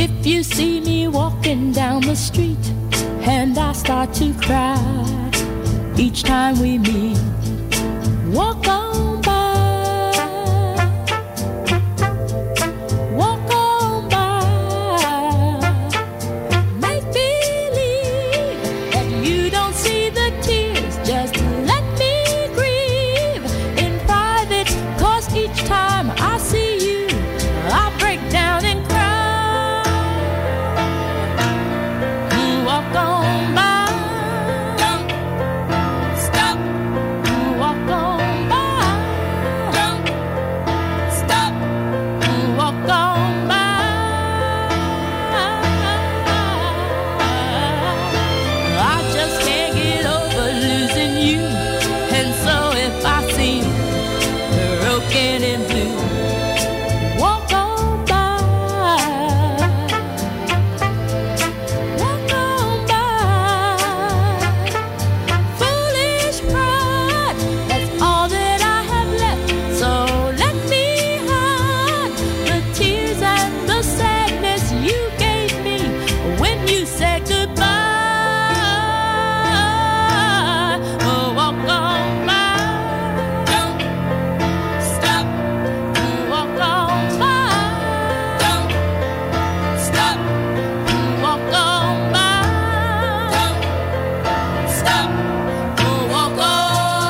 If you see me walking down the street and I start to cry each time we meet, walk on by, walk on by. Make believe that you don't see the tears, just let me grieve in private, 'cause each time I see you I break down and cry. Walk on by, don't stop. Walk on by, don't stop. Walk on by. I just can't get over losing you, and so if I seem broken and blue, walk on by, walk on by. Foolish pride, that's all that I have left, so let me hide the tears and the sadness you gave me when you said goodbye. Oh, walk on by, don't stop. Walk on by, don't stop. Walk on by, don't stop. Walk on.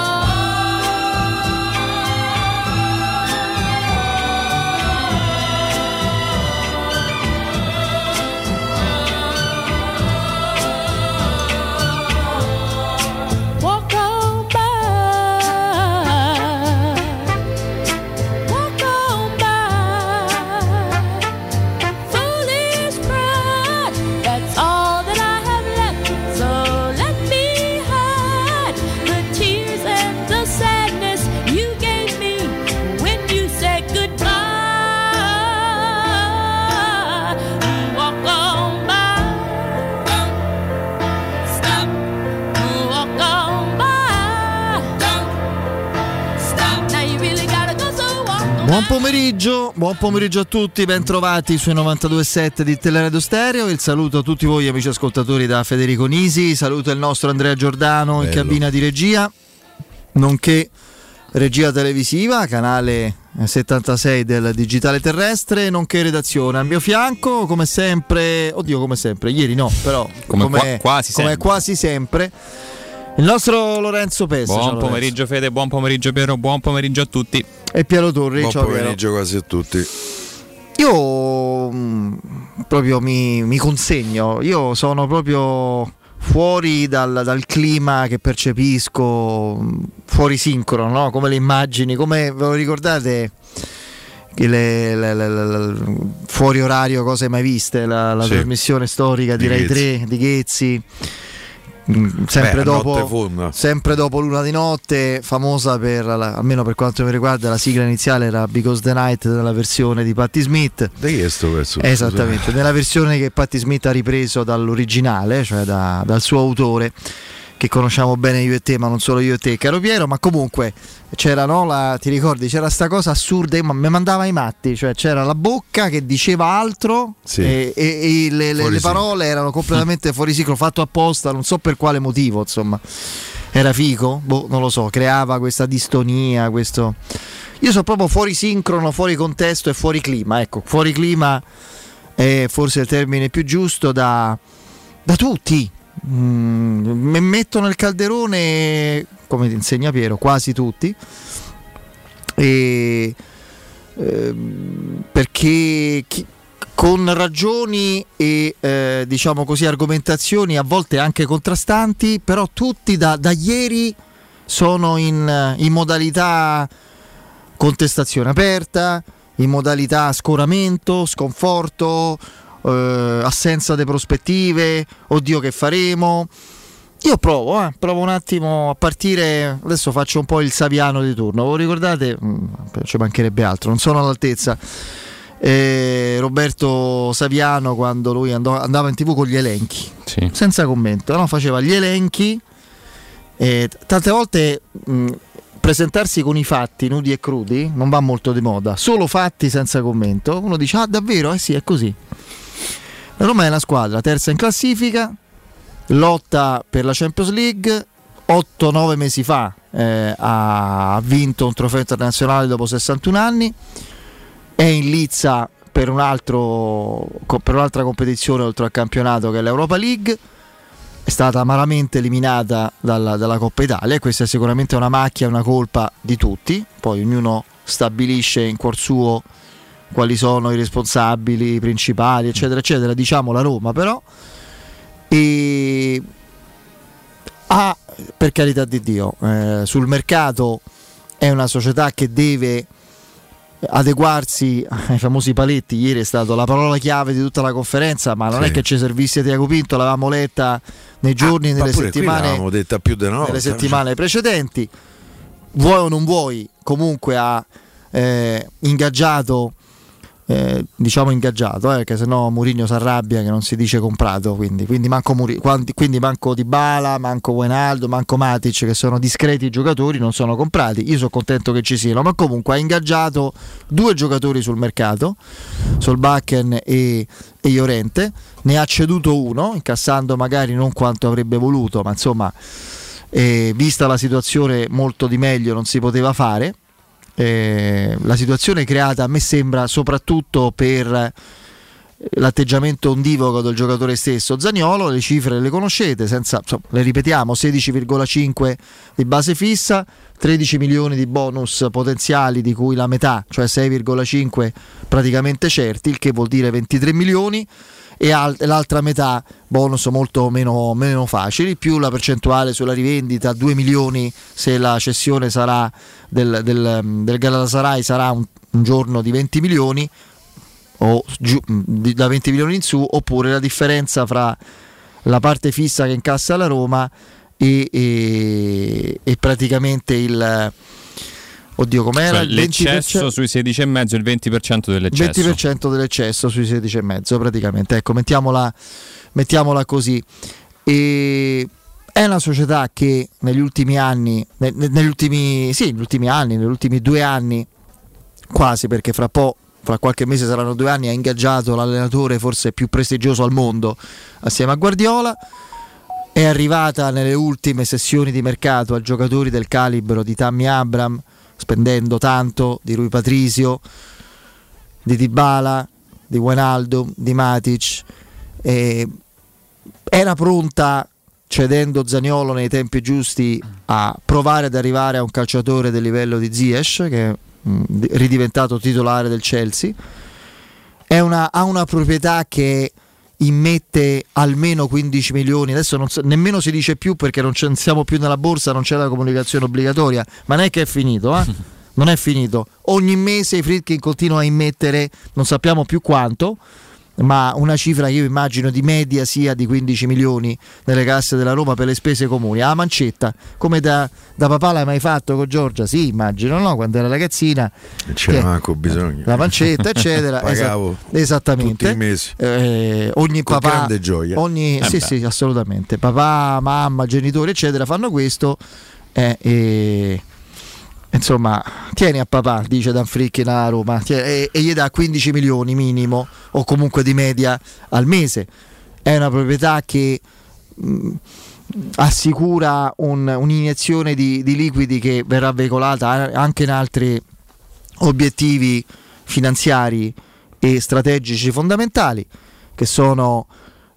Walk on by, walk on by. Foolish pride, that's all that I have left, so let me hide the tears and the sadness you gave me when you said goodbye. Walk on by, don't stop. Walk on by, don't stop. Now you really gotta go, so walk on by. Buon pomeriggio a tutti, ben trovati sui 92.7 di Teleradio Stereo. Il saluto a tutti voi amici ascoltatori da Federico Nisi, saluto il nostro Andrea Giordano in cabina di regia, nonché regia televisiva, canale 76 del digitale terrestre, nonché redazione. Al mio fianco, come sempre, ieri no, però quasi sempre, il nostro Lorenzo Pessa. Ciao, Buon Lorenzo. pomeriggio Fede, buon pomeriggio Piero, buon pomeriggio a tutti. E Piero Torri. Buon ciao Piero. pomeriggio quasi a tutti. Io proprio mi consegno, io sono proprio fuori dal clima che percepisco, fuori sincrono, no? Come le immagini, come ve lo ricordate fuori orario cose mai viste, la Sì. trasmissione storica di Rai 3 di Ghezzi, sempre dopo Luna di Notte, famosa per almeno per quanto mi riguarda la sigla iniziale era Because the Night nella versione di Patti Smith. Da chi è sto pezzo? Esattamente, nella versione che Patti Smith ha ripreso dall'originale, cioè dal suo autore, che conosciamo bene io e te, ma non solo io e te, caro Piero. Ma comunque c'era, no, ti ricordi, c'era sta cosa assurda, mi mandava ai matti, cioè c'era la bocca che diceva altro, Sì. e le parole erano completamente fuori ciclo, fatto apposta, non so per quale motivo, insomma. Era figo? Non lo so, creava questa distonia, questo... Io sono proprio fuori sincrono, fuori contesto e fuori clima, ecco, fuori clima è forse il termine più giusto da tutti. Mi metto nel calderone, come ti insegna Piero, quasi tutti, perché con ragioni e diciamo così argomentazioni a volte anche contrastanti, però tutti da ieri sono in modalità contestazione aperta, in modalità scoramento, sconforto, assenza di prospettive, oddio che faremo. Io provo un attimo a partire, adesso faccio un po' il Saviano di turno, voi ricordate? Ci mancherebbe altro, non sono all'altezza. Roberto Saviano, quando lui andava in TV con gli elenchi, Sì. senza commento, no? Faceva gli elenchi, tante volte presentarsi con i fatti nudi e crudi non va molto di moda, solo fatti senza commento. Uno dice: ah, davvero? Sì, è così. La Roma è una squadra terza in classifica, lotta per la Champions League. 8-9 mesi fa ha vinto un trofeo internazionale dopo 61 anni, è in lizza per un'altra competizione oltre al campionato, che è l'Europa League. È stata amaramente eliminata dalla Coppa Italia, e questa è sicuramente una macchia, una colpa di tutti. Poi ognuno stabilisce in cuor suo quali sono i responsabili principali, eccetera eccetera. Diciamo la Roma, però, e per carità di Dio, sul mercato è una società che deve adeguarsi ai famosi paletti. Ieri è stata la parola chiave di tutta la conferenza, ma non è che ci servisse Tiago Pinto, l'avevamo letta nei giorni, nelle settimane, detta più di una volta, nelle settimane precedenti. Vuoi o non vuoi, comunque ha ingaggiato, che sennò Mourinho si arrabbia che non si dice comprato, quindi manco Dybala, manco Wijnaldum, manco Matic, che sono discreti giocatori, non sono comprati. Io sono contento che ci siano, ma comunque ha ingaggiato 2 giocatori sul mercato, Solbakken e Llorente. Ne ha ceduto uno, incassando magari non quanto avrebbe voluto, ma insomma, vista la situazione, molto di meglio non si poteva fare. La situazione creata, a me sembra, soprattutto per l'atteggiamento ondivoco del giocatore stesso Zaniolo. Le cifre le conoscete, le ripetiamo: 16,5 di base fissa, 13 milioni di bonus potenziali, di cui la metà, cioè 6,5 praticamente certi, il che vuol dire 23 milioni, e l'altra metà bonus molto meno facili, più la percentuale sulla rivendita, 2 milioni se la cessione sarà del Galatasaray, sarà un giorno di 20 milioni o da 20 milioni in su, oppure la differenza fra la parte fissa che incassa la Roma e praticamente il... Oddio, com'era? Cioè, l'eccesso sui 16,5 e il 20% dell'eccesso. 20% dell'eccesso sui 16,5 praticamente. Ecco, mettiamola così. E è una società che negli ultimi 2 anni, quasi, perché fra qualche mese saranno 2 anni, ha ingaggiato l'allenatore forse più prestigioso al mondo assieme a Guardiola. È arrivata nelle ultime sessioni di mercato a giocatori del calibro di Tammy Abraham, spendendo tanto, di Rui Patricio, di Dybala, di Wijnaldum, di Matic. Era pronta, cedendo Zaniolo nei tempi giusti, a provare ad arrivare a un calciatore del livello di Ziyech, che è ridiventato titolare del Chelsea. Ha una proprietà che immette almeno 15 milioni, adesso nemmeno si dice più, perché non siamo più nella borsa, non c'è la comunicazione obbligatoria, ma non è che è finito, non è finito. Ogni mese i Friedkin continua a immettere, non sappiamo più quanto, ma una cifra che io immagino di media sia di 15 milioni nelle casse della Roma per le spese comuni. La mancetta, come da papà l'hai mai fatto con Giorgia? Sì, immagino, no? Quando era ragazzina c'era manco bisogno, la pancetta eccetera. Pagavo esattamente tutti i mesi, ogni con papà, grande gioia. Sì, assolutamente, papà, mamma, genitori eccetera fanno questo, insomma, tieni a papà, dice Dan Friedkin a Roma, e gli dà 15 milioni minimo, o comunque di media, al mese. È una proprietà che assicura un'iniezione di liquidi che verrà veicolata anche in altri obiettivi finanziari e strategici fondamentali, che sono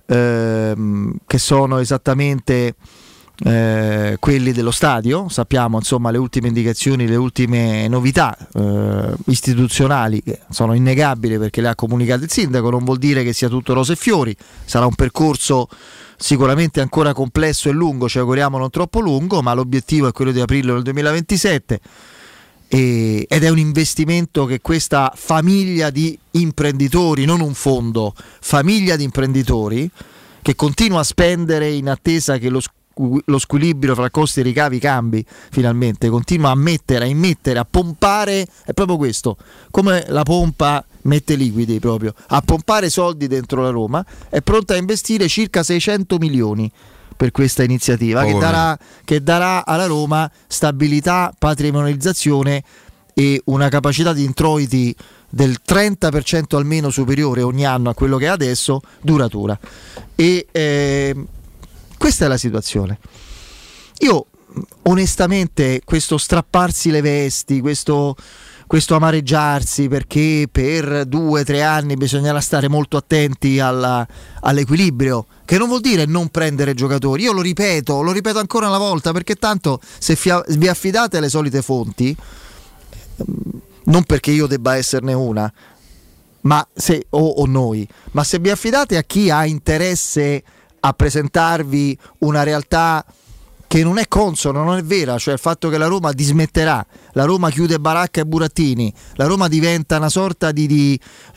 esattamente quelli dello stadio. Sappiamo, insomma, le ultime indicazioni, le ultime novità istituzionali, che sono innegabili perché le ha comunicate il sindaco. Non vuol dire che sia tutto rose e fiori, sarà un percorso sicuramente ancora complesso e lungo, ci auguriamo non troppo lungo, ma l'obiettivo è quello di aprirlo nel 2027, ed è un investimento che questa famiglia di imprenditori, non un fondo, famiglia di imprenditori, che continua a spendere in attesa che lo squilibrio fra costi e ricavi cambi, finalmente continua a immettere, a pompare. È proprio questo, come la pompa mette liquidi, proprio a pompare soldi dentro la Roma. È pronta a investire circa 600 milioni per questa iniziativa, che darà alla Roma stabilità, patrimonializzazione e una capacità di introiti del 30% almeno superiore ogni anno a quello che è adesso, duratura. E questa è la situazione. Io onestamente questo strapparsi le vesti, questo amareggiarsi perché per 2-3 anni bisognerà stare molto attenti all'equilibrio, che non vuol dire non prendere giocatori. Io lo ripeto ancora una volta, perché tanto se vi affidate alle solite fonti, non perché io debba esserne una, ma se o noi, ma se vi affidate a chi ha interesse a presentarvi una realtà che non è consona, non è vera, cioè il fatto che la Roma dismetterà, la Roma chiude Baracca e Burattini, la Roma diventa una sorta di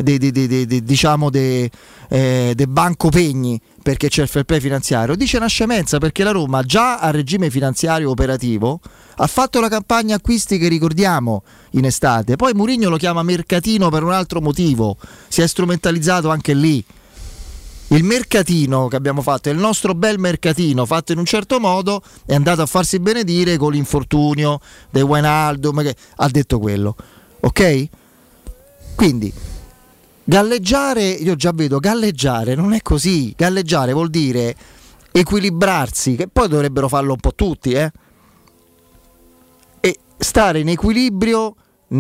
banco pegni perché c'è il fair play finanziario, dice una scemenza, perché la Roma già a regime finanziario operativo ha fatto la campagna acquisti che ricordiamo in estate, poi Mourinho lo chiama mercatino per un altro motivo, si è strumentalizzato anche lì. Il mercatino che abbiamo fatto, il nostro bel mercatino fatto in un certo modo, è andato a farsi benedire con l'infortunio di Wijnaldum, che ha detto quello, ok? Quindi galleggiare, io già vedo, galleggiare non è così. Galleggiare vuol dire equilibrarsi, che poi dovrebbero farlo un po' tutti, e stare in equilibrio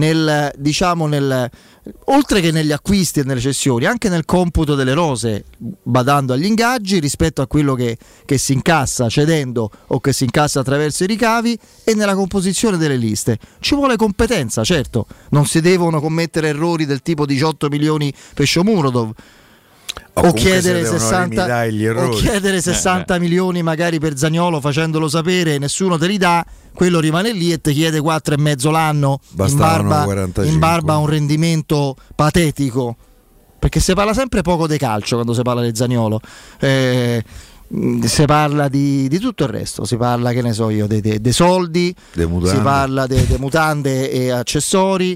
oltre che negli acquisti e nelle cessioni, anche nel computo delle rose, badando agli ingaggi rispetto a quello che si incassa cedendo o che si incassa attraverso i ricavi, e nella composizione delle liste. Ci vuole competenza, certo, non si devono commettere errori del tipo 18 milioni per Shomurodov, o chiedere 60 milioni magari per Zaniolo facendolo sapere, nessuno te li dà, quello rimane lì e ti chiede 4,5 l'anno in barba a un rendimento patetico, perché si parla sempre poco di calcio quando si parla di Zaniolo, si parla di tutto il resto, si parla, che ne so io, dei soldi, si parla di mutande e accessori,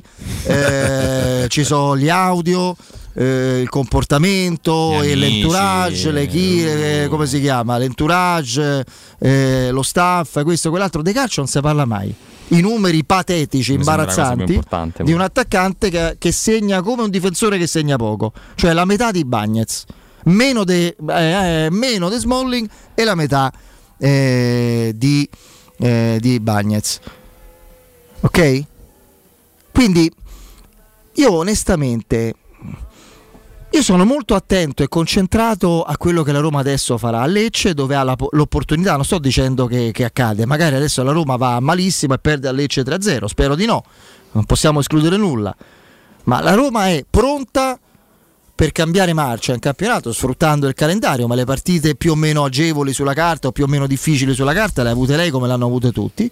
ci sono gli audio, il comportamento e l'entourage, come si chiama? L'entourage, lo staff, questo, quell'altro. Di calcio non si parla mai. I numeri patetici, imbarazzanti di un attaccante che segna come un difensore che segna poco, cioè la metà di Bagnez, meno di Smalling e la metà di Bagnez, ok? Quindi io onestamente sono molto attento e concentrato a quello che la Roma adesso farà a Lecce, dove ha l'opportunità. Non sto dicendo che accade, magari adesso la Roma va malissimo e perde a Lecce 3-0, spero di no, non possiamo escludere nulla, ma la Roma è pronta per cambiare marcia in campionato, sfruttando il calendario, ma le partite più o meno agevoli sulla carta o più o meno difficili sulla carta le ha avute lei come l'hanno avute tutti,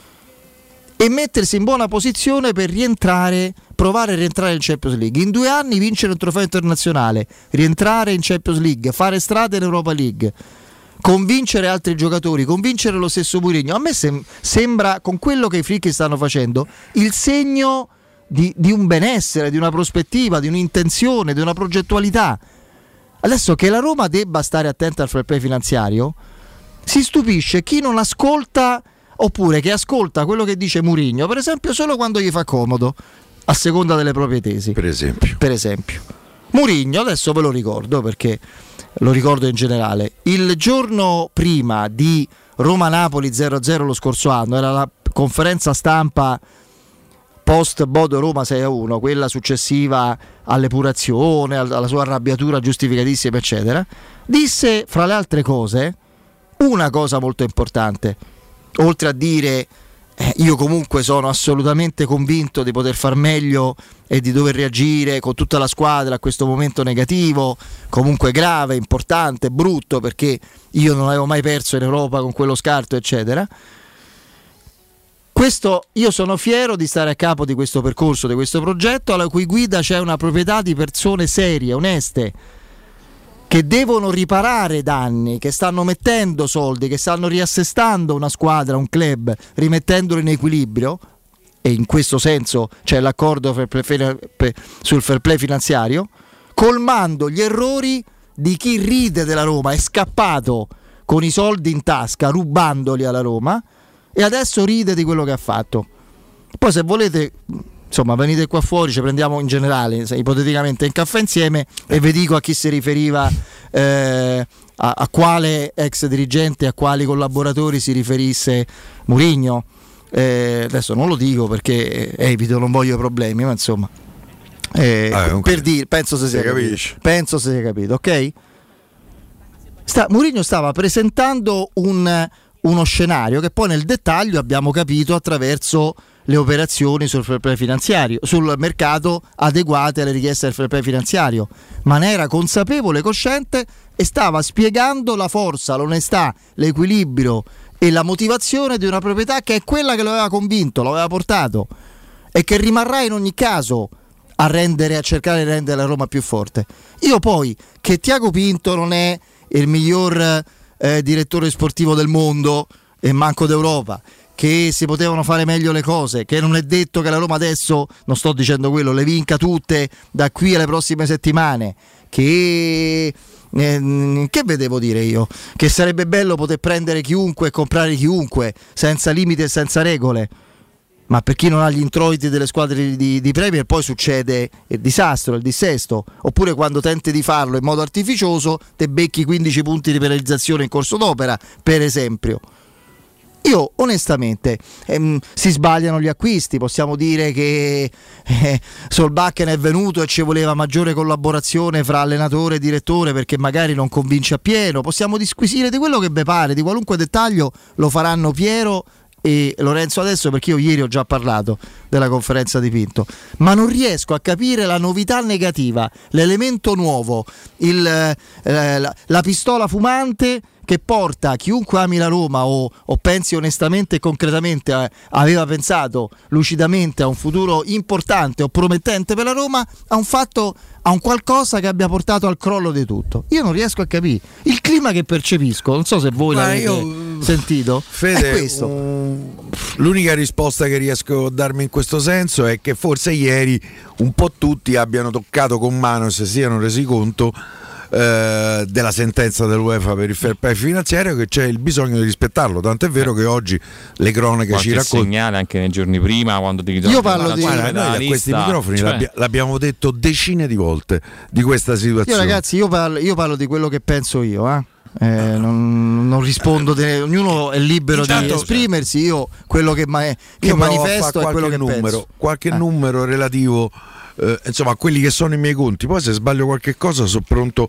e mettersi in buona posizione per provare a rientrare in Champions League. In 2 anni vincere un trofeo internazionale, rientrare in Champions League, fare strada in Europa League, convincere altri giocatori, convincere lo stesso Mourinho, a me sembra, con quello che i Fricchi stanno facendo, il segno di un benessere, di una prospettiva, di un'intenzione, di una progettualità. Adesso che la Roma debba stare attenta al fair play finanziario, si stupisce chi non ascolta, oppure che ascolta quello che dice Mourinho, per esempio, solo quando gli fa comodo, a seconda delle proprie tesi. Per esempio Mourinho, adesso ve lo ricordo perché lo ricordo in generale, il giorno prima di Roma-Napoli 0-0 lo scorso anno, era la conferenza stampa post Bodo Roma 6-1, quella successiva all'epurazione, alla sua arrabbiatura giustificatissima eccetera, disse fra le altre cose una cosa molto importante, oltre a dire io comunque sono assolutamente convinto di poter far meglio e di dover reagire con tutta la squadra a questo momento negativo, comunque grave, importante, brutto, perché io non avevo mai perso in Europa con quello scarto eccetera. Io sono fiero di stare a capo di questo percorso, di questo progetto, alla cui guida c'è una proprietà di persone serie, oneste, che devono riparare danni, che stanno mettendo soldi, che stanno riassestando una squadra, un club, rimettendolo in equilibrio, e in questo senso c'è l'accordo sul fair play finanziario, colmando gli errori di chi ride della Roma, è scappato con i soldi in tasca, rubandoli alla Roma, e adesso ride di quello che ha fatto. Poi se volete insomma venite qua fuori, ci prendiamo in generale, ipoteticamente in caffè insieme e vi dico a chi si riferiva, a quale ex dirigente, a quali collaboratori si riferisse Mourinho. Adesso non lo dico perché evito, non voglio problemi, ma insomma per dire, penso se sia capito, ok? Mourinho stava presentando uno scenario che poi nel dettaglio abbiamo capito attraverso le operazioni sul fair play finanziario, sul mercato adeguate alle richieste del fair play finanziario, ma ne era consapevole, cosciente e stava spiegando la forza, l'onestà, l'equilibrio e la motivazione di una proprietà che è quella che lo aveva convinto, lo aveva portato e che rimarrà in ogni caso a cercare di rendere la Roma più forte. Io poi, che Tiago Pinto non è il miglior direttore sportivo del mondo e manco d'Europa, che si potevano fare meglio le cose, che non è detto che la Roma adesso, non sto dicendo quello, le vinca tutte da qui alle prossime settimane, che vedevo dire io? Che sarebbe bello poter prendere chiunque e comprare chiunque senza limiti e senza regole, ma per chi non ha gli introiti delle squadre di Premier poi succede il disastro, il dissesto, oppure quando tenti di farlo in modo artificioso te becchi 15 punti di penalizzazione in corso d'opera, per esempio. Io onestamente si sbagliano gli acquisti, possiamo dire che Solbakken è venuto e ci voleva maggiore collaborazione fra allenatore e direttore perché magari non convince appieno, possiamo disquisire di quello che vi pare, di qualunque dettaglio lo faranno Piero e Lorenzo adesso, perché io ieri ho già parlato della conferenza di Pinto, ma non riesco a capire la novità negativa, l'elemento nuovo, la pistola fumante che porta chiunque ami la Roma o pensi onestamente e concretamente aveva pensato lucidamente a un futuro importante o promettente per la Roma, a un qualcosa che abbia portato al crollo di tutto. Io non riesco a capire il clima che percepisco, non so se voi l'avete sentito. Fede, è questo. L'unica risposta che riesco a darmi in questo senso è che forse ieri un po' tutti abbiano toccato con mano e si siano resi conto della sentenza dell'UEFA per il fair play finanziario, che c'è il bisogno di rispettarlo, tant'è vero che oggi le cronache ci raccontano segnale anche nei giorni prima quando ti ritorno. Io parlo di noi a questi microfoni l'abbiamo detto decine di volte di questa situazione. Io ragazzi io parlo di quello che penso io, non rispondo, ognuno è libero di esprimersi. Io quello che manifesto è quello che penso. Qualche numero relativo insomma a quelli che sono i miei conti, poi se sbaglio qualche cosa sono pronto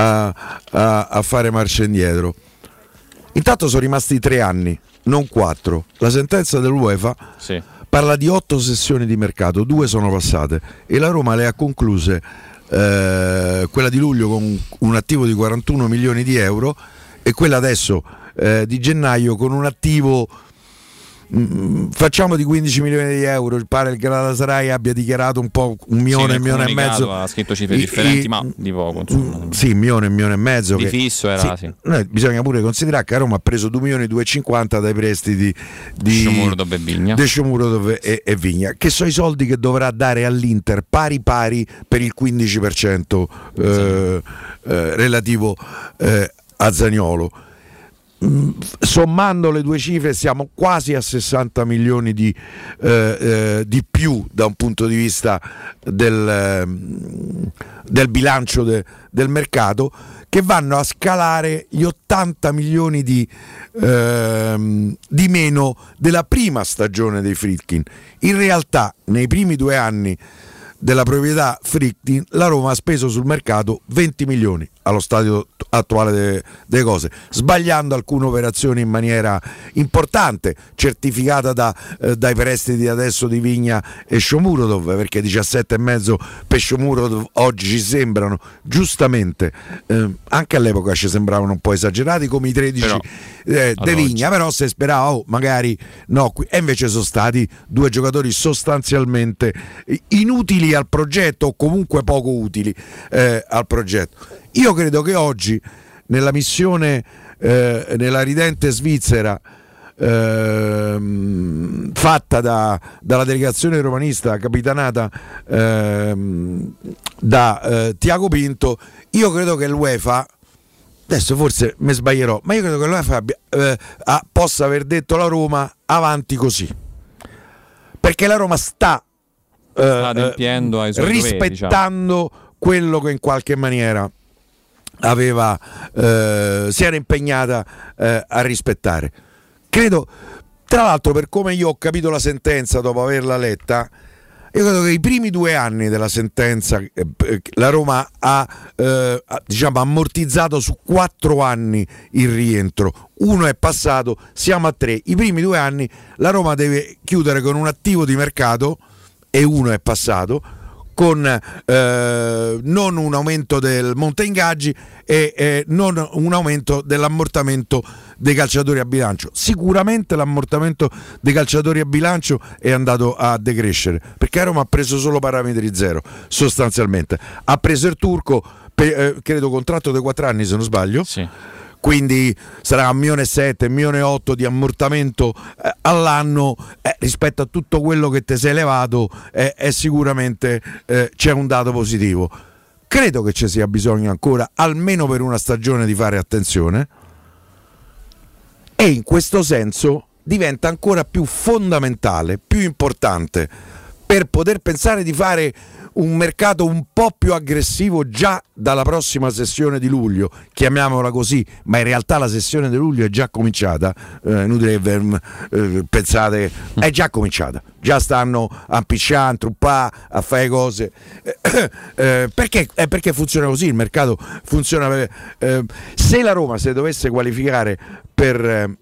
a fare marcia indietro. Intanto sono rimasti 3 anni, non 4. La sentenza dell'UEFA parla di 8 sessioni di mercato, 2 sono passate e la Roma le ha concluse, quella di luglio con un attivo di 41 milioni di euro e quella adesso di gennaio con un attivo facciamo di 15 milioni di euro. Il pare il Galatasaray abbia dichiarato un po' 1 milione, 1 milione e mezzo, ha scritto cifre differenti ma di poco insomma. Sì, 1 milione, 1 milione e mezzo di fisso era bisogna pure considerare che Roma ha preso 2 milioni e 250 dai prestiti di Sciomuro e Vigna, che sono i soldi che dovrà dare all'Inter pari per il 15% relativo a Zaniolo. Sommando le due cifre siamo quasi a 60 milioni di più da un punto di vista del bilancio del mercato, che vanno a scalare gli 80 milioni di meno della prima stagione dei Friedkin. In realtà nei primi 2 anni della proprietà Friedkin la Roma ha speso sul mercato 20 milioni allo stadio attuale delle cose, sbagliando alcune operazioni in maniera importante, certificata dai prestiti adesso di Vigna e Shomurodov, perché 17,5 per Shomurodov oggi ci sembrano giustamente, anche all'epoca ci sembravano un po' esagerati, come i 13 De Vigna, però se sperava magari no, e invece sono stati 2 giocatori sostanzialmente inutili al progetto o comunque poco utili al progetto. Io credo che oggi nella missione nella ridente Svizzera fatta dalla delegazione romanista capitanata da Tiago Pinto, io credo che l'UEFA, adesso forse mi sbaglierò, ma io credo che l'UEFA possa aver detto alla Roma avanti così, perché la Roma sta adempiendo ai suoi rispettando doveri, quello che in qualche maniera aveva si era impegnata a rispettare. Credo, tra l'altro, per come io ho capito la sentenza dopo averla letta, io credo che i primi 2 anni della sentenza la Roma ha diciamo ammortizzato su 4 anni il rientro. 1 è passato, siamo a 3. I primi 2 anni la Roma deve chiudere con un attivo di mercato, e 1 è passato, con non un aumento del monte ingaggi e non un aumento dell'ammortamento dei calciatori a bilancio. Sicuramente l'ammortamento dei calciatori a bilancio è andato a decrescere, perché Roma ha preso solo parametri zero, sostanzialmente. Ha preso il turco, credo contratto di 4 anni se non sbaglio. Sì. Quindi sarà 1,7 milioni, 1,8 milioni di ammortamento all'anno, rispetto a tutto quello che ti sei levato, è sicuramente c'è un dato positivo. Credo che ci sia bisogno ancora, almeno per una stagione, di fare attenzione, e in questo senso diventa ancora più fondamentale, più importante, per poter pensare di fare un mercato un po' più aggressivo già dalla prossima sessione di luglio, chiamiamola così, ma in realtà la sessione di luglio è già cominciata, inutile che pensate, è già cominciata, già stanno a impicciare, a truppare, a fare cose, perché funziona così, il mercato funziona. Se la Roma si dovesse qualificare per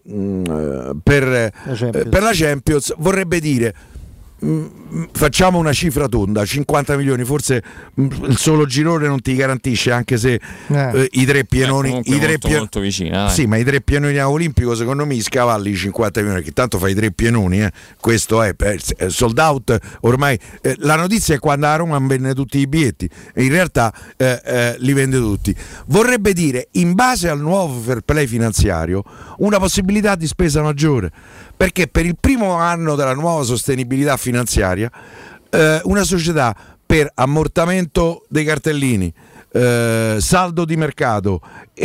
la Champions, vorrebbe dire, facciamo una cifra tonda, 50 milioni, forse il solo girone non ti garantisce, anche se i 3 pienoni, molto vicina, sì, ma i 3 pienoni a Olimpico secondo me scavalli i 50 milioni, che tanto fai 3 pienoni, questo è sold out ormai. La notizia è quando a Roma vende tutti i biglietti, e in realtà li vende tutti. Vorrebbe dire, in base al nuovo fair play finanziario, una possibilità di spesa maggiore, perché per il primo anno della nuova sostenibilità finanziaria una società, per ammortamento dei cartellini, saldo di mercato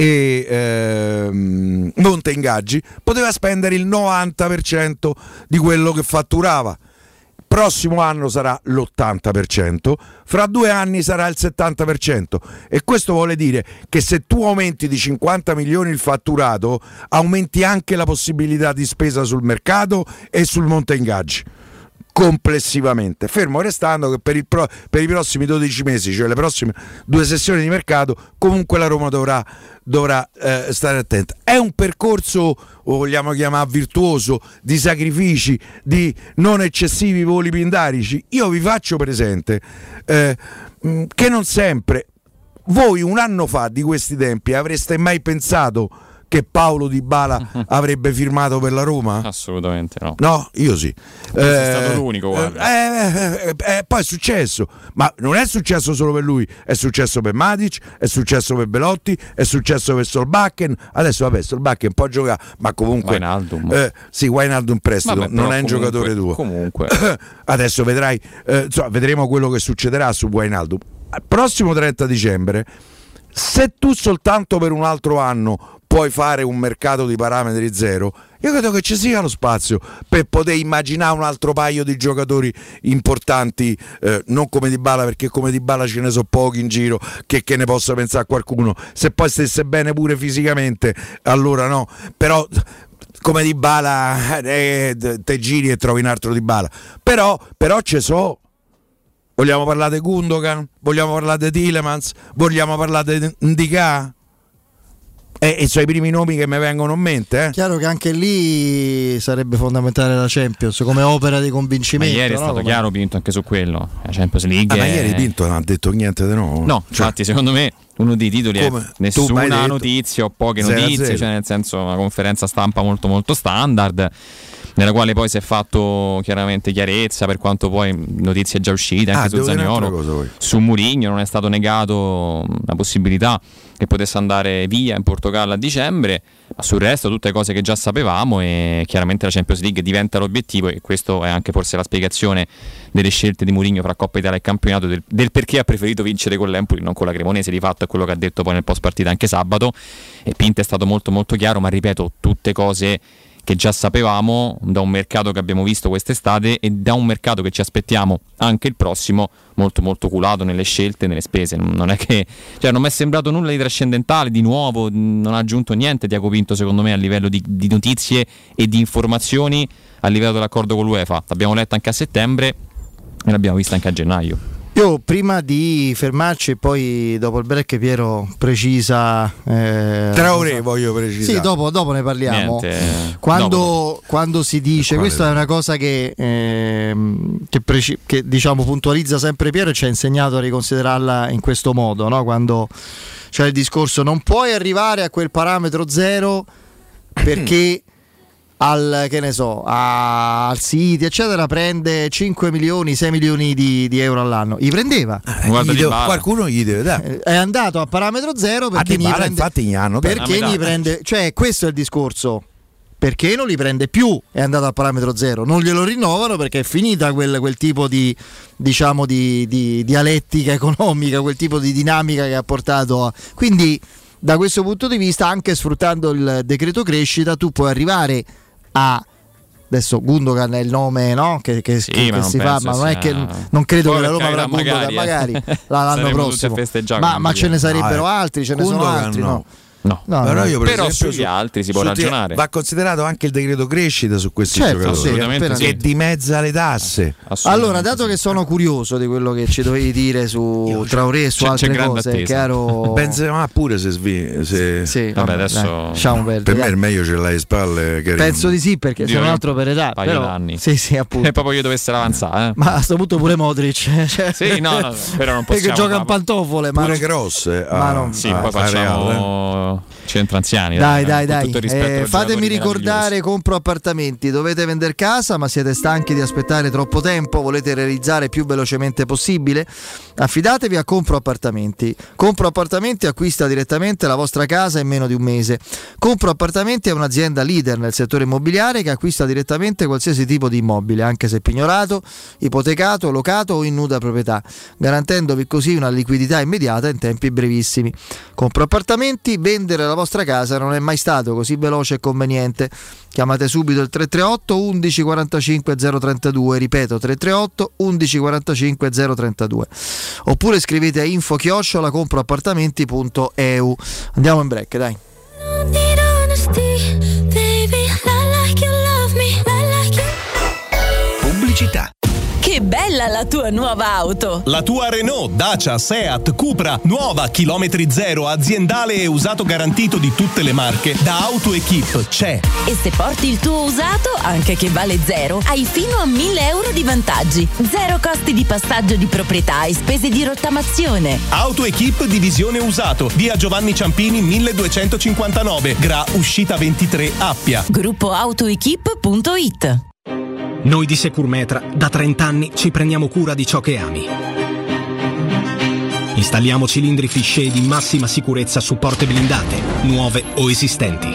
e monte ingaggi, poteva spendere il 90% di quello che fatturava. Prossimo anno sarà l'80%, fra 2 anni sarà il 70%, e questo vuole dire che se tu aumenti di 50 milioni il fatturato, aumenti anche la possibilità di spesa sul mercato e sul monte ingaggi complessivamente, fermo restando che per i prossimi 12 mesi, cioè le prossime 2 sessioni di mercato, comunque la Roma dovrà stare attenta. È un percorso, o vogliamo chiamare virtuoso, di sacrifici, di non eccessivi voli pindarici. Io vi faccio presente che non sempre, voi un anno fa di questi tempi avreste mai pensato che Paulo Dybala avrebbe firmato per la Roma? Assolutamente no. No, io sì. È stato l'unico, guarda. Poi è successo, ma non è successo solo per lui, è successo per Matic, è successo per Belotti, è successo per Solbakken. Adesso vabbè, Solbakken può giocare, ma comunque Wijnaldum. sì, Wijnaldum prestito, vabbè, non è un giocatore tuo. Comunque Adesso vedrai, vedremo quello che succederà su Wijnaldum. Al prossimo 30 dicembre, se tu soltanto per un altro anno puoi fare un mercato di parametri zero, io credo che ci sia lo spazio per poter immaginare un altro paio di giocatori importanti, non come Dybala, perché come Dybala ce ne sono pochi in giro che ne possa pensare qualcuno. Se poi stesse bene pure fisicamente, allora no, però come Dybala te giri e trovi un altro Dybala, però ci so. Vogliamo parlare di Gundogan? Vogliamo parlare di Tielemans? Vogliamo parlare di Ndicà? E sono i primi nomi che mi vengono in mente. Chiaro che anche lì sarebbe fondamentale la Champions come opera di convincimento. Ma ieri è stato chiaro Pinto anche su quello. La Champions League. Ma ieri Pinto non ha detto niente di nuovo. No, infatti secondo me uno dei titoli è nessuna notizia o poche notizie, cioè nel senso una conferenza stampa molto molto standard, nella quale poi si è fatto chiaramente chiarezza, per quanto poi notizie già uscite anche su Zaniolo, su Mourinho non è stato negato la possibilità che potesse andare via in Portogallo a dicembre, ma sul resto tutte cose che già sapevamo, e chiaramente la Champions League diventa l'obiettivo, e questo è anche forse la spiegazione delle scelte di Mourinho fra Coppa Italia e campionato, del perché ha preferito vincere con l'Empoli non con la Cremonese. Di fatto è quello che ha detto poi nel post partita anche sabato, e Pinto è stato molto molto chiaro, ma ripeto, tutte cose che già sapevamo, da un mercato che abbiamo visto quest'estate e da un mercato che ci aspettiamo anche il prossimo, molto molto culato nelle scelte, nelle spese. Non è che, cioè, non mi è sembrato nulla di trascendentale, di nuovo, non ha aggiunto niente Tiago Pinto secondo me a livello di notizie e di informazioni a livello dell'accordo con l'UEFA. L'abbiamo letto anche a settembre e l'abbiamo vista anche a gennaio. Io prima di fermarci e poi dopo il break Piero precisa Traoré voglio precisare. Sì, dopo ne parliamo. Quando si dice, questa è una cosa che diciamo puntualizza sempre Piero e ci ha insegnato a riconsiderarla in questo modo, no? Quando c'è il discorso non puoi arrivare a quel parametro zero perché al City eccetera prende 5 milioni 6 milioni di euro all'anno, li prendeva, qualcuno gli deve dare, è andato a parametro zero perché gli prende, cioè questo è il discorso, perché non li prende più, è andato a parametro zero, non glielo rinnovano perché è finita quel tipo di, diciamo, di dialettica economica, quel tipo di dinamica che ha portato quindi da questo punto di vista, anche sfruttando il decreto crescita, tu puoi arrivare adesso Gundogan è il nome, no? che si fa, ma non è che non credo che la Roma avrà Gundogan magari l'anno prossimo, ma ce ne sarebbero altri, ce ne sono altri, no? No, però io però sugli altri si può ragionare. Va considerato anche il decreto crescita su questi giocatori, che dimezza le tasse. Allora, dato che sono curioso di quello che ci dovevi dire su Traoré e su altre cose, caro Benzema pure se sì, vabbè, adesso per me il meglio ce l'hai alle spalle, penso di sì, perché sono un altro per età, però anni. Sì, appunto. E proprio io dovessero avanzare, ma a questo punto pure Modric, cioè, sì, no, però non possiamo, perché gioca in pantofole, ma pure grosse, ma non sì, poi facciamo centro anziani, dai. Fatemi ricordare, compro appartamenti, dovete vendere casa ma siete stanchi di aspettare troppo tempo, volete realizzare più velocemente possibile? Affidatevi a Compro Appartamenti. Compro Appartamenti acquista direttamente la vostra casa in meno di un mese. Compro Appartamenti è un'azienda leader nel settore immobiliare che acquista direttamente qualsiasi tipo di immobile, anche se pignorato, ipotecato, locato o in nuda proprietà, garantendovi così una liquidità immediata in tempi brevissimi. Compro Appartamenti, vendere la vostra casa non è mai stato così veloce e conveniente. Chiamate subito il 338 11 45 032, ripeto 338 11 45 032, oppure scrivete a info@comproappartamenti.eu. Andiamo in break, dai. Pubblicità. Che bella la tua nuova auto! La tua Renault, Dacia, Seat, Cupra, nuova, chilometri zero, aziendale e usato garantito di tutte le marche, da AutoEquip c'è. E se porti il tuo usato, anche che vale zero, hai fino a 1.000 euro di vantaggi. Zero costi di passaggio di proprietà e spese di rottamazione. AutoEquip divisione usato, via Giovanni Ciampini 1259, Gra uscita 23 Appia. Gruppo AutoEquip.it. Noi di Securmetra da 30 anni ci prendiamo cura di ciò che ami. Installiamo cilindri Fichet di massima sicurezza su porte blindate, nuove o esistenti.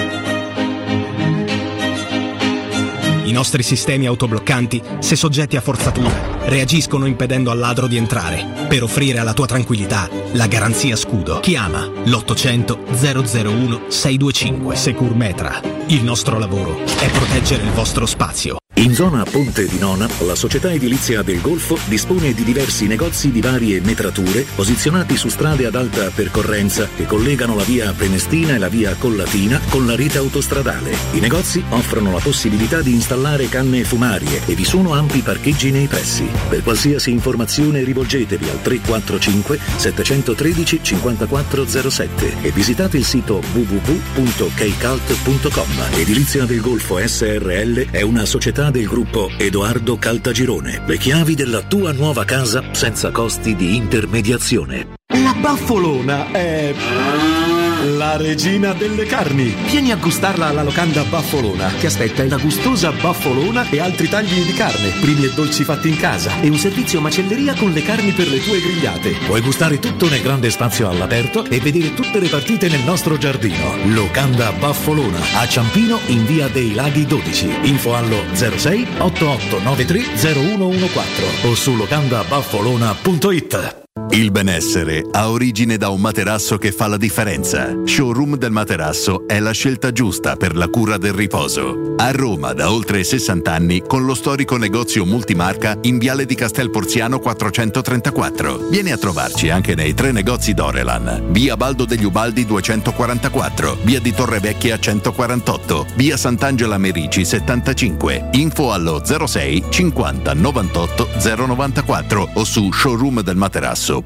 I nostri sistemi autobloccanti, se soggetti a forzatura, reagiscono impedendo al ladro di entrare, per offrire alla tua tranquillità la garanzia scudo. Chiama l'800 001 625. Securmetra. Il nostro lavoro è proteggere il vostro spazio. In zona Ponte di Nona, la società edilizia del Golfo dispone di diversi negozi di varie metrature posizionati su strade ad alta percorrenza che collegano la via Prenestina e la via Collatina con la rete autostradale. I negozi offrono la possibilità di installare canne fumarie e vi sono ampi parcheggi nei pressi. Per qualsiasi informazione rivolgetevi al 345 713 5407 e visitate il sito www.keicalt.com. Edilizia del Golfo SRL è una società del gruppo Edoardo Caltagirone. Le chiavi della tua nuova casa senza costi di intermediazione. La Baffolona è la regina delle carni. Vieni a gustarla alla locanda Baffolona. Ti aspetta una gustosa baffolona e altri tagli di carne, primi e dolci fatti in casa e un servizio macelleria con le carni per le tue grigliate. Puoi gustare tutto nel grande spazio all'aperto e vedere tutte le partite nel nostro giardino. Locanda Baffolona a Ciampino in via dei Laghi 12. Info allo 06 8893 0114 o su locandabaffolona.it. Il benessere ha origine da un materasso che fa la differenza. Showroom del Materasso è la scelta giusta per la cura del riposo. A Roma da oltre 60 anni con lo storico negozio multimarca in Viale di Castel Porziano 434. Vieni a trovarci anche nei 3 negozi Dorelan. Via Baldo degli Ubaldi 244, Via di Torrevecchia 148, Via Sant'Angela Merici 75. Info allo 06 50 98 094 o su showroomdelmaterasso.com.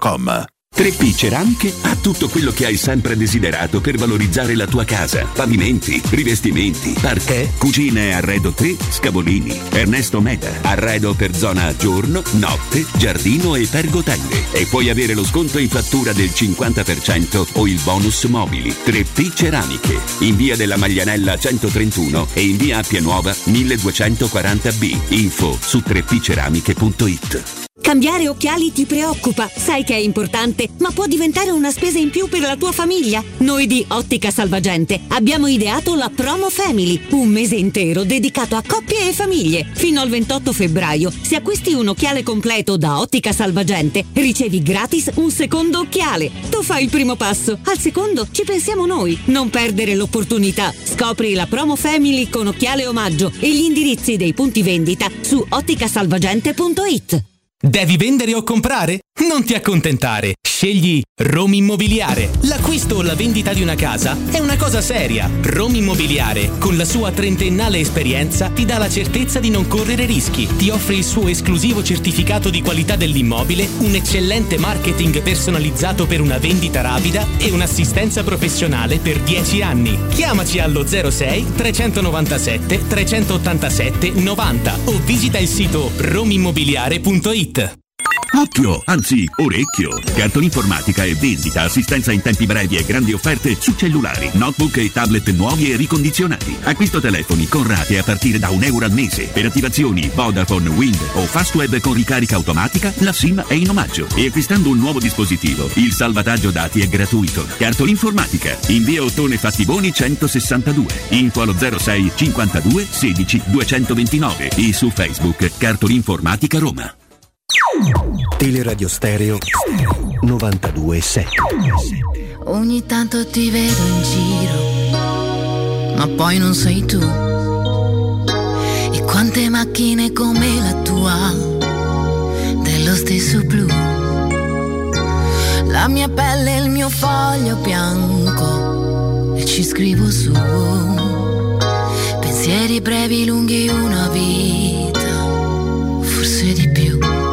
3P Ceramiche ha tutto quello che hai sempre desiderato per valorizzare la tua casa: pavimenti, rivestimenti, parquet, cucine e arredo 3, Scavolini. Ernesto Meda, arredo per zona giorno, notte, giardino e pergotelle. E puoi avere lo sconto in fattura del 50% o il bonus mobili. 3P Ceramiche, in via della Maglianella 131 e in via Appia Nuova 1240B. Info su 3pceramiche.it. Cambiare occhiali ti preoccupa, sai che è importante, ma può diventare una spesa in più per la tua famiglia. Noi di Ottica Salvagente abbiamo ideato la Promo Family, un mese intero dedicato a coppie e famiglie. Fino al 28 febbraio, se acquisti un occhiale completo da Ottica Salvagente, ricevi gratis un secondo occhiale. Tu fai il primo passo, al secondo ci pensiamo noi. Non perdere l'opportunità. Scopri la Promo Family con occhiale omaggio e gli indirizzi dei punti vendita su otticasalvagente.it. Devi vendere o comprare? Non ti accontentare. Scegli Roma Immobiliare. L'acquisto o la vendita di una casa è una cosa seria. Roma Immobiliare, con la sua 30ennale esperienza, ti dà la certezza di non correre rischi. Ti offre il suo esclusivo certificato di qualità dell'immobile, un eccellente marketing personalizzato per una vendita rapida e un'assistenza professionale per 10 anni. Chiamaci allo 06 397 387 90 o visita il sito romimmobiliare.it. Occhio, anzi orecchio. Cartolinformatica e vendita, assistenza in tempi brevi e grandi offerte su cellulari, notebook e tablet nuovi e ricondizionati. Acquisto telefoni con rate a partire da €1 al mese. Per attivazioni Vodafone, Wind o Fastweb con ricarica automatica, la SIM è in omaggio. E acquistando un nuovo dispositivo, il salvataggio dati è gratuito. Cartolinformatica, in via Ottone Fattiboni 162. Info allo 06 52 16 229 e su Facebook Cartolinformatica Roma. Teleradio Stereo 92.7. Ogni tanto ti vedo in giro, ma poi non sei tu. E quante macchine come la tua, dello stesso blu. La mia pelle è il mio foglio bianco e ci scrivo su. Pensieri brevi, lunghi, una vita, forse di più.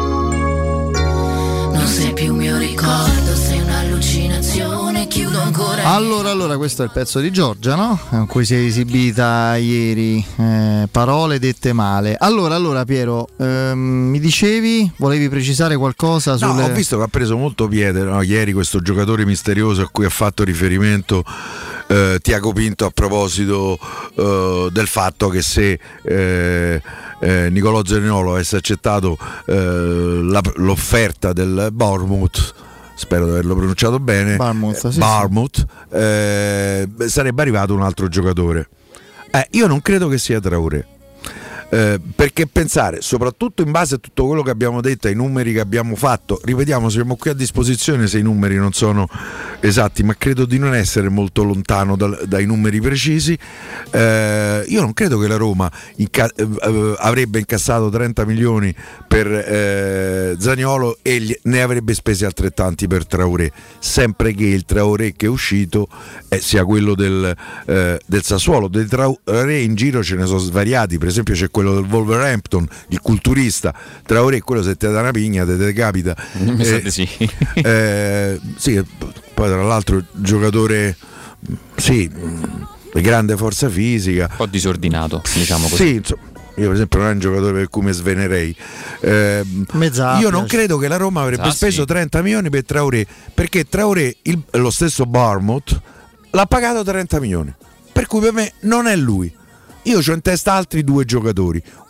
Non sei più mio ricordo, sei un'allucinazione, chiudo ancora. Allora, questo è il pezzo di Giorgia, no? Con cui si è esibita ieri, parole dette male. Allora Piero, mi dicevi, volevi precisare qualcosa sulle... No, ho visto che ha preso molto piede, no, ieri questo giocatore misterioso a cui ha fatto riferimento Tiago Pinto a proposito del fatto che se Nicolò Zaniolo avesse accettato l'offerta del Bournemouth, spero di averlo pronunciato bene, Bournemouth, sarebbe arrivato un altro giocatore. Io non credo che sia Traoré, perché pensare, soprattutto in base a tutto quello che abbiamo detto, ai numeri che abbiamo fatto, ripetiamo, siamo qui a disposizione se i numeri non sono esatti, ma credo di non essere molto lontano dai numeri precisi. Io non credo che la Roma avrebbe incassato 30 milioni per Zaniolo e ne avrebbe spesi altrettanti per Traoré, sempre che il Traoré che è uscito sia quello del Sassuolo. Dei Traoré in giro ce ne sono svariati, per esempio c'è quello del Wolverhampton, il culturista. Traoré, quello se te da una pigna te capita. Sì. Sì, poi tra l'altro giocatore di grande forza fisica, un po' disordinato, diciamo così. Sì, insomma, io per esempio non è un giocatore per cui mi svenerei. Io non credo che la Roma avrebbe speso 30 milioni per Traoré, perché Traoré, lo stesso Bournemouth l'ha pagato 30 milioni, per cui per me non è lui. Io ho in testa altri due giocatori,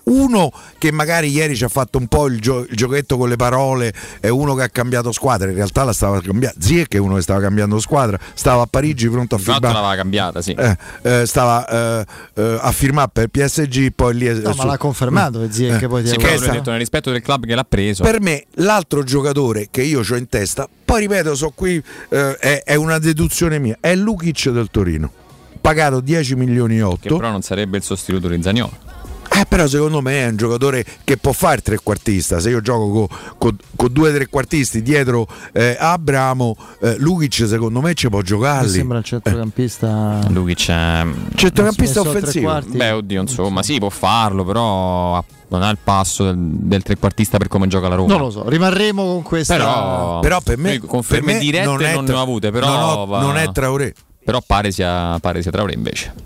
uno che magari ieri ci ha fatto un po' il giochetto con le parole, è uno che ha cambiato squadra, in realtà la stava cambiando. Ziyech è uno che stava cambiando squadra, stava a Parigi pronto a firmare. L'aveva cambiata, sì. Stava a firmare per PSG, poi lì ma l'ha confermato Ziyech, poi sì, che detto nel rispetto del club che l'ha preso. Per me l'altro giocatore che io ho in testa, poi ripeto, so qui è una deduzione mia, è Lukic del Torino, pagato 10 milioni e 8, che però non sarebbe il sostituto di Zaniolo. Però secondo me è un giocatore che può fare il trequartista. Se io gioco con due trequartisti dietro Abramo, Lukic secondo me ci può giocare. Mi sembra il centrocampista. Lukic è centrocampista offensivo. Beh, oddio, insomma, sì, può farlo, però non ha il passo del trequartista per come gioca la Roma. Non lo so, rimarremo con questa. Però per me conferme dirette non ne ho avute, però non è Traoré. Però pare sia Traoré invece.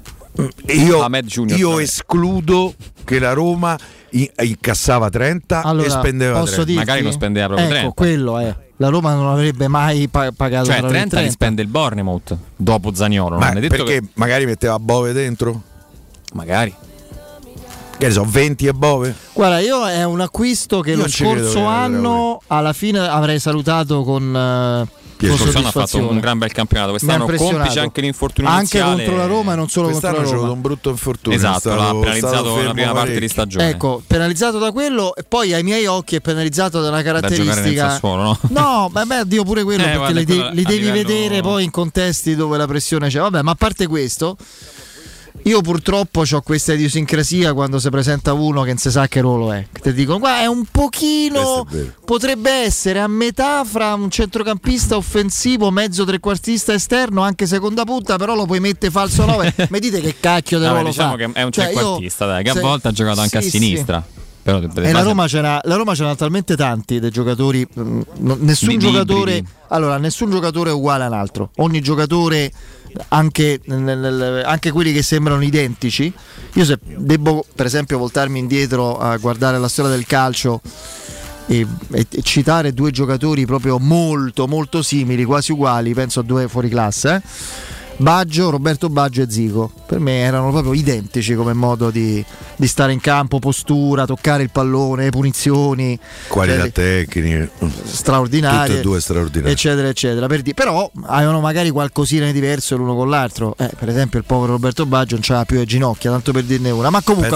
Io escludo che la Roma incassava 30 e spendeva 30. Dirti? Magari non spendeva proprio 30. Quello è. La Roma non avrebbe mai pagato 30 li spende il Bournemouth dopo Zaniolo. Ma perché magari metteva Bove dentro? Magari. Che ne so, 20 e Bove? Guarda, io è un acquisto che lo scorso anno alla fine avrei salutato con Quest'anno ha fatto un gran bel campionato. Quest'anno complice anche l'infortunio iniziale. Anche contro la Roma e non solo contro la Roma. Quest'anno ha avuto un brutto infortunio. Esatto, l'ha penalizzato la prima parte di stagione. Ecco, penalizzato da quello, e poi ai miei occhi è penalizzato da una caratteristica. Da giocare nel Sassuolo, no? No, Dio pure quello, perché guarda, li devi vedere poi in contesti dove la pressione c'è. Vabbè, ma a parte questo, io purtroppo ho questa idiosincrasia quando si presenta uno che non si sa che ruolo è. Che ti dicono, guarda, è un pochino, potrebbe essere a metà fra un centrocampista offensivo, mezzo trequartista esterno, anche seconda punta, però lo puoi mettere falso 9. Mi dite che cacchio di ruolo diciamo fa? Che è un trequartista, dai, che a volte ha giocato anche a sinistra. Però e la Roma c'era talmente tanti dei giocatori, nessun giocatore è uguale a un altro. Ogni giocatore, anche quelli che sembrano identici. Io se devo per esempio voltarmi indietro a guardare la storia del calcio e citare due giocatori proprio molto molto simili, quasi uguali, penso a due fuoriclasse, Roberto Baggio e Zico, per me erano proprio identici come modo di stare in campo, postura, toccare il pallone, punizioni, qualità tecniche straordinarie, tutte e due straordinarie, eccetera eccetera. Però avevano magari qualcosina di diverso l'uno con l'altro. Per esempio il povero Roberto Baggio non c'aveva più le ginocchia, tanto per dirne una. Ma comunque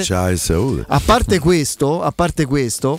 a parte questo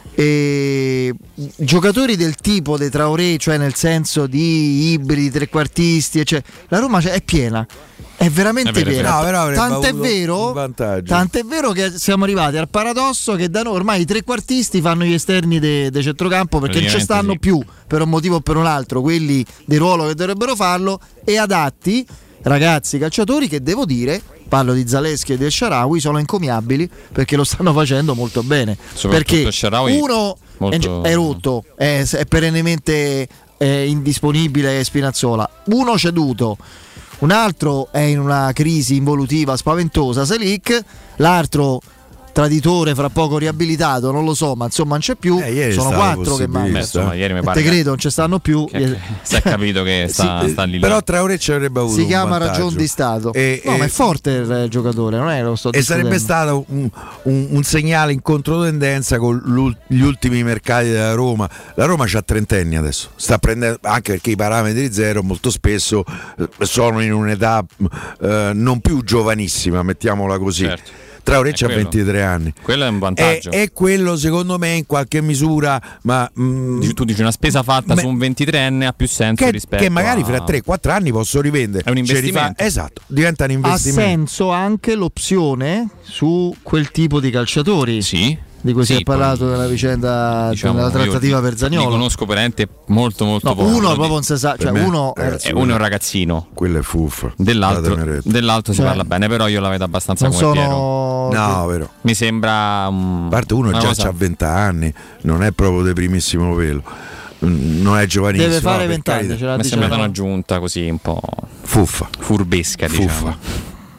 giocatori del tipo dei Traoré, cioè nel senso di ibridi, trequartisti, eccetera, la Roma è piena, è veramente piena. Tant'è vero che siamo arrivati al paradosso che da noi ormai i trequartisti fanno gli esterni dei centrocampo, perché non ci stanno più per un motivo o per un altro quelli di ruolo che dovrebbero farlo, e adatti ragazzi calciatori che, devo dire, parlo di Zaleschi e del Shaarawy, sono encomiabili perché lo stanno facendo molto bene. Perché uno è rotto, è perennemente indisponibile, Spinazzola, uno ceduto, un altro è in una crisi involutiva spaventosa, Selic, l'altro traditore, fra poco riabilitato, non lo so, ma insomma non c'è più. Sono 4 che mancano. Ieri mi pare te credo, non ci stanno più. Si è capito che sta lì. Però Traoré ci avrebbe avuto. Si chiama ragion di Stato. Ma è forte il giocatore, non è? Lo sto discutendo. Sarebbe stato un segnale in controtendenza con gli ultimi mercati della Roma. La Roma c'ha 30 anni adesso, sta prendendo, anche perché i parametri zero molto spesso sono in un'età non più giovanissima, mettiamola così. Certo. Traoré c'ha 23 anni. Quello è un vantaggio. E quello secondo me in qualche misura, ma tu dici una spesa fatta su un 23enne ha più senso rispetto che magari fra 3-4 anni posso rivendere. È un investimento. Esatto, diventa un investimento. Ha senso anche l'opzione su quel tipo di calciatori. Sì. Di cui si è parlato nella vicenda, della trattativa per Zaniolo. Li conosco veramente molto poco. Uno proprio non si sa, cioè uno è un ragazzino. Quello è fuffa. Dell'altro si parla bene, però io la vedo abbastanza come Piero. No, vero. Mi sembra a parte uno già ha 20 anni, non è proprio di primissimo pelo. Non è giovanissimo. Deve fare 20 anni. Mi è sembrata un'aggiunta così un po' fuffa, furbesca, diciamo.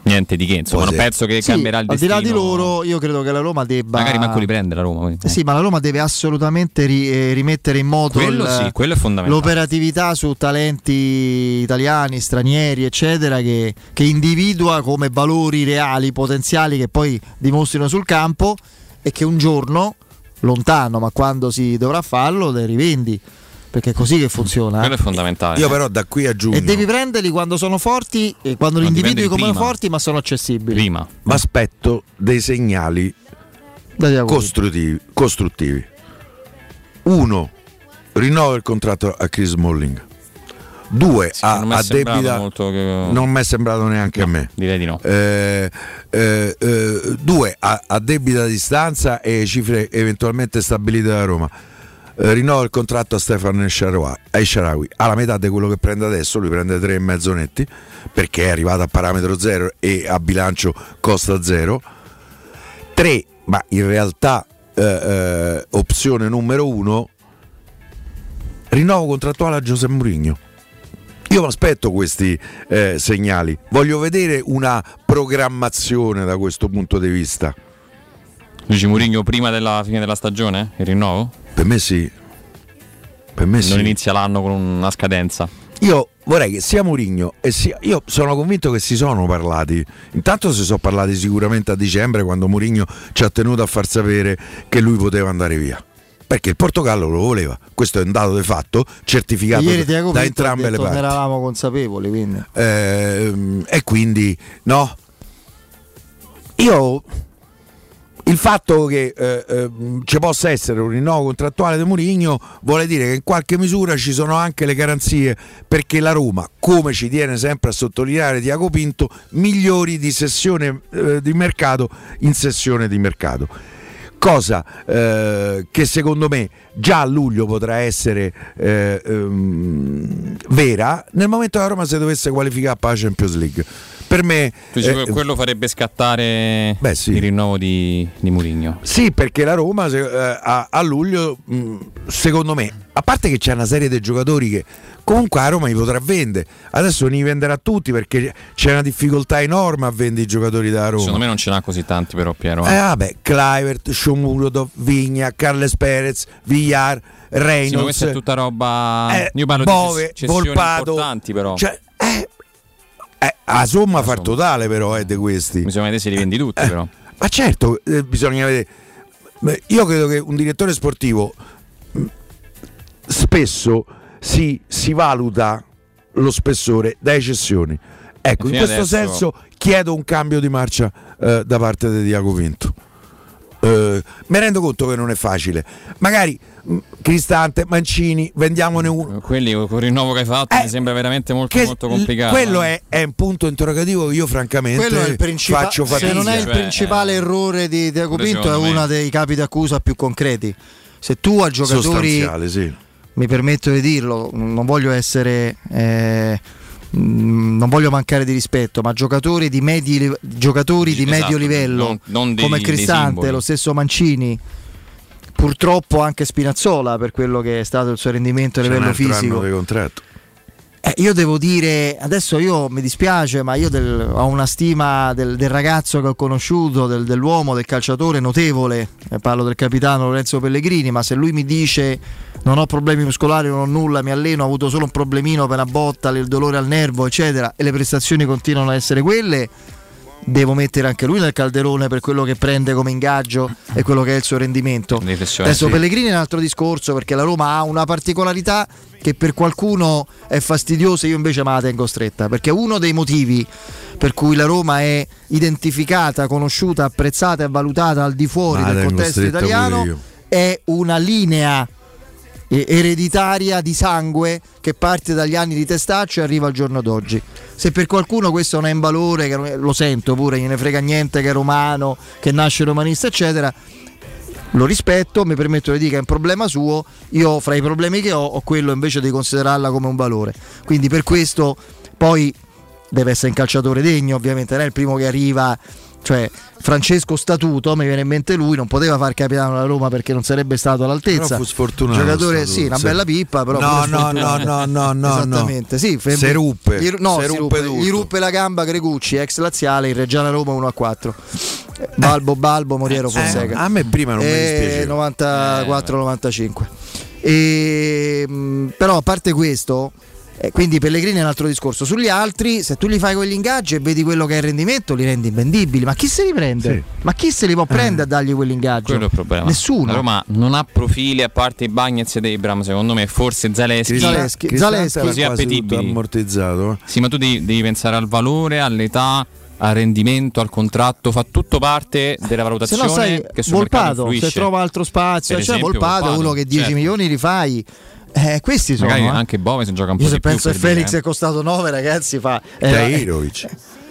Niente di che, insomma, non penso che cambierà il destino. Al di là di loro, io credo che la Roma debba. Magari manco li prende la Roma. Sì, ma la Roma deve assolutamente rimettere in moto quello è fondamentale. L'operatività su talenti italiani, stranieri, eccetera, che individua come valori reali, potenziali, che poi dimostrino sul campo e che un giorno, lontano, ma quando si dovrà farlo, le rivendi. Perché è così che funziona. Quello è fondamentale. Io però da qui a giugno. E devi prenderli quando sono forti e quando li individui come forti, ma sono accessibili. Prima. Ma aspetto dei segnali costruttivi. 1. Rinnova il contratto a Chris Smalling. 2. A debita. Non mi è sembrato neanche a me. Direi di no. 2. A debita distanza e cifre eventualmente stabilite da Roma. Rinnova il contratto a Stefano El-Shaarawy alla metà di quello che prende adesso. Lui prende 3,5 netti perché è arrivato a parametro 0 e a bilancio costa 0. 3, ma in realtà opzione numero 1, rinnovo contrattuale a José Mourinho. Io mi aspetto questi segnali, voglio vedere una programmazione da questo punto di vista. Dici Mourinho prima della fine della stagione? Il rinnovo? Per me sì. Non inizia l'anno con una scadenza. Io vorrei che sia Mourinho e sia. Io sono convinto che si sono parlati. Intanto si sono parlati sicuramente a dicembre, quando Mourinho ci ha tenuto a far sapere che lui poteva andare via. Perché il Portogallo lo voleva. Questo è un dato di fatto, certificato da entrambe le parti. Ne eravamo consapevoli, quindi. E quindi no. Il fatto che ci possa essere un rinnovo contrattuale di Mourinho vuole dire che in qualche misura ci sono anche le garanzie perché la Roma, come ci tiene sempre a sottolineare Tiago Pinto, migliori di sessione di mercato in sessione di mercato. Cosa che secondo me già a luglio potrà essere vera nel momento che la Roma si dovesse qualificare per la Champions League. Per me quello farebbe scattare il rinnovo di Mourinho. Sì, perché la Roma a luglio, secondo me, a parte che c'è una serie di giocatori che comunque la Roma li potrà vendere. Adesso li venderà tutti perché c'è una difficoltà enorme a vendere i giocatori della Roma. Secondo me non ce n'ha così tanti però, Piero. Kluivert, Shomurodov, Vigna, Carles Perez, Villar, Reynolds. Sì, questa è tutta roba. Io parlo Bove, di cessioni Volpato, importanti però. a somma far totale però di questi. Bisogna vedere se li vendi tutti però. Ma certo, bisogna vedere. Io credo che un direttore sportivo spesso si valuta lo spessore dai cessioni. Ecco, in questo senso chiedo un cambio di marcia da parte di Tiago Pinto. Mi rendo conto che non è facile. Magari Cristante, Mancini, vendiamone uno. Quelli con il rinnovo che hai fatto mi sembra veramente molto complicato. Quello è un punto interrogativo che io francamente faccio fatica. Se non è il principale errore di Tiago Pinto, è uno dei capi d'accusa più concreti. Se tu a giocatori, sì, mi permetto di dirlo, non voglio essere non voglio mancare di rispetto, ma giocatori di medio livello non come Cristante, lo stesso Mancini, purtroppo anche Spinazzola, per quello che è stato il suo rendimento a livello fisico. Anno di contratto. Io devo dire, adesso io mi dispiace, ma io ho una stima del ragazzo che ho conosciuto, dell'uomo, del calciatore notevole, parlo del capitano Lorenzo Pellegrini, ma se lui mi dice non ho problemi muscolari, non ho nulla, mi alleno, ho avuto solo un problemino per una botta, il dolore al nervo eccetera, e le prestazioni continuano a essere quelle, devo mettere anche lui nel calderone per quello che prende come ingaggio e quello che è il suo rendimento. Adesso Pellegrini è un altro discorso, perché la Roma ha una particolarità che per qualcuno è fastidiosa, io invece me la tengo stretta, perché uno dei motivi per cui la Roma è identificata, conosciuta, apprezzata e valutata al di fuori del contesto italiano è una linea ereditaria di sangue che parte dagli anni di Testaccio e arriva al giorno d'oggi. Se per qualcuno questo non è un valore, che lo sento pure, gliene frega niente che è romano, che nasce romanista eccetera, lo rispetto, mi permetto di dire che è un problema suo. Io fra i problemi che ho quello invece di considerarla come un valore, quindi per questo poi deve essere un calciatore degno, ovviamente non è il primo che arriva cioè Francesco Statuto, mi viene in mente lui, non poteva far capitano la Roma perché non sarebbe stato all'altezza. Però fu sfortunato. Giocatore, sì, una bella pippa, però no, esattamente, sì, si ruppe. Gli ruppe la gamba Gregucci, ex laziale in Reggiana Roma 1-4. Balbo, Moriero Fonseca. A me prima non mi dispiaceva. 94-95. Però a parte questo, quindi Pellegrini è un altro discorso. Sugli altri, se tu li fai quegli ingaggi e vedi quello che è il rendimento, li rendi invendibili. Ma chi se li prende? Sì. Ma chi se li può prendere a dargli quell'ingaggio? Quello è il problema. Nessuno. La Roma non ha profili a parte i Bagnez ed Abraham, secondo me, forse Zaleschi così appetibili, ammortizzato. Sì, ma tu devi pensare al valore, all'età, al rendimento, al contratto, fa tutto parte della valutazione. Se no sai, che sul Volpato, se trova altro spazio, per esempio, Volpato è uno che 10 milioni li fai. Questi sono magari anche Bove se gioca un po' io di più. Se penso che Felix è costato 9, ragazzi, fa Tahirovic.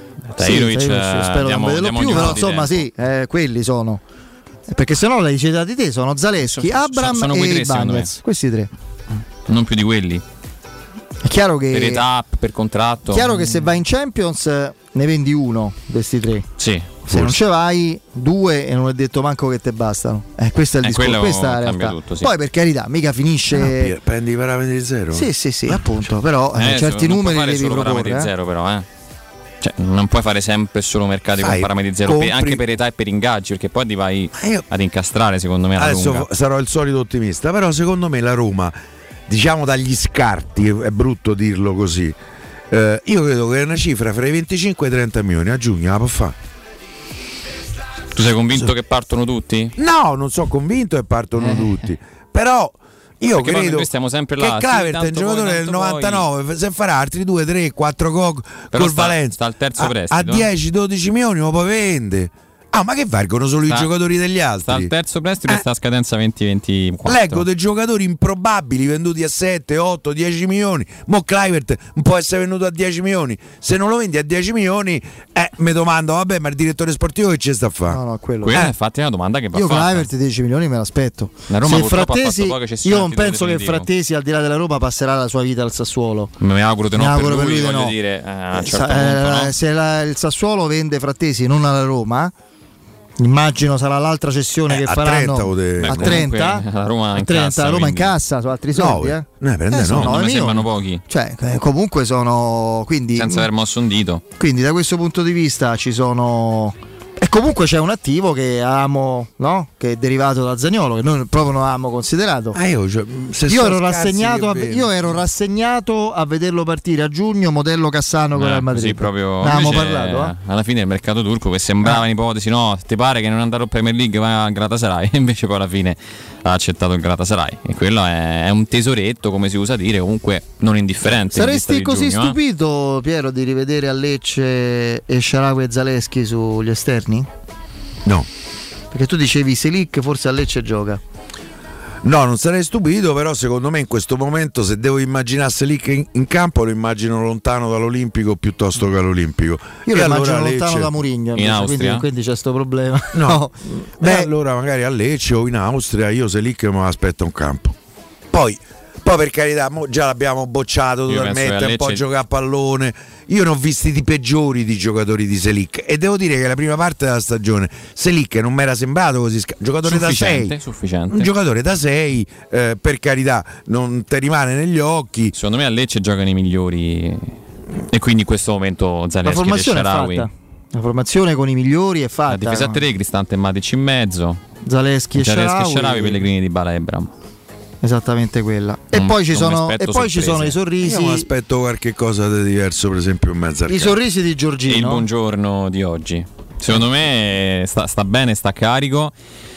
Spero non vederlo più, però insomma sì, quelli sono. Perché se no l'hai citati te, sono Zaleschi, Abraham sono e Bagnez. Questi tre. Non più di quelli. È chiaro che per età, per contratto. È chiaro che se vai in Champions ne vendi uno di questi tre. Sì. Se non ce vai, 2 e non è detto manco che te bastano. Questo è il discorso, questa è la realtà. Tutto, sì. Poi per carità, mica finisce. Prendi i parametri zero. Sì, appunto. Però certi numeri devi proporre. Parametri zero, però, Cioè, non puoi fare sempre solo mercati con parametri zero, anche per età e per ingaggi, perché poi ti vai ad incastrare, secondo me. Adesso lunga. Sarò il solito ottimista, però secondo me la Roma, diciamo dagli scarti, è brutto dirlo così. Io credo che è una cifra fra i 25 e i 30 milioni a giugno la può fare. Tu sei convinto che partono tutti? No, non sono convinto che partono tutti. Però io perché credo stiamo sempre là, che Kluivert è un giocatore del 99, se farà altri 2, 3, 4 gol col Valencia sta al terzo prestito. A 10-12 milioni lo puoi vendere. Ma che valgono solo i giocatori degli altri? Sta al terzo prestito e sta a scadenza 2024. Leggo dei giocatori improbabili venduti a 7, 8, 10 milioni. Mo Kluivert non può essere venuto a 10 milioni. Se non lo vendi a 10 milioni, mi domando, vabbè, ma il direttore sportivo che ci sta a fare? No, quello è infatti una domanda che va fatta. Io Kluivert 10 milioni me l'aspetto. La Roma se Frattesi, io non penso che Frattesi, al di là della Roma, passerà la sua vita al Sassuolo. Mi auguro di no, per lui voglio no. dire a un certo punto, no? Se il Sassuolo vende Frattesi non alla Roma, immagino sarà l'altra cessione che faranno 30 a 30. La Roma in 30, cassa, la Roma in cassa su altri soldi. Prende non mi sembrano pochi. Cioè, comunque sono quindi senza aver mosso un dito. Quindi da questo punto di vista ci sono. E comunque c'è un attivo che avevamo, no? Che è derivato da Zaniolo, che noi proprio non avevamo considerato. Io ero rassegnato a vederlo partire a giugno, modello Cassano con il Madrid. Sì, proprio. Ne avevamo parlato. Alla fine il mercato turco, che sembrava un'ipotesi, no? Ti pare che non andrà a Premier League, va a Galatasaray, invece poi alla fine ha accettato il Galatasaray. E quello è un tesoretto, come si usa dire, comunque non indifferente. Saresti così stupito, Piero, di rivedere a Lecce e Shaarawy e Zaleschi sugli esterni? No. Perché tu dicevi Selic forse a Lecce gioca. No, non sarei stupito, però secondo me in questo momento se devo immaginare Selic in campo lo immagino lontano dall'Olimpico piuttosto che all'Olimpico. Io lo immagino allora lontano Lecce, da Mourinho in Austria? quindi c'è sto problema. No. Allora magari a Lecce o in Austria io Selic me l'aspetto in campo. Poi per carità, già l'abbiamo bocciato totalmente, un po' giocare a pallone. Io ne ho visti di peggiori di giocatori di Selic e devo dire che la prima parte della stagione Selic non mi era sembrato così giocatore da 6. Sufficiente. Un giocatore da 6, per carità, non ti rimane negli occhi. Secondo me a Lecce giocano i migliori e quindi in questo momento Zaleschi e Shaarawy. La formazione con i migliori è fatta. La difesa a 3, Cristante e Matic in mezzo. Zaleschi e Shaarawy, Pellegrini, Dybala e Abraham. Esattamente quella. E poi ci sono i sorrisi. Io mi aspetto qualche cosa di diverso, per esempio in mezzo al I sorrisi di Giorgino. Il buongiorno di oggi. Secondo me sta bene, sta carico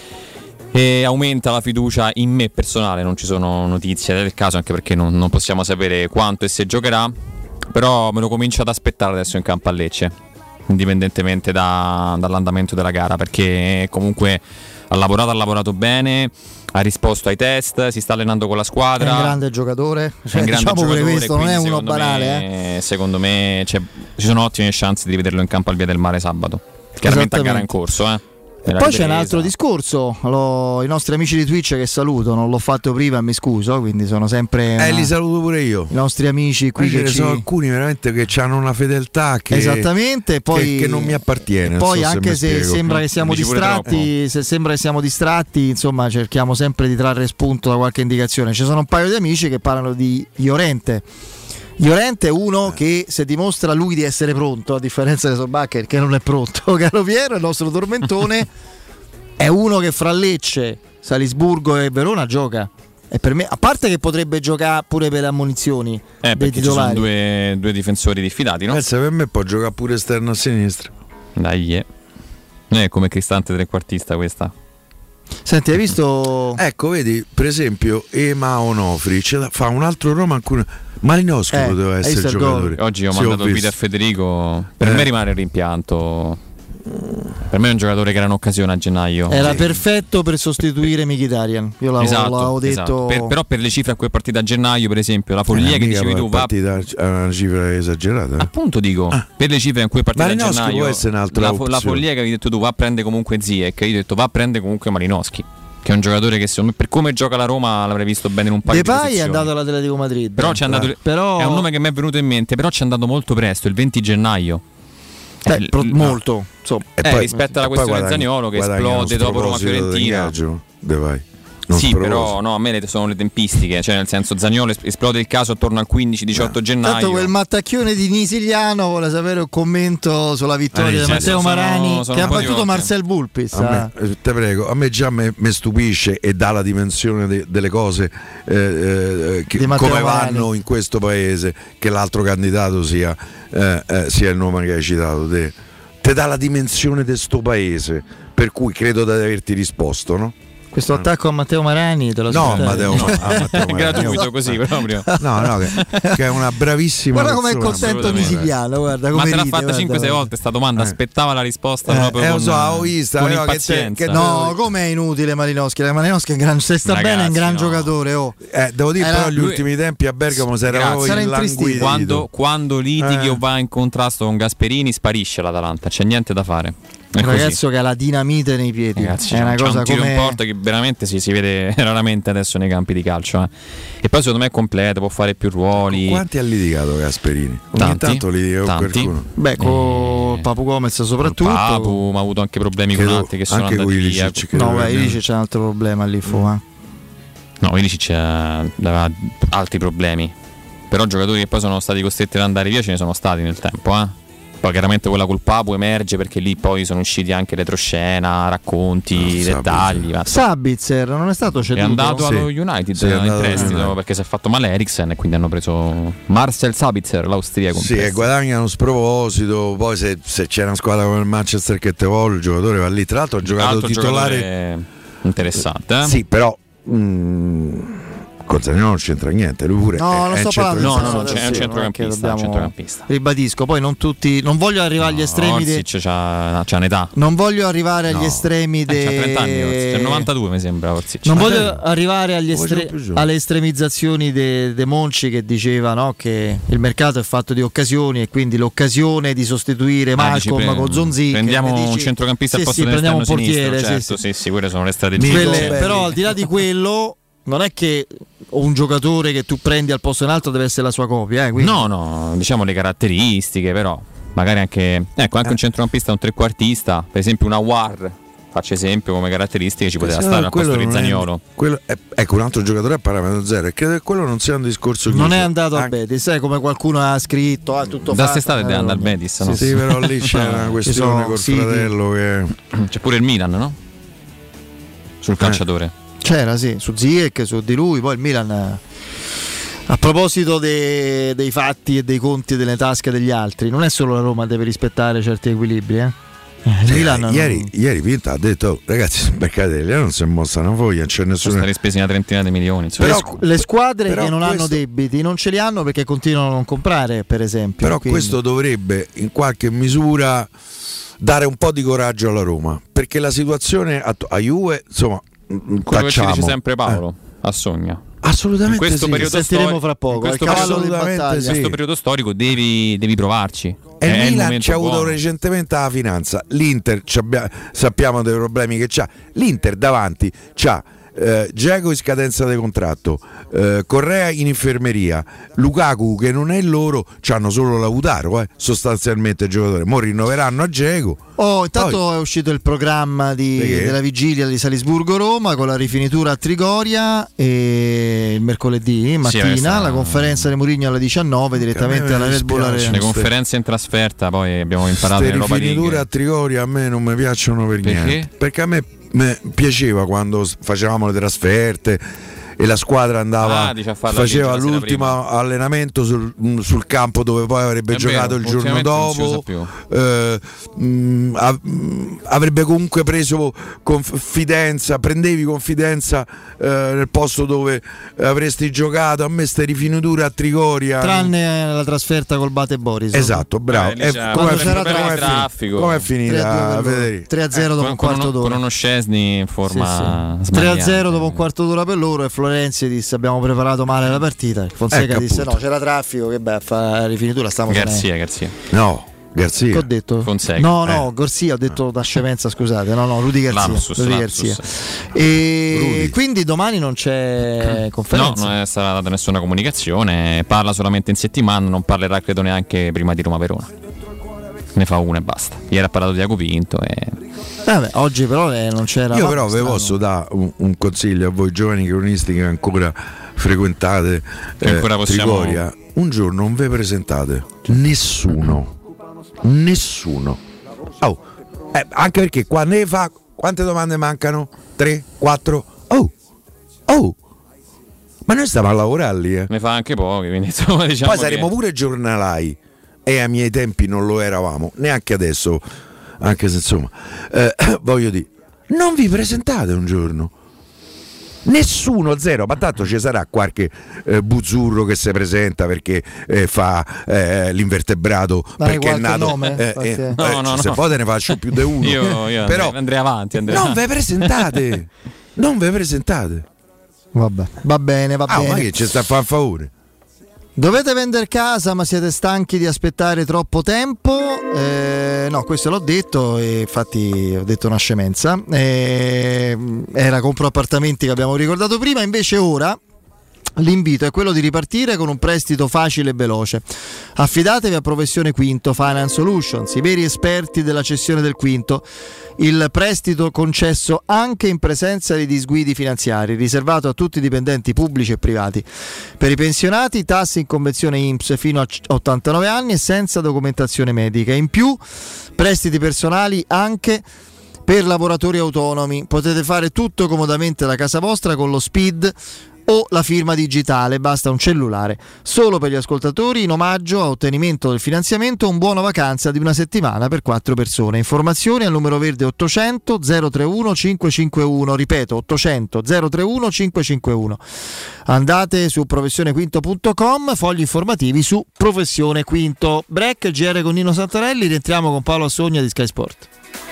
e aumenta la fiducia in me personale. Non ci sono notizie del caso, anche perché non possiamo sapere quanto e se giocherà. Però me lo comincio ad aspettare adesso in campo a Lecce, indipendentemente dall'andamento della gara, perché comunque ha lavorato bene, ha risposto ai test, si sta allenando con la squadra. È un grande giocatore, diciamo pure questo, non è uno banale. Secondo me ci sono ottime chance di rivederlo in campo al Via del Mare sabato. Chiaramente a gara in corso, Poi c'è un altro discorso, i nostri amici di Twitch che saluto, non l'ho fatto prima, mi scuso, quindi sono sempre li saluto pure io. I nostri amici qui ce ne sono alcuni veramente che hanno una fedeltà che esattamente, poi che non mi appartiene. Poi anche se sembra che siamo distratti, insomma, cerchiamo sempre di trarre spunto da qualche indicazione. Ci sono un paio di amici che parlano di Llorente. Llorente è uno che se dimostra lui di essere pronto, a differenza di Solbacher che non è pronto, caro Piero, il nostro tormentone, è uno che fra Lecce, Salisburgo e Verona gioca. E per me, a parte che potrebbe giocare pure per le ammonizioni dei titolari. Ci sono due difensori diffidati, no? Per me può giocare pure esterno a sinistra. Dai, non è come Cristante trequartista questa. Senti, hai visto? Ecco, vedi, per esempio Ema Onofri fa un altro Roma ancora. Malinowski poteva essere il giocatore. Oggi ho mandato il video a Federico. Per me rimane il rimpianto. Per me è un giocatore che era un'occasione a gennaio. Era perfetto per sostituire Mkhitaryan. Io l'avevo detto. Però per le cifre a cui è partita a gennaio, per esempio, la follia che dicevi tu va. È una cifra esagerata. Appunto dico, per le cifre in cui è partita a gennaio, può essere un'altra la follia che avevi detto tu va a prendere comunque Ziyech. Io ho detto va a prendere comunque Malinowski, che è un giocatore che secondo me per come gioca la Roma l'avrei visto bene in un paio di posizioni. Depay è andato all'Atletico Madrid. Però è un nome che mi è venuto in mente, però ci è andato molto presto, il 20 gennaio. Molto rispetto alla questione Zaniolo che esplode dopo Roma-Fiorentina. Sì, però no, a me sono le tempistiche, cioè nel senso Zaniolo esplode il caso attorno al 15-18 gennaio. Tanto quel mattacchione di Nisiliano vuole sapere un commento sulla vittoria di Matteo Marani che ha battuto Marcel Vulpis. Te prego, a me già mi stupisce e dà la dimensione delle cose come vanno in questo paese che l'altro candidato sia il nome che hai citato te dà la dimensione di sto paese, per cui credo di averti risposto, no? Questo attacco a Matteo Marani te lo Matteo Marani gratuito così proprio. No, che è una bravissima. Guarda com'è contento Nisiliano, guarda come ma te l'ha fatta 5-6 volte sta domanda, aspettava la risposta proprio con impazienza. No, com'è inutile Malinowski? Malinowski se sta bene è un gran giocatore. Devo dire però gli ultimi tempi a Bergamo si era illanguidito. Quando litighi o va in contrasto con Gasperini sparisce l'Atalanta, c'è niente da fare. Un ragazzo che ha la dinamite nei piedi. Ragazzi, è una cosa un tiro in porta che veramente si vede raramente adesso nei campi di calcio. E poi secondo me è completo, può fare più ruoli. Quanti ha litigato Gasperini? Ogni tanto litiga con qualcuno. Beh, con Papu Gomez sopravvutto. Papu, ma ha avuto anche problemi con altri che sono andati via. No, Ilicic c'è un altro problema lì fuori. No, Ilicic aveva altri problemi. Però giocatori che poi sono stati costretti ad andare via ce ne sono stati nel tempo, Poi chiaramente quella col Papu emerge perché lì poi sono usciti anche retroscena, racconti, dettagli. Sabitzer non è stato ceduto? È andato allo United in prestito perché si è fatto male Eriksen e quindi hanno preso Marcel Sabitzer, l'austriaco. Sì, e guadagnano sproposito. Poi se c'è una squadra come il Manchester che te vuole, il giocatore va lì. Tra l'altro ha giocato titolare interessante. Sì, però con Zaniolo non c'entra niente, lui pure non sto parlando, no, è un centrocampista. Ribadisco, poi non tutti, non voglio arrivare agli estremi c'ha un'età. Non voglio arrivare agli estremi c'ha 30 anni, c'ha 92 mi sembra Orsic. Non voglio arrivare alle estremizzazioni de Monci che diceva che il mercato è fatto di occasioni e quindi l'occasione di sostituire Malcolm con Zonzi. Prendiamo un centrocampista al posto prendiamo un portiere, certo, sì, quelle sono le strategie. Però al di là di quello non è che un giocatore che tu prendi al posto di un altro deve essere la sua copia, quindi... No, diciamo le caratteristiche, però magari anche un centrocampista, un trequartista, per esempio una War, faccio esempio come caratteristiche ci poteva stare al posto di Zaniolo. Ecco, un altro giocatore a parametro zero, e credo che quello non sia un discorso chiuso. Non è andato al Betis, sai come qualcuno ha scritto, tutto da quest'estate deve andare al Betis, no? Sì, però lì c'è una questione col fratello che... C'è pure il Milan, no? Sul calciatore. C'era, sì, su Ziyech, su di lui. Poi il Milan, a proposito dei fatti e dei conti delle tasche degli altri, non è solo la Roma deve rispettare certi equilibri, Ieri Pinta ha detto ragazzi, sul mercato italiano non si è mossa una foglia, non c'è nessuno. Sono stati spesi una trentina di milioni. Le squadre che non hanno debiti non ce li hanno perché continuano a non comprare, per esempio. Però questo dovrebbe in qualche misura dare un po' di coraggio alla Roma, perché la situazione a Juve, insomma, quello che ci dice sempre Paolo a Sogna, Assolutamente in questo periodo sentiremo fra poco. In questo periodo storico devi provarci. E il Milan ci ha avuto recentemente la finanza. L'Inter sappiamo dei problemi che c'ha. L'Inter davanti c'ha Dzeko in scadenza di contratto, Correa in infermeria, Lukaku che non è loro, c'hanno solo Lautaro sostanzialmente il giocatore. Mo rinnoveranno a Dzeko. Intanto poi è uscito il programma della vigilia di Salisburgo-Roma con la rifinitura a Trigoria e il mercoledì mattina la conferenza di Mourinho alle 19 direttamente alla Red Bull Arena. Le conferenze in trasferta poi abbiamo imparato le rifiniture a Trigoria a me non mi piacciono per niente, perché a me piaceva quando facevamo le trasferte e la squadra andava faceva l'ultimo allenamento sul campo dove poi avrebbe giocato il giorno dopo, avrebbe comunque preso confidenza, prendevi confidenza nel posto dove avresti giocato. A me ste rifiniture a Trigoria, tranne la trasferta col Bate Boris, esatto, bravo. Come è finita 3-0 dopo un quarto d'ora con uno Szczesny in forma 3-0 dopo un quarto d'ora per loro, e Florenzi disse abbiamo preparato male la partita. Fonseca disse no, c'era traffico, che beh, fa la rifinitura, stiamo Garzia. Garzia. Che ho detto? Fonseca. No, Garzia, ho detto da scemenza, scusate. No, Rudy Garzia. E quindi domani non c'è conferenza? No, non è stata data nessuna comunicazione, parla solamente in settimana, non parlerà credo neanche prima di Roma-Verona. Ne fa una e basta. Ieri ha parlato di Iago Pinto oggi però non c'era. Io però vi posso dare un consiglio a voi giovani cronisti che ancora frequentate Trigoria. Un giorno non vi presentate nessuno. Anche perché quando ne fa, quante domande mancano? 3, 4. Ma noi stiamo a lavorare lì. Ne fa anche pochi, quindi insomma, diciamo poi saremo pure giornalai, e ai miei tempi non lo eravamo, neanche adesso, anche se insomma voglio dire, non vi presentate un giorno. Nessuno, zero, ma tanto ci sarà qualche buzzurro che si presenta perché fa l'invertebrato, perché è nato nome? Se poi te ne faccio più di uno. Io però andrei avanti. Non vi presentate. Vabbè, va bene. Ma che ci sta a fare favore? Dovete vendere casa ma siete stanchi di aspettare troppo tempo? No, questo l'ho detto, e infatti ho detto una scemenza. Era compro appartamenti che abbiamo ricordato prima, invece ora l'invito è quello di ripartire con un prestito facile e veloce. Affidatevi a Professione Quinto Finance Solutions, i veri esperti della cessione del quinto. Il prestito concesso anche in presenza di disguidi finanziari, riservato a tutti i dipendenti pubblici e privati. Per i pensionati, tassi in convenzione INPS fino a 89 anni e senza documentazione medica. In più, prestiti personali anche per lavoratori autonomi. Potete fare tutto comodamente da casa vostra con lo SPID o la firma digitale, basta un cellulare. Solo per gli ascoltatori, in omaggio a ottenimento del finanziamento, un buono vacanza di una settimana per 4 persone. Informazioni al numero verde 800 031 551, ripeto 800 031 551. Andate su professionequinto.com, fogli informativi su Professione Quinto. Break, GR con Nino Santarelli, rientriamo con Paolo Assogna di Sky Sport.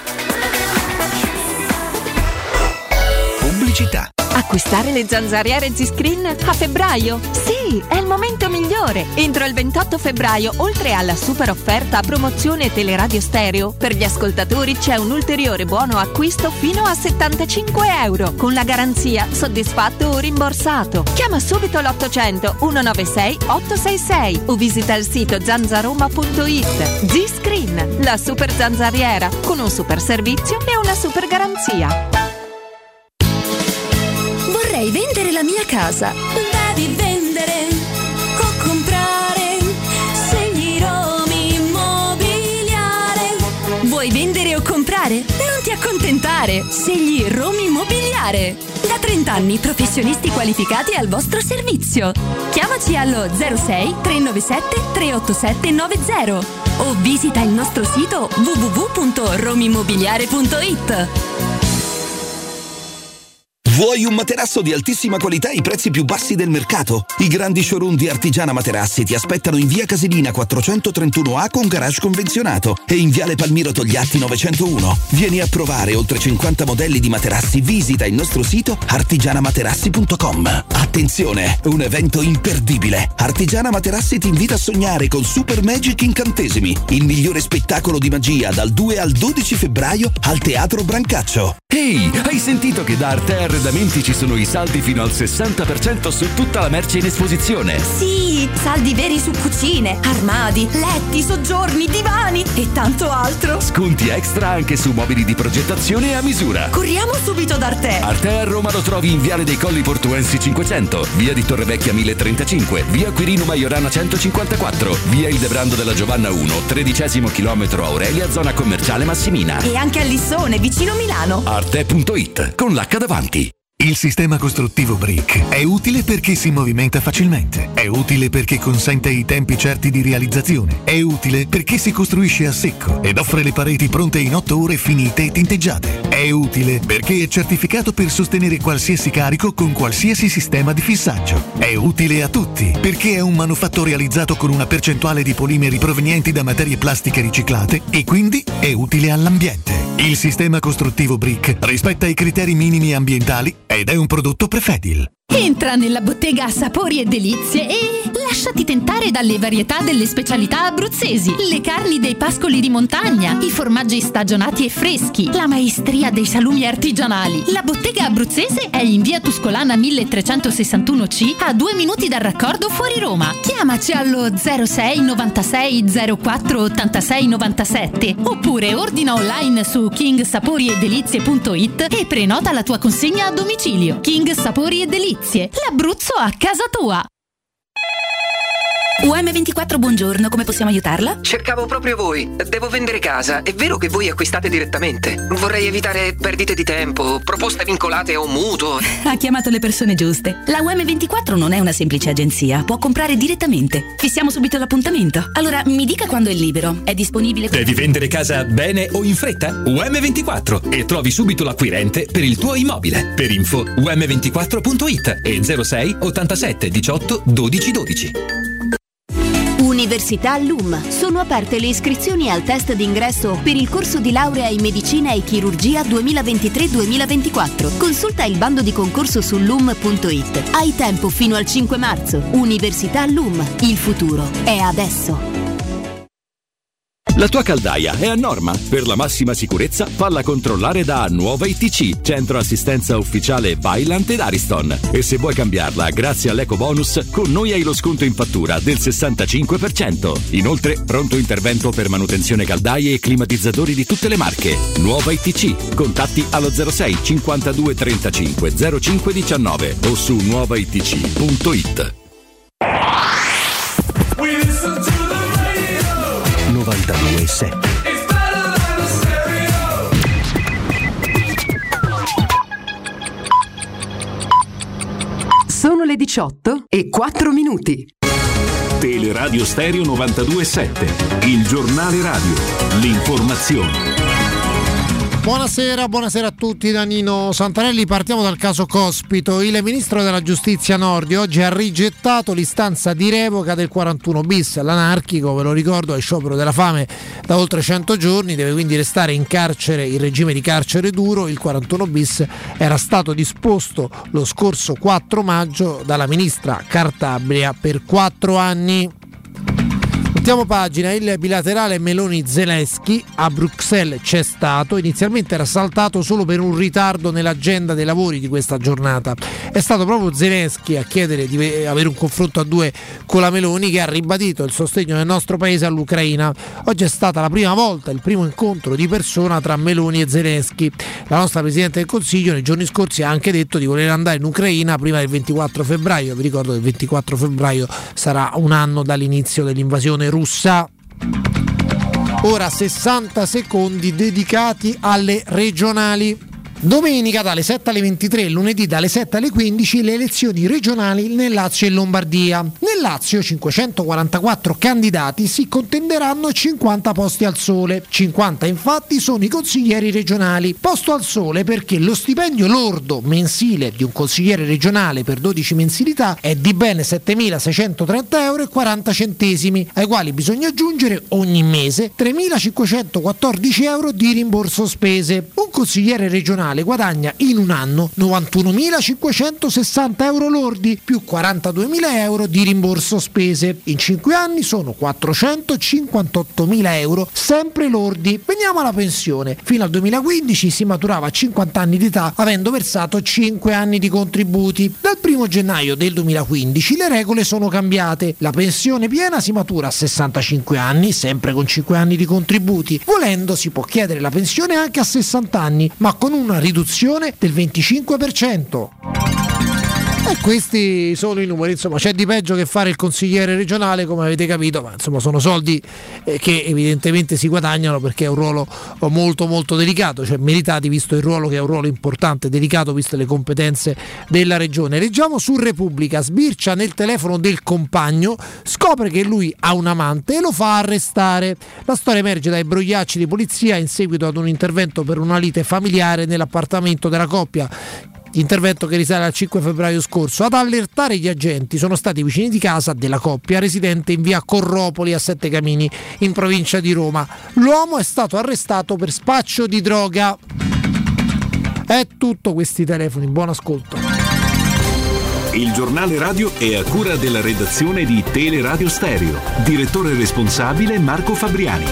Pubblicità. Acquistare le zanzariere Z-Screen a febbraio? Sì, è il momento migliore! Entro il 28 febbraio, oltre alla super offerta promozione Teleradio Stereo, per gli ascoltatori c'è un ulteriore buono acquisto fino a €75, con la garanzia soddisfatto o rimborsato. Chiama subito l'800 196 866 o visita il sito zanzaroma.it. Z-Screen, la super zanzariera, con un super servizio e una super garanzia. Vorrei vendere la mia casa. Devi vendere o comprare. Scegli Romi Immobiliare. Vuoi vendere o comprare? Non ti accontentare. Scegli Romi Immobiliare. Da 30 anni professionisti qualificati al vostro servizio. Chiamaci allo 06 397 387 90 o visita il nostro sito www.romimmobiliare.it. Vuoi un materasso di altissima qualità ai prezzi più bassi del mercato? I grandi showroom di Artigiana Materassi ti aspettano in via Casilina 431A con garage convenzionato e in viale Palmiro Togliatti 901. Vieni a provare oltre 50 modelli di materassi. Visita il nostro sito artigianamaterassi.com. Attenzione, un evento imperdibile. Artigiana Materassi ti invita a sognare con Super Magic Incantesimi, il migliore spettacolo di magia dal 2 al 12 febbraio al Teatro Brancaccio. Ehi, hai sentito che da Arte Arredamenti ci sono i saldi fino al 60% su tutta la merce in esposizione? Sì, saldi veri su cucine, armadi, letti, soggiorni, divani e tanto altro. Sconti extra anche su mobili di progettazione a misura. Corriamo subito da Arte. Arte a Roma lo trovi in Viale dei Colli Portuensi 500, via di Torrevecchia 1035, via Quirino Maiorana 154, via Il Debrando della Giovanna 1, 13° chilometro Aurelia, zona commerciale Massimina. E anche a Lissone, vicino Milano. Arte.it, con l'H davanti. Il sistema costruttivo Brick è utile perché si movimenta facilmente, è utile perché consente i tempi certi di realizzazione, è utile perché si costruisce a secco ed offre le pareti pronte in 8 ore finite e tinteggiate, è utile perché è certificato per sostenere qualsiasi carico con qualsiasi sistema di fissaggio, è utile a tutti perché è un manufatto realizzato con una percentuale di polimeri provenienti da materie plastiche riciclate e quindi è utile all'ambiente. Il sistema costruttivo Brick rispetta i criteri minimi ambientali ed è un prodotto Prefedil. Entra nella bottega Sapori e Delizie e lasciati tentare dalle varietà delle specialità abruzzesi, le carni dei pascoli di montagna, i formaggi stagionati e freschi, la maestria dei salumi artigianali. La bottega abruzzese è in via Tuscolana 1361C, a 2 minuti dal raccordo fuori Roma. Chiamaci allo 06 96 04 86 97 oppure ordina online su kingsaporiedelizie.it e prenota la tua consegna a domicilio. King Sapori e Delizie, l'Abruzzo a casa tua. UM24, buongiorno, come possiamo aiutarla? Cercavo proprio voi. Devo vendere casa. È vero che voi acquistate direttamente? Vorrei evitare perdite di tempo, proposte vincolate a un mutuo. Ha chiamato le persone giuste. La UM24 non è una semplice agenzia, può comprare direttamente. Fissiamo subito l'appuntamento. Allora, mi dica quando è libero. È disponibile? Devi vendere casa bene o in fretta? UM24 e trovi subito l'acquirente per il tuo immobile. Per info um24.it e 06 87 18 12 12. Università LUM. Sono aperte le iscrizioni al test d'ingresso per il corso di laurea in medicina e chirurgia 2023-2024. Consulta il bando di concorso su lum.it. Hai tempo fino al 5 marzo. Università LUM. Il futuro è adesso. La tua caldaia è a norma? Per la massima sicurezza falla controllare da Nuova ITC, centro assistenza ufficiale Vaillant ed Ariston. E se vuoi cambiarla grazie all'eco bonus, con noi hai lo sconto in fattura del 65%. Inoltre, pronto intervento per manutenzione caldaie e climatizzatori di tutte le marche. Nuova ITC. Contatti allo 06 52 35 05 19 o su nuovaitc.it. 92.7. Sono le 18:04. Teleradio Stereo 92.7, il giornale radio, l'informazione. Buonasera a tutti da Nino Santarelli. Partiamo dal caso Cospito. Il ministro della giustizia Nordio oggi ha rigettato l'istanza di revoca del 41 bis. L'anarchico, ve lo ricordo, è sciopero della fame da oltre 100 giorni, deve quindi restare in carcere, in regime di carcere duro. Il 41 bis era stato disposto lo scorso 4 maggio dalla ministra Cartabia per 4 anni. Mettiamo pagina. Il bilaterale Meloni-Zelensky a Bruxelles c'è stato. Inizialmente era saltato solo per un ritardo nell'agenda dei lavori di questa giornata. È stato proprio Zelensky a chiedere di avere un confronto a due con la Meloni, che ha ribadito il sostegno del nostro paese all'Ucraina. Oggi è stata la prima volta, il primo incontro di persona tra Meloni e Zelensky. La nostra Presidente del Consiglio nei giorni scorsi ha anche detto di voler andare in Ucraina prima del 24 febbraio. Vi ricordo che il 24 febbraio sarà un anno dall'inizio dell'invasione russa. Ora 60 secondi dedicati alle regionali. Domenica dalle 7 alle 23, lunedì dalle 7 alle 15 le elezioni regionali nel Lazio e Lombardia. Nel Lazio 544 candidati si contenderanno 50 posti al sole. 50 infatti sono i consiglieri regionali. Posto al sole perché lo stipendio lordo mensile di un consigliere regionale per 12 mensilità è di ben 7.630 euro e 40 centesimi, ai quali bisogna aggiungere ogni mese 3.514 euro di rimborso spese. Un consigliere regionale guadagna in un anno 91.560 euro lordi più 42.000 euro di rimborso spese. In 5 anni sono 458.000 euro sempre lordi. Veniamo alla pensione. Fino al 2015 si maturava a 50 anni di età avendo versato 5 anni di contributi. Dal 1 gennaio del 2015 le regole sono cambiate. La pensione piena si matura a 65 anni, sempre con 5 anni di contributi. Volendo si può chiedere la pensione anche a 60 anni, ma con una riduzione del 25%. E questi sono i numeri, insomma c'è di peggio che fare il consigliere regionale, come avete capito, ma insomma sono soldi che evidentemente si guadagnano perché è un ruolo molto molto delicato, cioè meritati visto il ruolo che è un ruolo importante, delicato viste le competenze della regione. Leggiamo su Repubblica, sbircia nel telefono del compagno, scopre che lui ha un amante e lo fa arrestare. La storia emerge dai brogliacci di polizia in seguito ad un intervento per una lite familiare nell'appartamento della coppia. Intervento che risale al 5 febbraio scorso. Ad allertare gli agenti sono stati i vicini di casa della coppia residente in via Corropoli a Sette Camini in provincia di Roma. L'uomo è stato arrestato per spaccio di droga. È tutto, questi telefoni, buon ascolto. Il giornale radio è a cura della redazione di Teleradio Stereo. Direttore responsabile Marco Fabriani.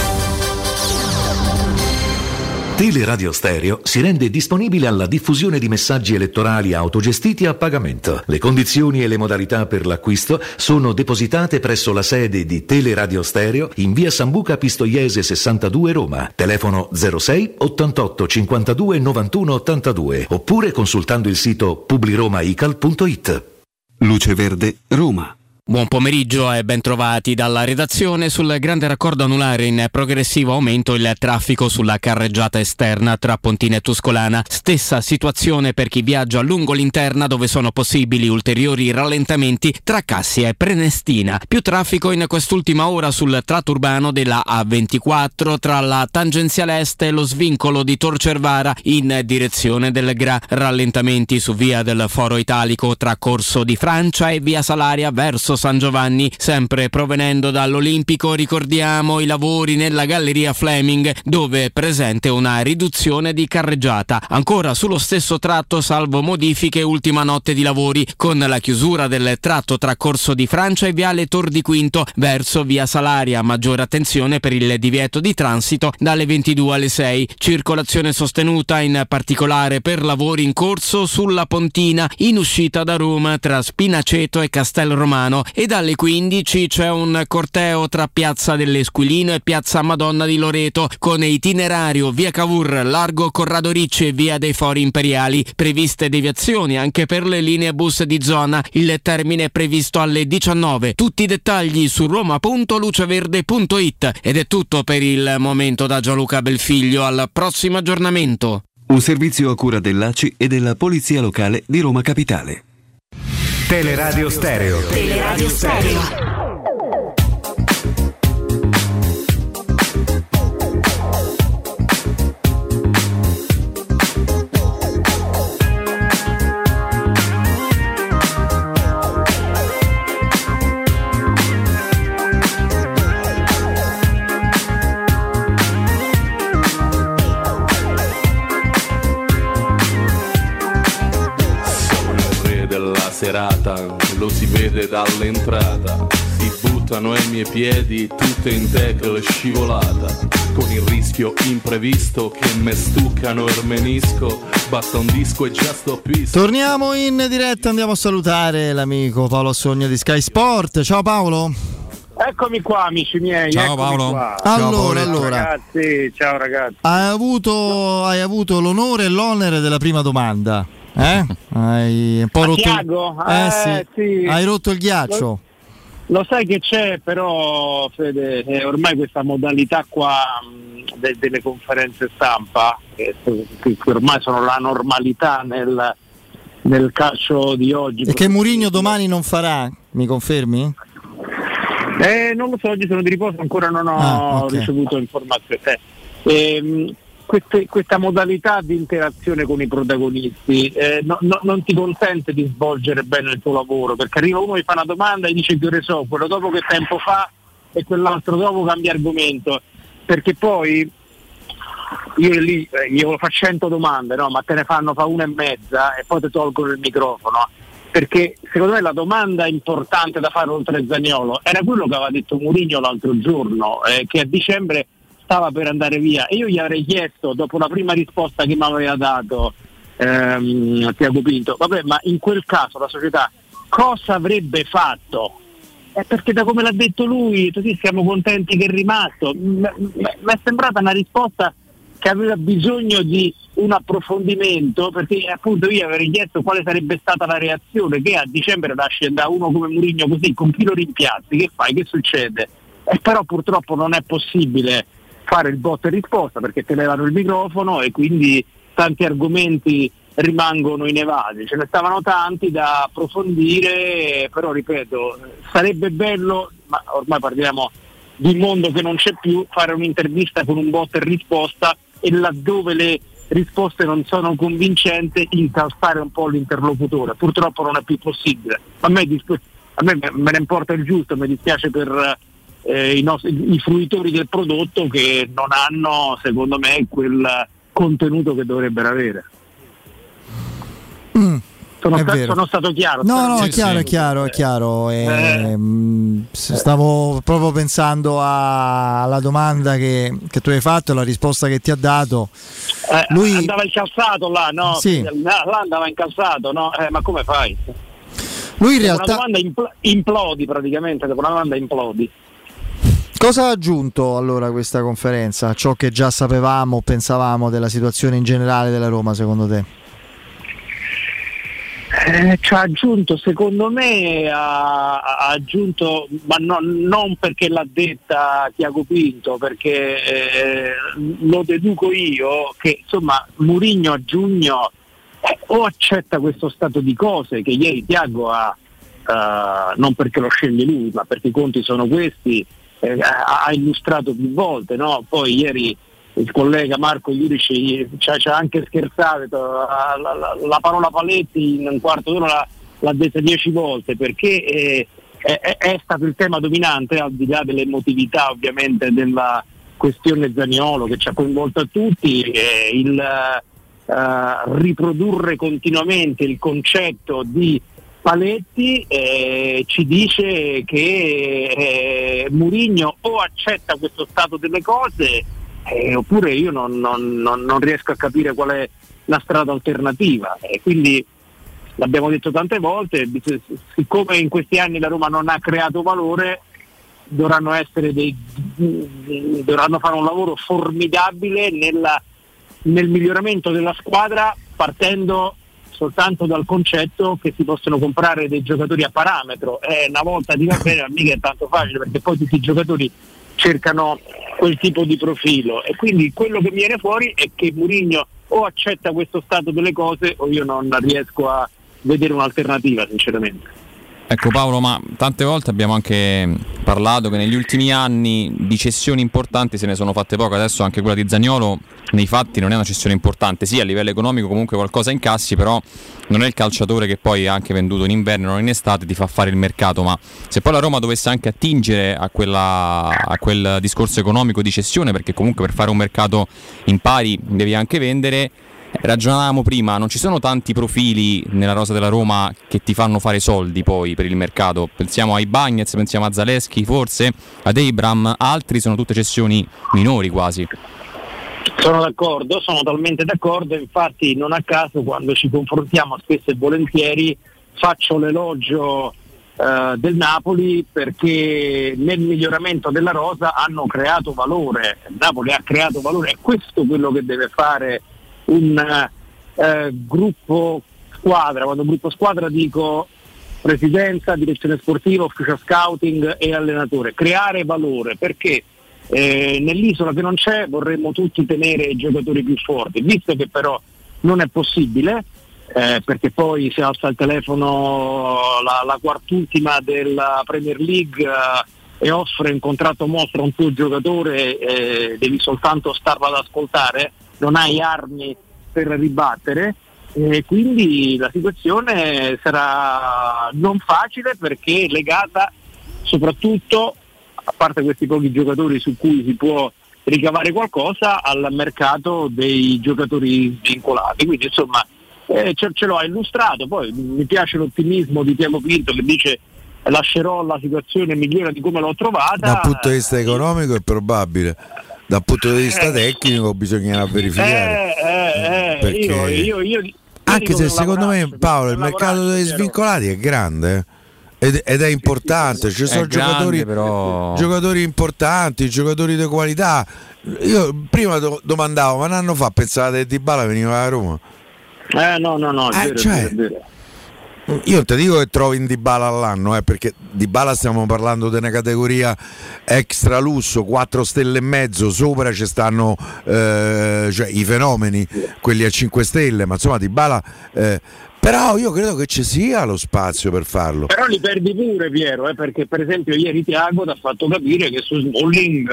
Teleradio Stereo si rende disponibile alla diffusione di messaggi elettorali autogestiti a pagamento. Le condizioni e le modalità per l'acquisto sono depositate presso la sede di Teleradio Stereo in via Sambuca Pistoiese 62 Roma. Telefono 06 88 52 91 82 oppure consultando il sito publiromaical.it. Luce Verde, Roma. Buon pomeriggio e ben trovati dalla redazione. Sul grande raccordo anulare in progressivo aumento il traffico sulla carreggiata esterna tra Pontina e Tuscolana. Stessa situazione per chi viaggia lungo l'interna, dove sono possibili ulteriori rallentamenti tra Cassia e Prenestina. Più traffico in quest'ultima ora sul tratto urbano della A24 tra la tangenziale est e lo svincolo di Tor Cervara in direzione del Gra. Rallentamenti su via del Foro Italico tra Corso di Francia e via Salaria verso San Giovanni, sempre provenendo dall'Olimpico. Ricordiamo i lavori nella galleria Fleming, dove è presente una riduzione di carreggiata. Ancora sullo stesso tratto, salvo modifiche, ultima notte di lavori con la chiusura del tratto tra Corso di Francia e viale Tor di Quinto verso via Salaria. Maggiore attenzione per il divieto di transito dalle 22 alle 6. Circolazione sostenuta in particolare per lavori in corso sulla Pontina in uscita da Roma tra Spinaceto e Castel Romano, e dalle 15 c'è un corteo tra Piazza dell'Esquilino e Piazza Madonna di Loreto con itinerario via Cavour, largo Corrado Ricci e via dei Fori Imperiali. Previste deviazioni anche per le linee bus di zona. Il termine è previsto alle 19. Tutti i dettagli su roma.luceverde.it. Ed è tutto per il momento da Gianluca Belfiglio. Al prossimo aggiornamento. Un servizio a cura dell'ACI e della Polizia Locale di Roma Capitale. Teleradio Stereo. Teleradio Stereo. Serata, lo si vede dall'entrata, si buttano ai miei piedi tutte in tackle scivolata, con il rischio imprevisto che me stuccano il menisco, basta un disco e già sto pisto. Torniamo in diretta, andiamo a salutare l'amico Paolo Assogna di Sky Sport. Ciao Paolo. Eccomi qua, amici miei. Ciao Paolo. Allora, ragazzi, ciao ragazzi. Hai avuto l'onore e l'onere della prima domanda. Hai un po' rotto Tiago? sì. Hai rotto il ghiaccio. Lo sai che c'è, però Fede, ormai questa modalità qua delle conferenze stampa, che ormai sono la normalità nel calcio di oggi. E che Mourinho domani non farà, mi confermi? Non lo so, oggi sono di riposo, ancora non ho ricevuto informazioni. Questa modalità di interazione con i protagonisti non ti consente di svolgere bene il tuo lavoro, perché arriva uno e fa una domanda e dice che ore so, quello dopo che tempo fa e quell'altro dopo cambia argomento, perché poi io lì io lo faccio 100 domande, no? Ma te ne fa una e mezza e poi ti tolgono il microfono, perché secondo me la domanda importante da fare oltre Zaniolo era quello che aveva detto Mourinho l'altro giorno, che a dicembre stava per andare via, e io gli avrei chiesto, dopo la prima risposta che mi aveva dato Tiago Pinto, vabbè, ma in quel caso la società cosa avrebbe fatto? Perché da come l'ha detto lui, così siamo contenti che è rimasto. Mi è sembrata una risposta che aveva bisogno di un approfondimento, perché appunto io avrei chiesto quale sarebbe stata la reazione, che a dicembre lasci da uno come Mourinho così, con chi lo rimpiazzi, che fai, che succede? Però purtroppo non è possibile fare il botta e risposta, perché te levano il microfono e quindi tanti argomenti rimangono inevasi. Ce ne stavano tanti da approfondire, però ripeto, sarebbe bello, ma ormai parliamo di un mondo che non c'è più, fare un'intervista con un botta e risposta, e laddove le risposte non sono convincenti incalzare un po' l'interlocutore. Purtroppo non è più possibile. A me me ne importa il giusto, mi dispiace per i fruitori del prodotto che non hanno, secondo me, quel contenuto che dovrebbero avere. Sono stato chiaro? No, è chiaro. Stavo proprio pensando alla domanda che tu hai fatto, la risposta che ti ha dato. Lui andava incalzato là, no? Sì. Là andava incalzato, no? Ma come fai? Lui in realtà una domanda implodi praticamente, dopo una domanda implodi. Cosa ha aggiunto allora questa conferenza? Ciò che già sapevamo, pensavamo della situazione in generale della Roma, secondo te? Ci ha aggiunto, secondo me ha aggiunto, ma non perché l'ha detta Tiago Pinto, perché lo deduco io, che insomma Mourinho a giugno o accetta questo stato di cose che ieri Tiago ha, non perché lo sceglie lui, ma perché i conti sono questi, ha illustrato più volte, no? Poi ieri il collega Marco Iurici ci ha anche scherzato, la parola paletti in un quarto d'ora l'ha detta 10 volte, perché è stato il tema dominante, al di là delle emotività ovviamente della questione Zaniolo che ci ha coinvolto a tutti, il riprodurre continuamente il concetto di Paletti ci dice che Mourinho o accetta questo stato delle cose, oppure io non riesco a capire qual è la strada alternativa, e quindi l'abbiamo detto tante volte, siccome in questi anni la Roma non ha creato valore, dovranno fare un lavoro formidabile nel miglioramento della squadra, partendo soltanto dal concetto che si possono comprare dei giocatori a parametro. Una volta ti va bene, ma mica è tanto facile, perché poi tutti i giocatori cercano quel tipo di profilo, e quindi quello che viene fuori è che Mourinho o accetta questo stato delle cose o io non riesco a vedere un'alternativa, sinceramente. Ecco Paolo, ma tante volte abbiamo anche parlato che negli ultimi anni di cessioni importanti se ne sono fatte poche. Adesso anche quella di Zaniolo nei fatti non è una cessione importante, sì, a livello economico comunque qualcosa incassi, però non è il calciatore che poi anche venduto in inverno o in estate ti fa fare il mercato. Ma se poi la Roma dovesse anche attingere a quel discorso economico di cessione, perché comunque per fare un mercato in pari devi anche vendere, ragionavamo prima, non ci sono tanti profili nella rosa della Roma che ti fanno fare soldi poi per il mercato. Pensiamo ai Bagnez, pensiamo a Zaleschi, forse ad Abraham, altri sono tutte cessioni minori quasi. Sono d'accordo, sono talmente d'accordo, infatti non a caso quando ci confrontiamo spesso e volentieri faccio l'elogio del Napoli, perché nel miglioramento della rosa hanno creato valore. Il Napoli ha creato valore, è questo quello che deve fare un gruppo squadra. Quando gruppo squadra dico presidenza, direzione sportiva, ufficio scouting e allenatore, creare valore, perché nell'isola che non c'è vorremmo tutti tenere i giocatori più forti, visto che però non è possibile, perché poi si alza il telefono la quart'ultima della Premier League e offre un contratto mostra a un tuo giocatore, devi soltanto starlo ad ascoltare, non hai armi per ribattere, e quindi la situazione sarà non facile, perché è legata soprattutto, a parte questi pochi giocatori su cui si può ricavare qualcosa, al mercato dei giocatori vincolati. Quindi insomma ce l'ho illustrato. Poi mi piace l'ottimismo di Tiago Pinto che dice lascerò la situazione migliore di come l'ho trovata. Dal punto di vista economico è probabile, dal punto di vista tecnico bisognerà verificare, perché io anche se secondo me, Paolo, il mercato dei svincolati è grande ed è importante, ci sono giocatori importanti, giocatori di qualità. Io prima domandavo, ma un anno fa pensavate che Dybala veniva a Roma? No, è vero. Io non ti dico che trovi in Dybala all'anno, perché Dybala stiamo parlando di una categoria extra lusso, 4 stelle e mezzo, sopra ci stanno cioè i fenomeni, quelli a 5 stelle, ma insomma Dybala però io credo che ci sia lo spazio per farlo. Però li perdi pure, Piero, perché per esempio ieri Thiago ti ha fatto capire che su Smalling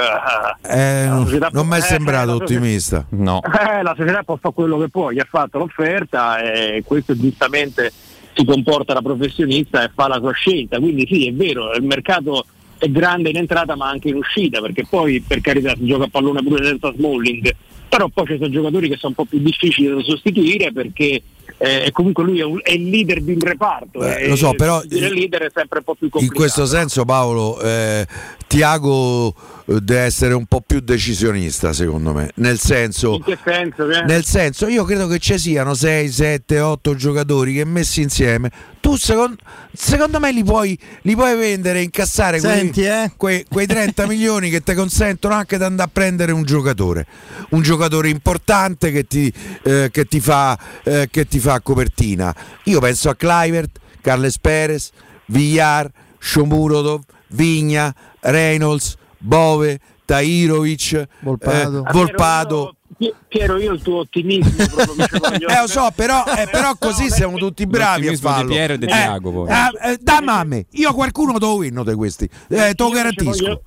non mi è sembrato ottimista. No. La società può fare quello che può, gli ha fatto l'offerta e questo giustamente si comporta da professionista e fa la sua scelta. Quindi sì, è vero, il mercato è grande in entrata ma anche in uscita, perché poi per carità si gioca a pallone pure senza Smalling, però poi ci sono giocatori che sono un po' più difficili da sostituire, perché comunque lui è il leader di un reparto, lo so, però il leader è sempre un po' più complicato. In questo senso, Paolo, Thiago deve essere un po' più decisionista, secondo me, nel senso, in che senso? Nel senso, io credo che ci siano 6, 7, 8 giocatori che messi insieme tu secondo me li puoi vendere e incassare. Senti, quei 30 milioni che ti consentono anche di andare a prendere un giocatore importante che ti fa copertina. Io penso a Kluivert, Carles Perez, Villar, Shomurodov, Vigna, Reynolds, Bove, Tahirovic, Volpato. Piero, io il tuo ottimismo proprio lo so, però così siamo tutti bravi a farlo. Di Piero e di Thiago, poi. Dammi a me, io qualcuno te lo vinno di questi, te lo garantisco.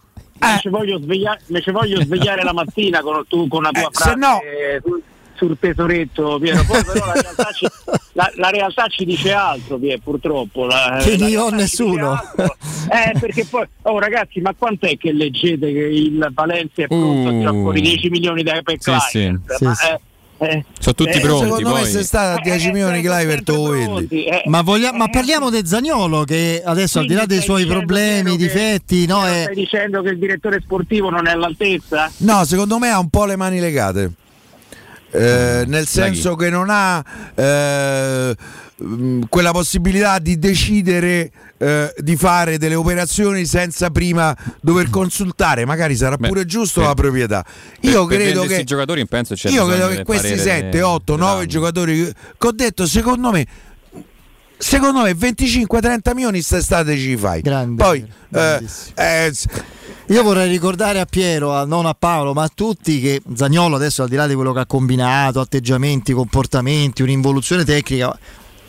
Mi ci voglio svegliare la mattina con la tua frase sul tesoretto, Piero. Poi però la realtà ci dice altro, Piero, purtroppo. Che non ho nessuno. Perché poi, ragazzi, ma quant'è che leggete che il Valencia è pronto a tirare fuori 10 milioni da Kluivert? Sì. Sono tutti pronti. Secondo me se sta a 10 milioni Kluivert lo vendi. Ma parliamo di Zaniolo, che adesso, al di là dei suoi problemi, difetti, stai dicendo che il direttore sportivo non è all'altezza? No, secondo me ha un po' le mani legate. Nel senso che non ha quella possibilità di decidere di fare delle operazioni senza prima dover consultare, magari sarà pure giusto la proprietà. Io credo che giocatori, penso io credo che questi 7, 8, 9 giocatori che ho detto, secondo me 25-30 milioni quest'estate ci fai. Grande, poi io vorrei ricordare a Piero, non a Paolo, ma a tutti, che Zaniolo adesso, al di là di quello che ha combinato, atteggiamenti, comportamenti, un'involuzione tecnica,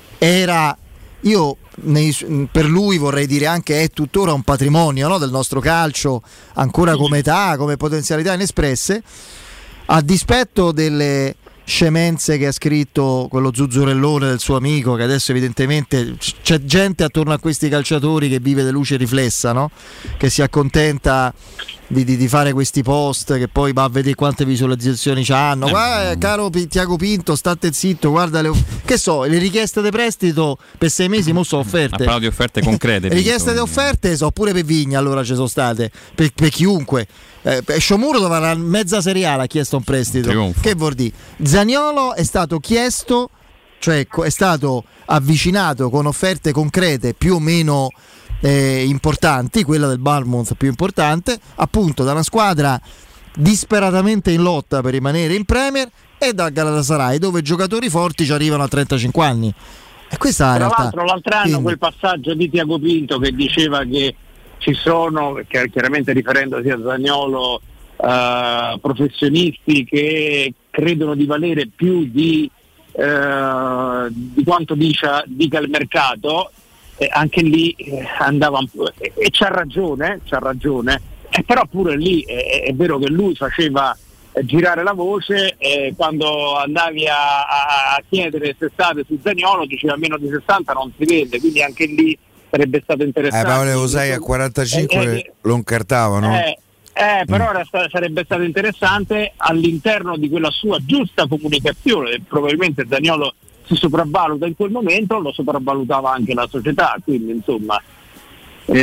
per lui vorrei dire anche, è tuttora un patrimonio, del nostro calcio, ancora come età, come potenzialità inespresse, a dispetto delle scemenze che ha scritto quello zuzzurellone del suo amico, che adesso evidentemente c'è gente attorno a questi calciatori che vive di luce riflessa, che si accontenta di fare questi post, che poi va a vedere quante visualizzazioni c'hanno. Caro Tiago Pinto, state zitto, guarda le richieste di prestito per 6 mesi mo sono offerte. Ha parlato di offerte concrete. Richieste di offerte sono pure per Vigna, allora ci sono state per chiunque. Sciomuro dove mezza seriale ha chiesto un prestito. Trionfo. Che vuol dire? Zaniolo è stato chiesto, cioè è stato avvicinato con offerte concrete più o meno importanti, quella del Bournemouth più importante, appunto da una squadra disperatamente in lotta per rimanere in Premier, e da Galatasaray, dove giocatori forti ci arrivano a 35 anni. E questa è la realtà. Tra l'altro l'altro anno quel passaggio di Tiago Pinto che diceva che ci sono, chiaramente riferendosi a Zaniolo, professionisti che credono di valere più di quanto dica il mercato, anche lì andava e c'ha ragione, però pure lì è vero che lui faceva girare la voce, quando andavi a chiedere se state su Zaniolo diceva meno di 60 non si vende, quindi anche lì sarebbe stato interessante. Paolo Osei a 45 lo incartavano. Però sarebbe stato interessante all'interno di quella sua giusta comunicazione. Probabilmente Zaniolo si sopravvaluta in quel momento, lo sopravvalutava anche la società, quindi insomma non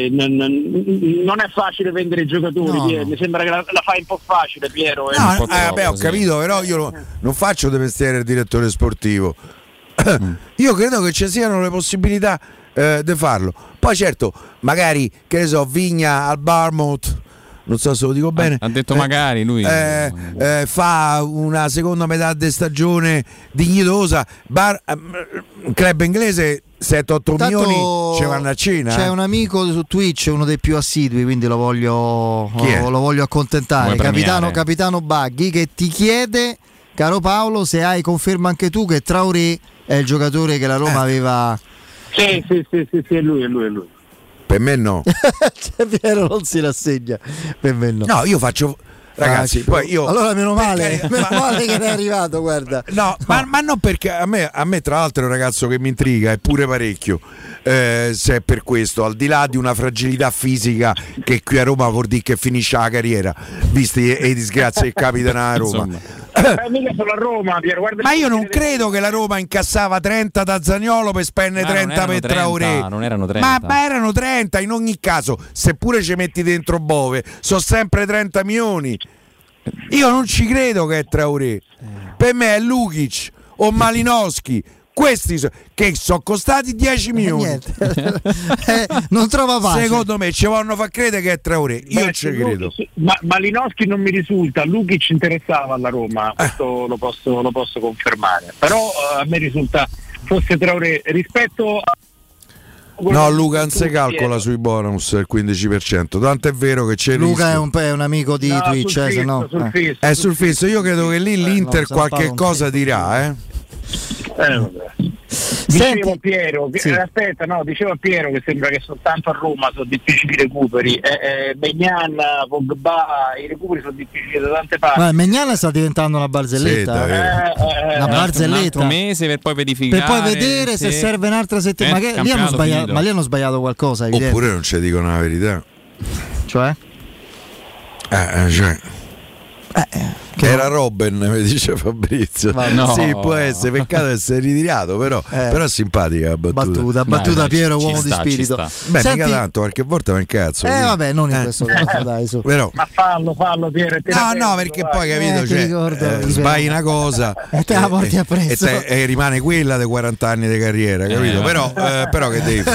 è facile vendere i giocatori. No. Mi sembra che la fai un po' facile, Piero. Ho capito, però io non faccio di mestiere il direttore sportivo. Io credo che ci siano le possibilità di farlo. Poi certo, magari, che ne so, Vigna al Bournemouth, non so se lo dico bene, ha detto magari lui fa una seconda metà di stagione dignitosa, club inglese 7-8 milioni ci vanno a cena. C'è un amico su Twitch, uno dei più assidui, quindi lo voglio accontentare, capitano Baghi, che ti chiede, caro Paolo, se hai conferma anche tu che Traoré è il giocatore che la Roma aveva. Sì, è lui. Per me no. Piero non si rassegna. Per me no. No, io faccio. Ragazzi, poi io. Allora meno male che ne è arrivato, guarda. No, ma non perché a me tra l'altro è un ragazzo che mi intriga, è pure parecchio. Se è per questo, al di là di una fragilità fisica che qui a Roma vuol dire che finisce la carriera, visti le disgrazie che capitano a Roma. Mica solo a Roma, Piero, guarda. Ma io non credo che la Roma incassava 30 da Zaniolo per spendere 30 per Traoré. Non erano 30. Ma erano 30 in ogni caso, seppure ci metti dentro Bove, sono sempre 30 milioni. Io non ci credo che è Traoré. Per me è Lukic o Malinowski. Questi che sono costati 10 milioni. Non trova pace. Secondo me ci vogliono far credere che è Traoré. Io ci credo. Malinowski non mi risulta, Lukic interessava alla Roma, questo lo posso confermare. Però a me risulta fosse Traoré rispetto a. No, Luca non si calcola sui bonus il 15%, tanto è vero che c'è Luca è un amico di Twitch, è sul fisso. Io credo che lì l'Inter qualche cosa dirà, Dicevo a Piero che sembra che soltanto a Roma sono difficili i recuperi. Begnan, Pogba, i recuperi sono difficili da tante parti. Megnan sta diventando una barzelletta. Una barzelletta. Un altro mese per poi verificare. Per poi vedere se serve un'altra settimana. Lì hanno sbagliato qualcosa. Evidente. Oppure non ci dicono la verità. Cioè? Era Robben, mi dice Fabrizio. No. Sì, può essere, peccato essere ritirato, però è simpatica la battuta. Battuta Piero, uomo di spirito. Beh, mica tanto, qualche volta va in cazzo. Vabbè, non in questo caso, dai, su. Però. Ma fallo Piero. No, perché poi capito, sbagli una cosa e te la porti appresso. E rimane quella dei 40 anni di carriera, capito? Però che devi.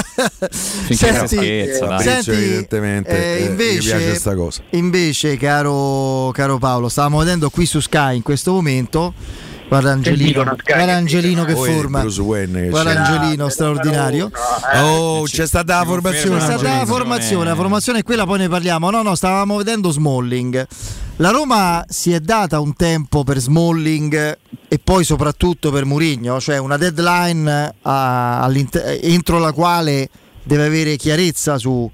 Senti, evidentemente mi piace questa cosa. Invece, caro Paolo, stavamo vedendo qui su Sky in questo momento, guarda Angelino che forma, guarda Angelino straordinario. C'è stata la formazione, la formazione è quella, poi ne parliamo. No, stavamo vedendo Smalling. La Roma si è data un tempo per Smalling e poi soprattutto per Mourinho, cioè una deadline entro la quale deve avere chiarezza su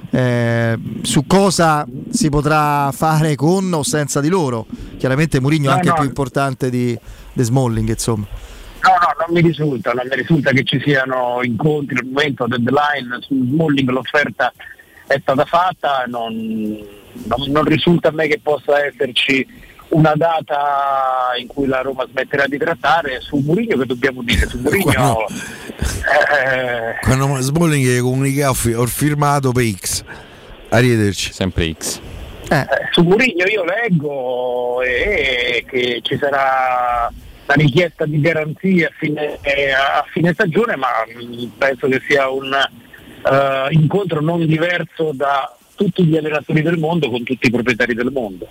cosa si potrà fare con o senza di loro. Chiaramente Mourinho è anche più importante di Smalling, insomma. No, non mi risulta che ci siano incontri al momento deadline su Smalling. L'offerta è stata fatta, non risulta a me che possa esserci una data in cui la Roma smetterà di trattare. Su Mourinho che dobbiamo dire? Su Mourinho quando Smalling comunica ho firmato per X, arrivederci, sempre X. Su Mourinho io leggo che ci sarà la richiesta di garanzia a fine stagione, ma penso che sia un incontro non diverso da tutti gli allenatori del mondo con tutti i proprietari del mondo.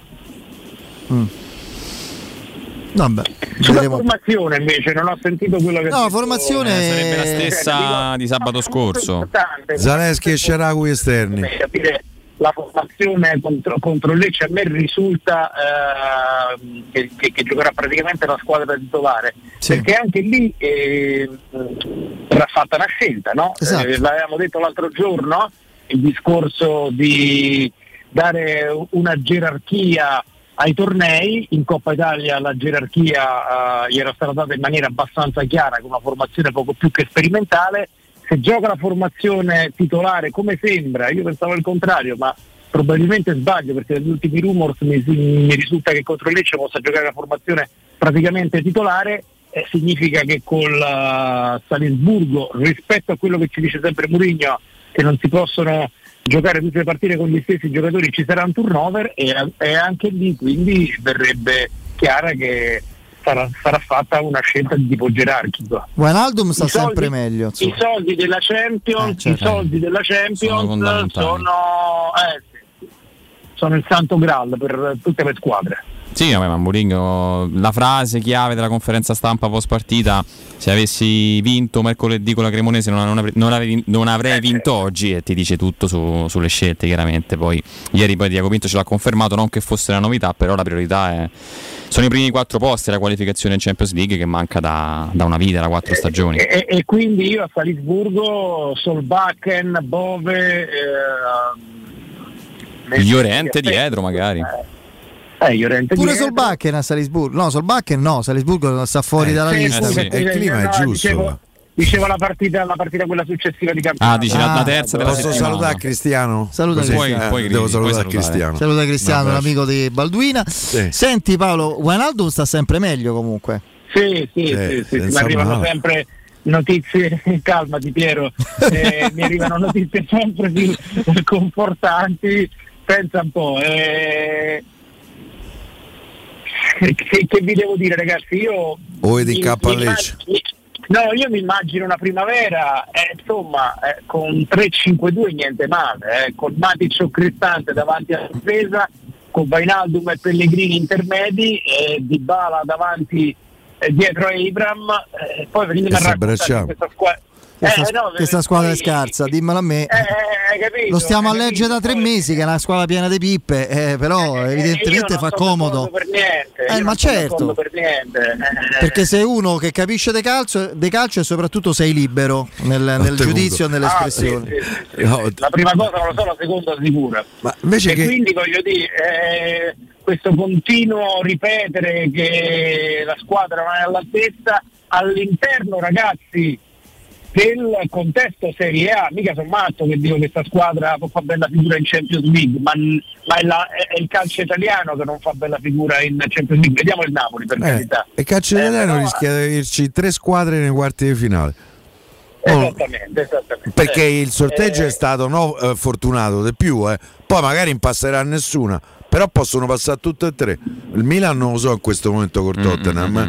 Vabbè, sulla formazione invece non ho sentito quello che formazione sarebbe la stessa di sabato scorso. Zaleschi e Sharawi esterni. la formazione contro Lecce a me risulta che giocherà praticamente la squadra titolare, perché anche lì era fatta una scelta, no? Esatto. L'avevamo detto l'altro giorno, il discorso di dare una gerarchia ai tornei. In Coppa Italia la gerarchia gli era stata data in maniera abbastanza chiara, con una formazione poco più che sperimentale. Se gioca la formazione titolare, come sembra, io pensavo il contrario, ma probabilmente sbaglio, perché negli ultimi rumors mi risulta che contro Lecce possa giocare la formazione praticamente titolare, significa che col Salisburgo, rispetto a quello che ci dice sempre Mourinho, che non si possono giocare tutte le partite con gli stessi giocatori, ci sarà un turnover, e anche lì quindi verrebbe chiara che sarà fatta una scelta di tipo gerarchico. Wijnaldum sta sempre meglio. I soldi della Champions, certo. I soldi della Champions sono il santo graal per tutte le squadre. Sì, ma Mourinho, la frase chiave della conferenza stampa post partita: se avessi vinto mercoledì con la Cremonese non avrei vinto oggi, e ti dice tutto sulle scelte, chiaramente. Poi ieri Tiago Pinto ce l'ha confermato, non che fosse una novità, però la priorità sono i primi 4 posti, la qualificazione in Champions League, che manca da una vita, da 4 stagioni. E quindi io a Salisburgo, Solbakken, Bove, Llorente dietro magari. Pure Solbakken a Salisburgo. No, Solbakken no, Salisburgo sta fuori dalla lista. Il clima è giusto. Dicevo la partita quella successiva di campionato. Dici la terza della settimana. Posso salutare Cristiano? Saluta devo salutare Cristiano. Saluta Cristiano, l'amico di Balduina. Sì. Senti Paolo, Wijnaldum sta sempre meglio comunque. Sì, mi arrivano sempre notizie, calmati Piero, mi arrivano notizie sempre più confortanti. Pensa un po', che vi devo dire, ragazzi? Io io mi immagino una primavera, con 3-5-2 niente male, con Matic o Cristante davanti alla difesa, con Wijnaldum e Pellegrini intermedi, Dybala davanti dietro a Ibram, poi venite a raccontare questa squadra. Questa squadra è scarsa, dimmelo a me. Capito, lo stiamo a leggere da 3 mesi che è una squadra piena di pippe, però evidentemente fa comodo. Per niente, ma certo, per niente. Perché sei uno che capisce di calcio e soprattutto sei libero nel giudizio e nell'espressione. Sì. La prima cosa non lo so, la seconda sicura. Ma invece quindi voglio dire, questo continuo ripetere che la squadra non è all'altezza all'interno, ragazzi, del contesto Serie A. Mica sono matto che dico che questa squadra può fare bella figura in Champions League, ma è il calcio italiano che non fa bella figura in Champions League. Vediamo il Napoli, per carità. Il calcio italiano rischia di averci 3 squadre nei quarti di finale. Esattamente. Perché il sorteggio è stato fortunato di più, poi magari non passerà nessuna, però possono passare tutte e 3. Il Milan non lo so in questo momento col Tottenham.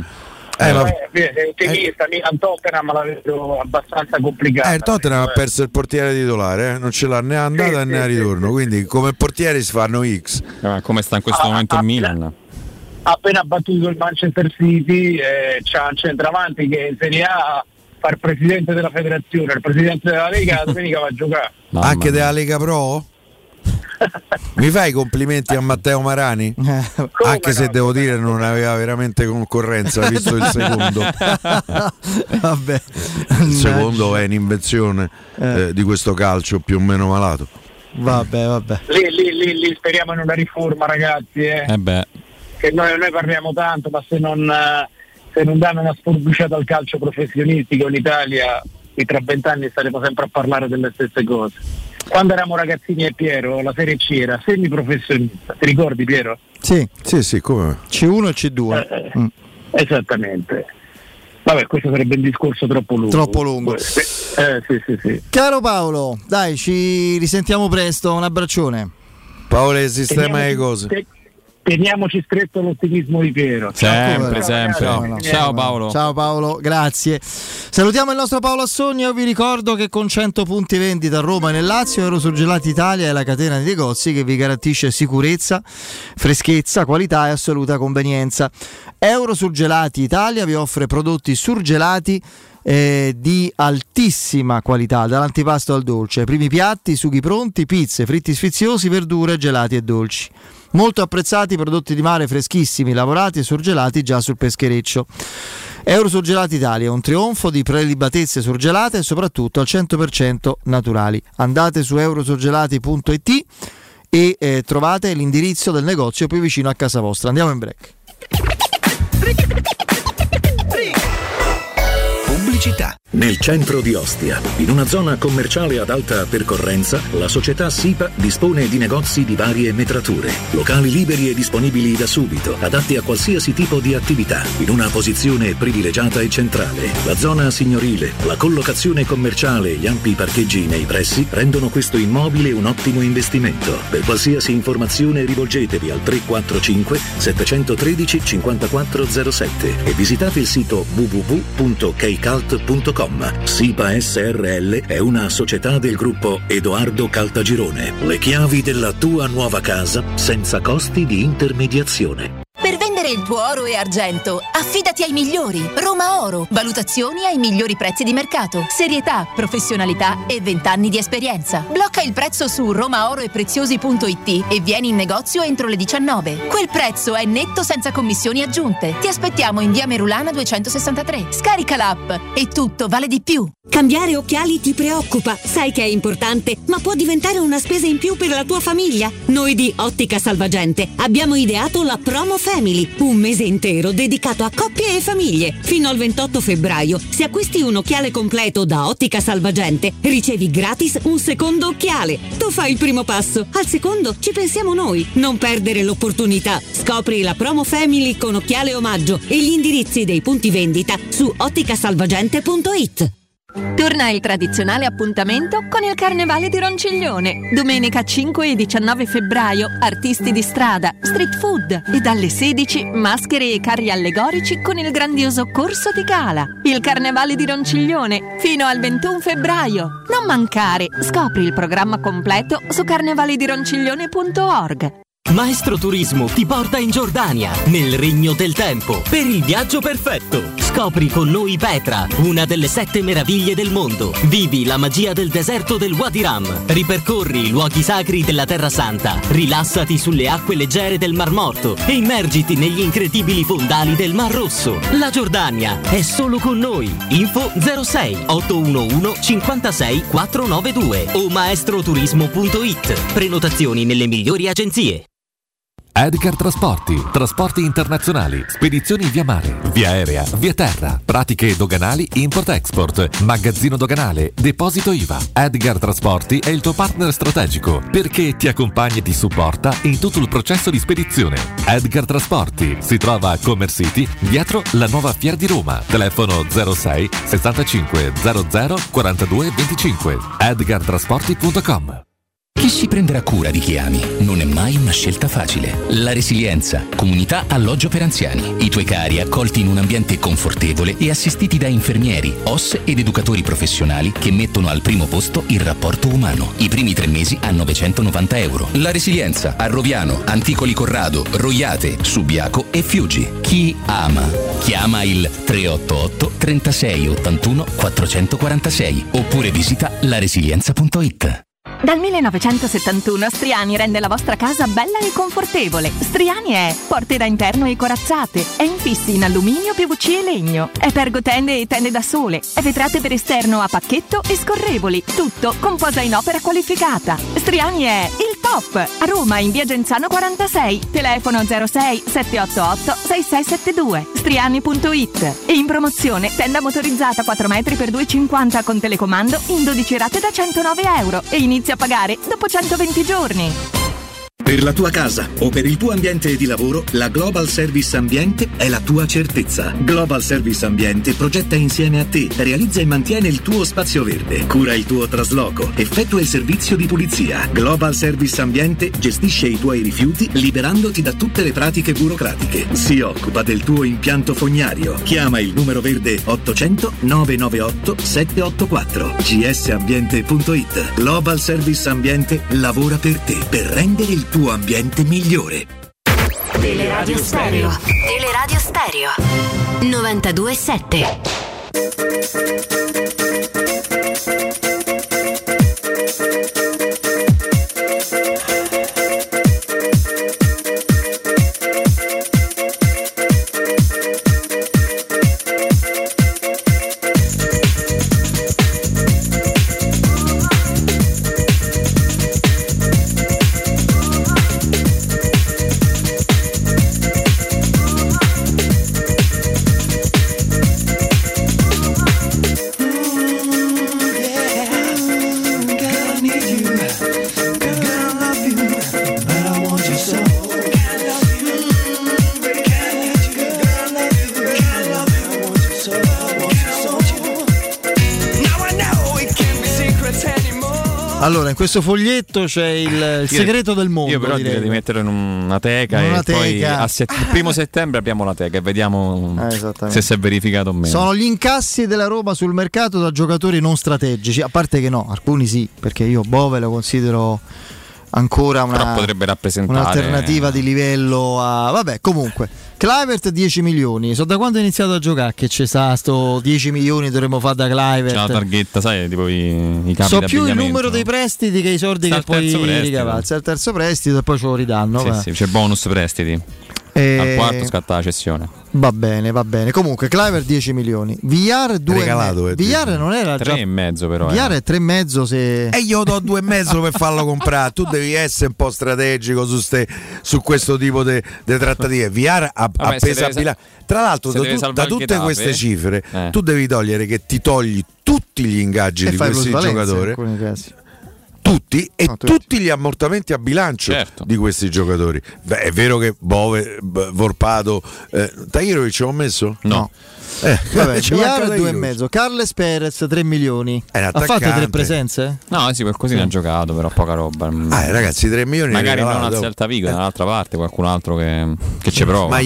Tottenham la vedo abbastanza complicata. Il Tottenham ha perso il portiere titolare, non ce l'ha né andata né a ritorno, quindi come portieri si fanno X. Come sta in questo momento il Milan? Ha appena battuto il Manchester City, c'ha un centravanti che in Serie A fa il presidente della federazione, il presidente della Lega, domenica va a giocare. Anche della Lega Pro? Mi fai i complimenti a Matteo Marani? Anche se devo dire non aveva veramente concorrenza, visto il secondo. Vabbè. Il secondo è un'invenzione di questo calcio più o meno malato. Vabbè. Lì speriamo in una riforma, ragazzi. Che noi parliamo tanto, ma se non danno una sforbuciata al calcio professionistico in Italia, tra 20 anni staremo sempre a parlare delle stesse cose. Quando eravamo ragazzini e Piero, la Serie C era semiprofessionista, ti ricordi Piero? Sì, come? C1 e C2. Esattamente. Vabbè, questo sarebbe un discorso troppo lungo. Sì. Caro Paolo, dai, ci risentiamo presto, un abbraccione. Paolo, il sistema le cose. Teniamoci stretto l'ottimismo di Piero. Sempre. Ciao Paolo. Ciao Paolo, grazie. Salutiamo il nostro Paolo Assogni. Io vi ricordo che con 100 punti vendita a Roma e nel Lazio, Eurosurgelati Italia è la catena di negozi che vi garantisce sicurezza, freschezza, qualità e assoluta convenienza. Eurosurgelati Italia vi offre prodotti surgelati di altissima qualità, dall'antipasto al dolce, primi piatti, sughi pronti, pizze, fritti sfiziosi, verdure, gelati e dolci. Molto apprezzati prodotti di mare freschissimi, lavorati e surgelati già sul peschereccio. Eurosurgelati Italia, un trionfo di prelibatezze surgelate e soprattutto al 100% naturali. Andate su eurosurgelati.it e trovate l'indirizzo del negozio più vicino a casa vostra. Andiamo in break. Pubblicità. Nel centro di Ostia, in una zona commerciale ad alta percorrenza, la società SIPA dispone di negozi di varie metrature, locali liberi e disponibili da subito, adatti a qualsiasi tipo di attività, in una posizione privilegiata e centrale. La zona signorile, la collocazione commerciale e gli ampi parcheggi nei pressi rendono questo immobile un ottimo investimento. Per qualsiasi informazione rivolgetevi al 345 713 5407 e visitate il sito www.kcalt.com. SIPA SRL è una società del gruppo Edoardo Caltagirone. Le chiavi della tua nuova casa senza costi di intermediazione. Per vendere il tuo oro e argento, affidati ai migliori. Roma Oro. Valutazioni ai migliori prezzi di mercato. Serietà, professionalità e 20 anni di esperienza. Blocca il prezzo su romaoroepreziosi.it e vieni in negozio entro le 19. Quel prezzo è netto senza commissioni aggiunte. Ti aspettiamo in via Merulana 263. Scarica l'app e tutto vale di più. Cambiare occhiali ti preoccupa, sai che è importante, ma può diventare una spesa in più per la tua famiglia. Noi di Ottica Salvagente abbiamo ideato la Promo Family, un mese intero dedicato a coppie e famiglie. Fino al 28 febbraio, se acquisti un occhiale completo da Ottica Salvagente, ricevi gratis un secondo occhiale. Tu fai il primo passo, al secondo ci pensiamo noi. Non perdere l'opportunità. Scopri la Promo Family con occhiale omaggio e gli indirizzi dei punti vendita su otticasalvagente.it. Torna il tradizionale appuntamento con il Carnevale di Ronciglione. Domenica 5 e 19 febbraio, artisti di strada, street food e dalle 16 maschere e carri allegorici con il grandioso Corso di Gala. Il Carnevale di Ronciglione fino al 21 febbraio. Non mancare, scopri il programma completo su carnevaledironciglione.org. Maestro Turismo ti porta in Giordania, nel Regno del Tempo, per il viaggio perfetto. Scopri con noi Petra, una delle 7 meraviglie del mondo. Vivi la magia del deserto del Wadi Rum. Ripercorri i luoghi sacri della Terra Santa. Rilassati sulle acque leggere del Mar Morto e immergiti negli incredibili fondali del Mar Rosso. La Giordania è solo con noi. Info 06 811 56 492 o maestroturismo.it. Prenotazioni nelle migliori agenzie. Edgar Trasporti internazionali, spedizioni via mare, via aerea, via terra, pratiche doganali import-export, magazzino doganale, deposito IVA. Edgar Trasporti è il tuo partner strategico perché ti accompagna e ti supporta in tutto il processo di spedizione. Edgar Trasporti si trova a Commerce City, dietro la nuova Fiera di Roma. Telefono 06 65 00 42 25. edgartrasporti.com. Chi si prenderà cura di chi ami non è mai una scelta facile. La Resilienza, comunità alloggio per anziani. I tuoi cari accolti in un ambiente confortevole e assistiti da infermieri, OS ed educatori professionali che mettono al primo posto il rapporto umano. I primi 3 mesi a €990. La Resilienza a Roviano, Anticoli Corrado, Roiate, Subiaco e Fiuggi. Chi ama? Chiama il 388 36 81 446 oppure visita laresilienza.it. Dal 1971 Striani rende la vostra casa bella e confortevole. Striani è porte da interno e corazzate, è infissi in alluminio, PVC e legno, è pergotende e tende da sole, è vetrate per esterno a pacchetto e scorrevoli, tutto con posa in opera qualificata. Striani è il top! A Roma in via Genzano 46, telefono 06 788 6672, striani.it. E in promozione tenda motorizzata 4 metri per 2,50 con telecomando in 12 rate da €109 e inizia a pagare dopo 120 giorni. Per la tua casa o per il tuo ambiente di lavoro, la Global Service Ambiente è la tua certezza. Global Service Ambiente progetta insieme a te, realizza e mantiene il tuo spazio verde, cura il tuo trasloco, effettua il servizio di pulizia. Global Service Ambiente gestisce i tuoi rifiuti liberandoti da tutte le pratiche burocratiche. Si occupa del tuo impianto fognario. Chiama il numero verde 800 998 784. gsambiente.it. Global Service Ambiente lavora per te, per rendere il tuo ambiente migliore. Teleradio Stereo. Teleradio Stereo 92.7. Allora, in questo foglietto c'è il segreto del mondo. Io però direi di metterlo in una teca e poi il 1 settembre abbiamo la teca e vediamo se si è verificato o meno. Sono gli incassi della Roma sul mercato da giocatori non strategici, a parte che no, alcuni sì, perché io Bove lo considero ancora potrebbe rappresentare un'alternativa di livello a... Vabbè, comunque Kluivert 10 milioni. So da quando è iniziato a giocare che c'è sto 10 milioni dovremmo fare da Kluivert. C'è la targhetta, sai, tipo i capi so più il numero dei prestiti che i soldi che poi ricavare. C'è il terzo prestito e poi ce lo ridanno. Sì, c'è il bonus prestiti. Al quarto scatta la cessione. Va bene. Comunque Kluivert 10 milioni. Villar 2,5. Villar non era 3,5 però. Villar è 3,5 se... E io do 2,5 per farlo comprare. Tu devi essere un po' strategico su questo tipo di trattative. Villar appesa a bilancio. Tra l'altro da tutte queste cifre tu devi togliere che ti togli tutti gli ingaggi di questi giocatori. Tutti tutti gli ammortamenti a bilancio di questi giocatori. Beh, è vero che Bove, Volpato, Tahirovic ho messo? No. Vabbè, Villar 2,5. Carles Perez 3 milioni. Ha fatto 3 presenze? No, sì, qualcosina ha giocato, però poca roba. Ragazzi, 3 milioni. Magari non a Celta Vigo, dall'altra parte qualcun altro che ci prova.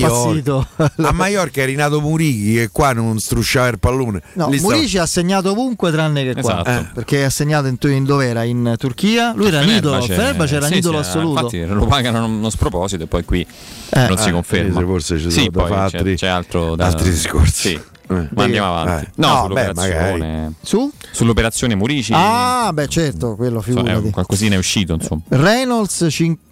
A Maiorca è rinato Murichi che qua non strusciava il pallone. No, Murici ha segnato ovunque tranne che qua. Perché ha segnato in dove era? In Turchia? Lui era un idolo. Fenerbahce era un idolo assoluto. Infatti lo pagano uno sproposito e poi qui non si conferma. Forse ci sono poi c'è altri discorsi. Sì. Ma andiamo avanti. Sull'operazione. Sull'operazione Murici. Certo, quello figurati. Qualcosina è uscito, insomma. Reynolds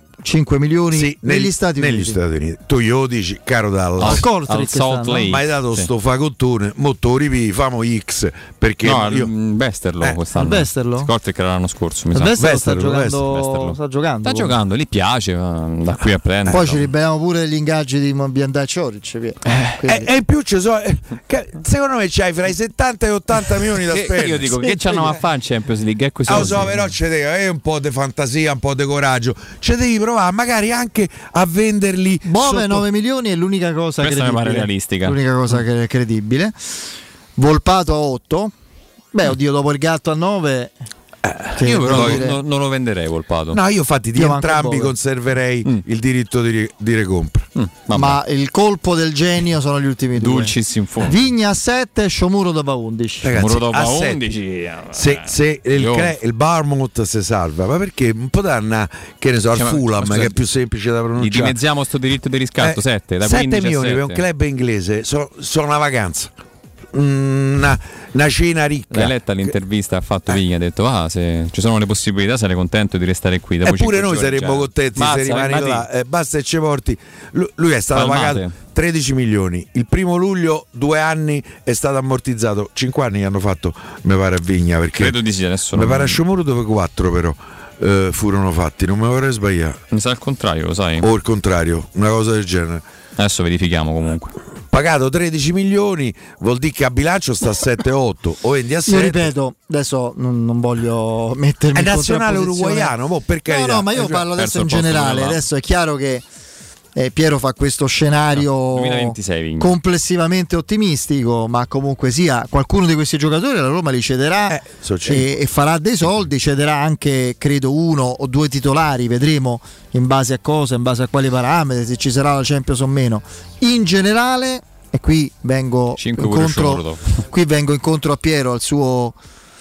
5 milioni negli Stati Uniti. Tu glielo dici, caro Dallas, al Salt Lake. Ma hai dato sto fagottone, molto ripivi, famo X perché io Westerlo quest'anno. Westerlo? Scorte che era l'anno scorso, mi sa. Westerlo sta giocando, gli piace, da qui a prendere. Poi ci liberiamo pure degli ingaggi di Biandai Cioric. E in più ci sono, secondo me c'hai fra i 70 e 80 milioni da spendere. Io dico che c'hanno a fare in Champions League, è così. Lo so, però c'è un po' di fantasia, un po' di coraggio. Ci devi provare magari anche a venderli. Bove 9 milioni è l'unica cosa credibile. Questa mi pare realistica. L'unica cosa che è credibile. Volpato a 8. Beh, oddio, dopo il Gatto a 9. Io però non lo venderei Volpato. No, io infatti di entrambi conserverei il diritto di recompra. Ma il colpo del genio sono gli ultimi due. Dulcis in fondo. Vigna a 7, Sciomuro dopo 11. Ragazzi, dopo 11. Se il Bournemouth si salva, ma perché un po' danna, che ne so, al Fulham, che è più semplice da pronunciare. Gli dimezziamo sto diritto di riscatto 7 da 7 milioni per un club inglese sono una vacanza. Una cena ricca. L'hai letta l'intervista ha fatto Vigna, ha detto se ci sono le possibilità sarei contento di restare qui. Eppure noi saremmo contenti se rimani là, basta e ci porti. Lui è stato pagato 13 milioni il 1 luglio, 2 anni è stato ammortizzato, 5 anni hanno fatto, mi pare, a Vigna, perché credo di sì, adesso mi pare a Sciomuro dove 4 però furono fatti, non mi vorrei sbagliare. Mi sa il contrario, lo sai? O il contrario, una cosa del genere. Adesso verifichiamo comunque. Pagato 13 milioni vuol dire che a bilancio sta a 7-8 o vendi a 7. Io ripeto, adesso non voglio mettermi in nazionale uruguaiano, per carità. No, ma io parlo adesso in generale. Adesso è chiaro che Piero fa questo scenario 2026, complessivamente ottimistico, ma comunque sia qualcuno di questi giocatori la Roma li cederà e farà dei soldi, cederà anche credo 1 o 2 titolari, vedremo in base a cosa, in base a quali parametri, se ci sarà la Champions o meno. In generale, e qui vengo incontro a Piero, al suo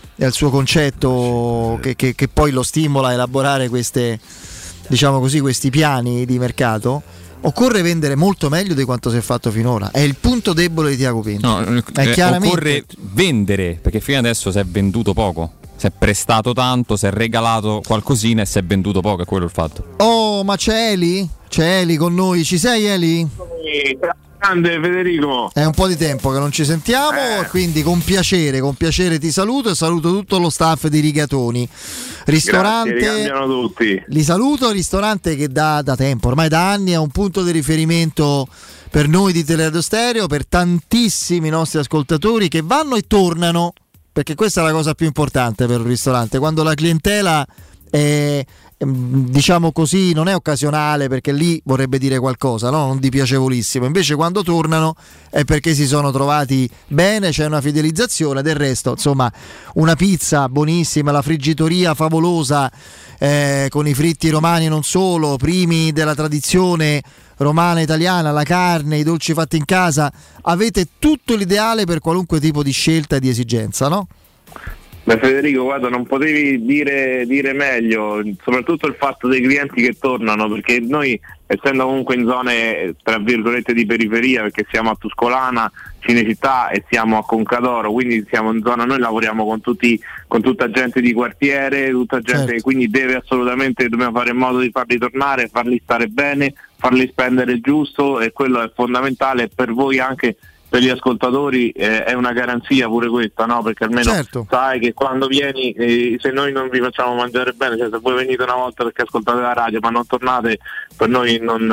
concetto che poi lo stimola a elaborare queste, diciamo così, questi piani di mercato. occorre vendere molto meglio di quanto si è fatto finora. È il punto debole di Tiago Pinto. Occorre vendere, perché fino adesso si è venduto poco. Si è prestato tanto, si è regalato qualcosina e si è venduto poco, è quello il fatto. Oh, ma c'è Eli? C'è Eli con noi? Ci sei, Eli? Grande Federico. È un po' di tempo che non ci sentiamo, quindi con piacere ti saluto e saluto tutto lo staff di Rigatoni. Ristorante. Grazie, tutti. Li saluto, ristorante che da tempo, ormai da anni, è un punto di riferimento per noi di Teleradio Stereo, per tantissimi nostri ascoltatori che vanno e tornano, perché questa è la cosa più importante per un ristorante, quando la clientela è, diciamo così, non è occasionale, perché lì vorrebbe dire qualcosa, no? Non di piacevolissimo. Invece quando tornano è perché si sono trovati bene, c'è una fidelizzazione. Del resto, insomma, una pizza buonissima, la friggitoria favolosa, con i fritti romani non solo, primi della tradizione romana italiana, la carne, i dolci fatti in casa. Avete tutto l'ideale per qualunque tipo di scelta e di esigenza, no? Beh, Federico, guarda, non potevi dire meglio, soprattutto il fatto dei clienti che tornano, perché noi, essendo comunque in zone tra virgolette di periferia, perché siamo a Tuscolana, Cinecittà e siamo a Concadoro, quindi siamo in zona, noi lavoriamo con tutta gente di quartiere, tutta gente che quindi dobbiamo fare in modo di farli tornare, farli stare bene, farli spendere il giusto, e quello è fondamentale per voi, anche per gli ascoltatori è una garanzia pure questa, no? Perché almeno sai che quando vieni, se noi non vi facciamo mangiare bene, cioè se voi venite una volta perché ascoltate la radio ma non tornate, per noi non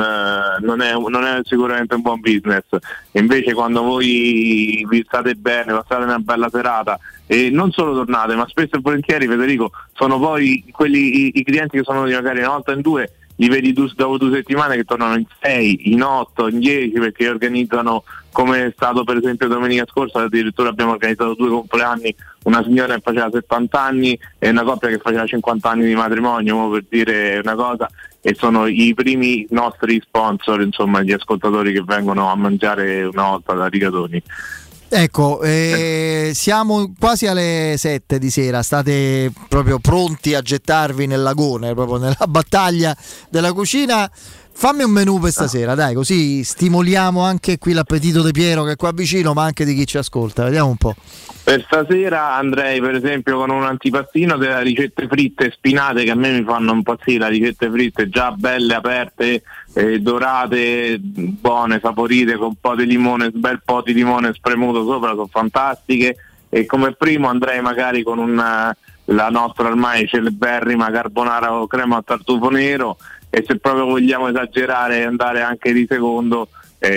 è sicuramente un buon business. Invece quando voi vi state bene, passate una bella serata e non solo tornate, ma spesso e volentieri, Federico, sono poi quelli i clienti che sono venuti magari una volta in due, li vedi dopo 2 settimane che tornano in 6, in 8, in 10, perché organizzano, come è stato per esempio domenica scorsa, addirittura abbiamo organizzato 2 compleanni, una signora che faceva 70 anni e una coppia che faceva 50 anni di matrimonio, per dire una cosa, e sono i primi nostri sponsor, insomma, gli ascoltatori che vengono a mangiare una volta da Rigatoni. Ecco, siamo quasi alle 7 di sera, state proprio pronti a gettarvi nel lagone, proprio nella battaglia della cucina. Fammi un menù per stasera, dai, così stimoliamo anche qui l'appetito di Piero che è qua vicino, ma anche di chi ci ascolta. Vediamo un po'. Per stasera andrei per esempio con un antipastino delle ricette fritte spinate, che a me mi fanno impazzire, le ricette fritte già belle, aperte, dorate, buone, saporite, con un po' di limone, bel po' di limone spremuto sopra, sono fantastiche. E come primo andrei magari con la nostra ormai celeberrima carbonara o crema al tartufo nero, e se proprio vogliamo esagerare andare anche di secondo,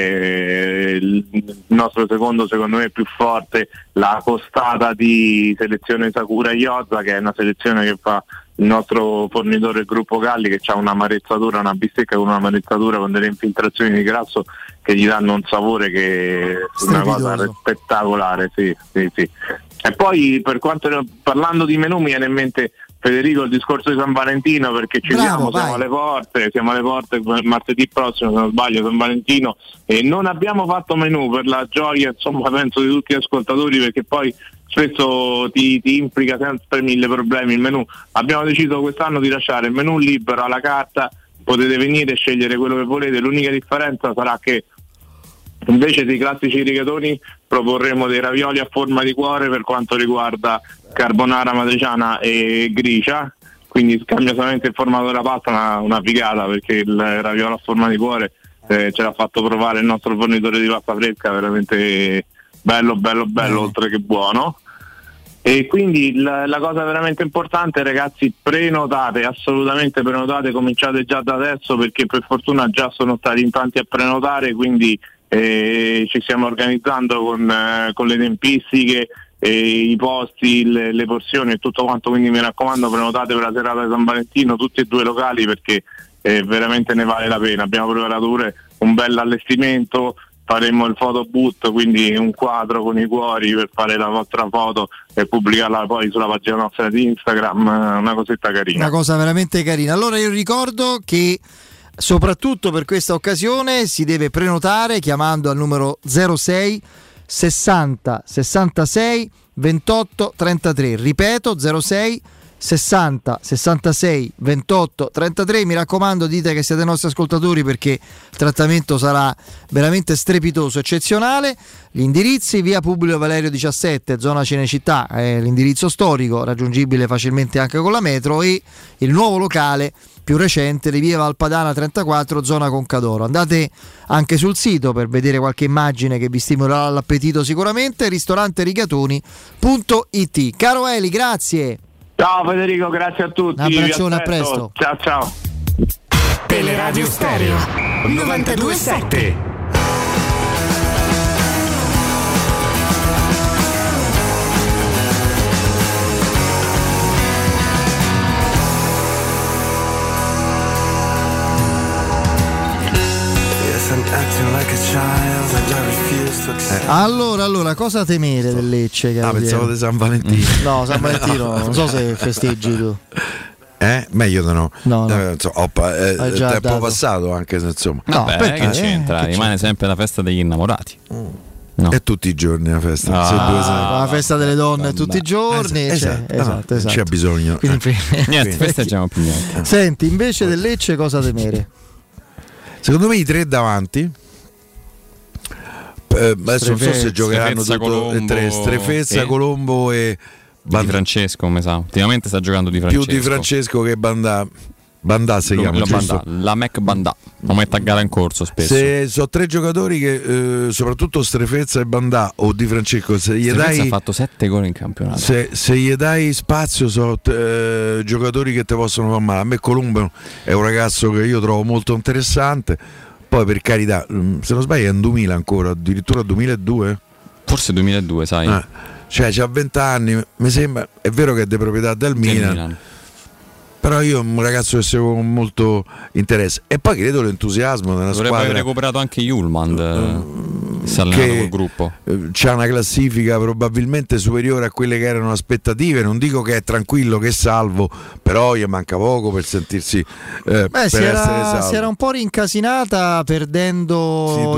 il nostro secondo secondo me è più forte, la costata di selezione Sakura Iozza, che è una selezione che fa il nostro fornitore, il gruppo Galli, che ha una bistecca con una marezzatura con delle infiltrazioni di grasso che gli danno un sapore che è una cosa spettacolare, sì. E poi parlando di menù mi viene in mente, Federico, il discorso di San Valentino, perché siamo alle porte martedì prossimo, se non sbaglio, San Valentino, e non abbiamo fatto menù, per la gioia, insomma, penso di tutti gli ascoltatori, perché poi spesso ti implica sempre 1000 problemi il menù. Abbiamo deciso quest'anno di lasciare il menù libero alla carta, potete venire e scegliere quello che volete. L'unica differenza sarà che invece dei classici rigatoni proporremo dei ravioli a forma di cuore per quanto riguarda carbonara, matriciana e gricia, quindi scambiosamente il formato della pasta, una figata, perché il raviolo a forma di cuore ce l'ha fatto provare il nostro fornitore di pasta fresca, veramente bello, oltre che buono. E quindi la cosa veramente importante, ragazzi, prenotate, assolutamente prenotate, cominciate già da adesso, perché per fortuna già sono stati in tanti a prenotare, quindi ci stiamo organizzando con le tempistiche, i posti, le porzioni e tutto quanto, quindi mi raccomando, prenotate per la serata di San Valentino, tutti e 2 locali, perché veramente ne vale la pena. Abbiamo preparato pure un bel allestimento, faremo il photo boot, quindi un quadro con i cuori per fare la vostra foto e pubblicarla poi sulla pagina nostra di Instagram, una cosetta carina. Una cosa veramente carina. Allora io ricordo che soprattutto per questa occasione si deve prenotare chiamando al numero 06 60 66 28 33, ripeto 06 60 66 28 33. Mi raccomando, dite che siete nostri ascoltatori, perché il trattamento sarà veramente strepitoso, eccezionale. Gli indirizzi: via Publio Valerio 17, zona Cinecittà, è l'indirizzo storico, raggiungibile facilmente anche con la metro, e il nuovo locale più recente di via Valpadana 34, zona Concadoro. Andate anche sul sito per vedere qualche immagine che vi stimolerà l'appetito sicuramente. ristoranterigatoni.it. Caro Eli, grazie. Ciao Federico, grazie a tutti. Un abbraccione, a presto. Ciao ciao. Teleradio Stereo 92.7. Allora, cosa temere del Lecce? Pensavo di San Valentino. No, San Valentino, non so se festeggi tu. Meglio di no. No. Tempo dato. passato, anche se insomma. No, perché c'entra? Rimane sempre la festa degli innamorati. No. È tutti i giorni la festa. La festa delle donne tutti i giorni. Esatto. C'è bisogno. Quindi, niente, festeggiamo più niente. Senti, invece del Lecce cosa temere? Secondo me i tre davanti. Adesso non so se giocheranno tutti e tre. Strefezza, Colombo e Di Francesco, come sa. Ultimamente sta giocando Di Francesco. Più Di Francesco che Bandà si chiama, la Mac Bandà. Lo mette a gara in corso spesso. Se sono tre giocatori che soprattutto Strefezza e Bandà o Di Francesco, se gli dai, ha fatto 7 gol in campionato. Se gli dai spazio, sono giocatori che ti possono far male. A me Colombo è un ragazzo che io trovo molto interessante. Poi per carità, se non sbaglio è un 2000 ancora, addirittura 2002. Forse 2002, sai. Cioè c'ha 20 anni, mi sembra, è vero che è di proprietà del Milan. Però io un ragazzo che seguo con molto interesse. E poi credo l'entusiasmo nella squadra. Dovrebbe aver recuperato anche Hjulmand, che col gruppo. C'ha una classifica probabilmente superiore a quelle che erano aspettative. Non dico che è tranquillo, che è salvo, però gli manca poco per sentirsi si era un po' rincasinata perdendo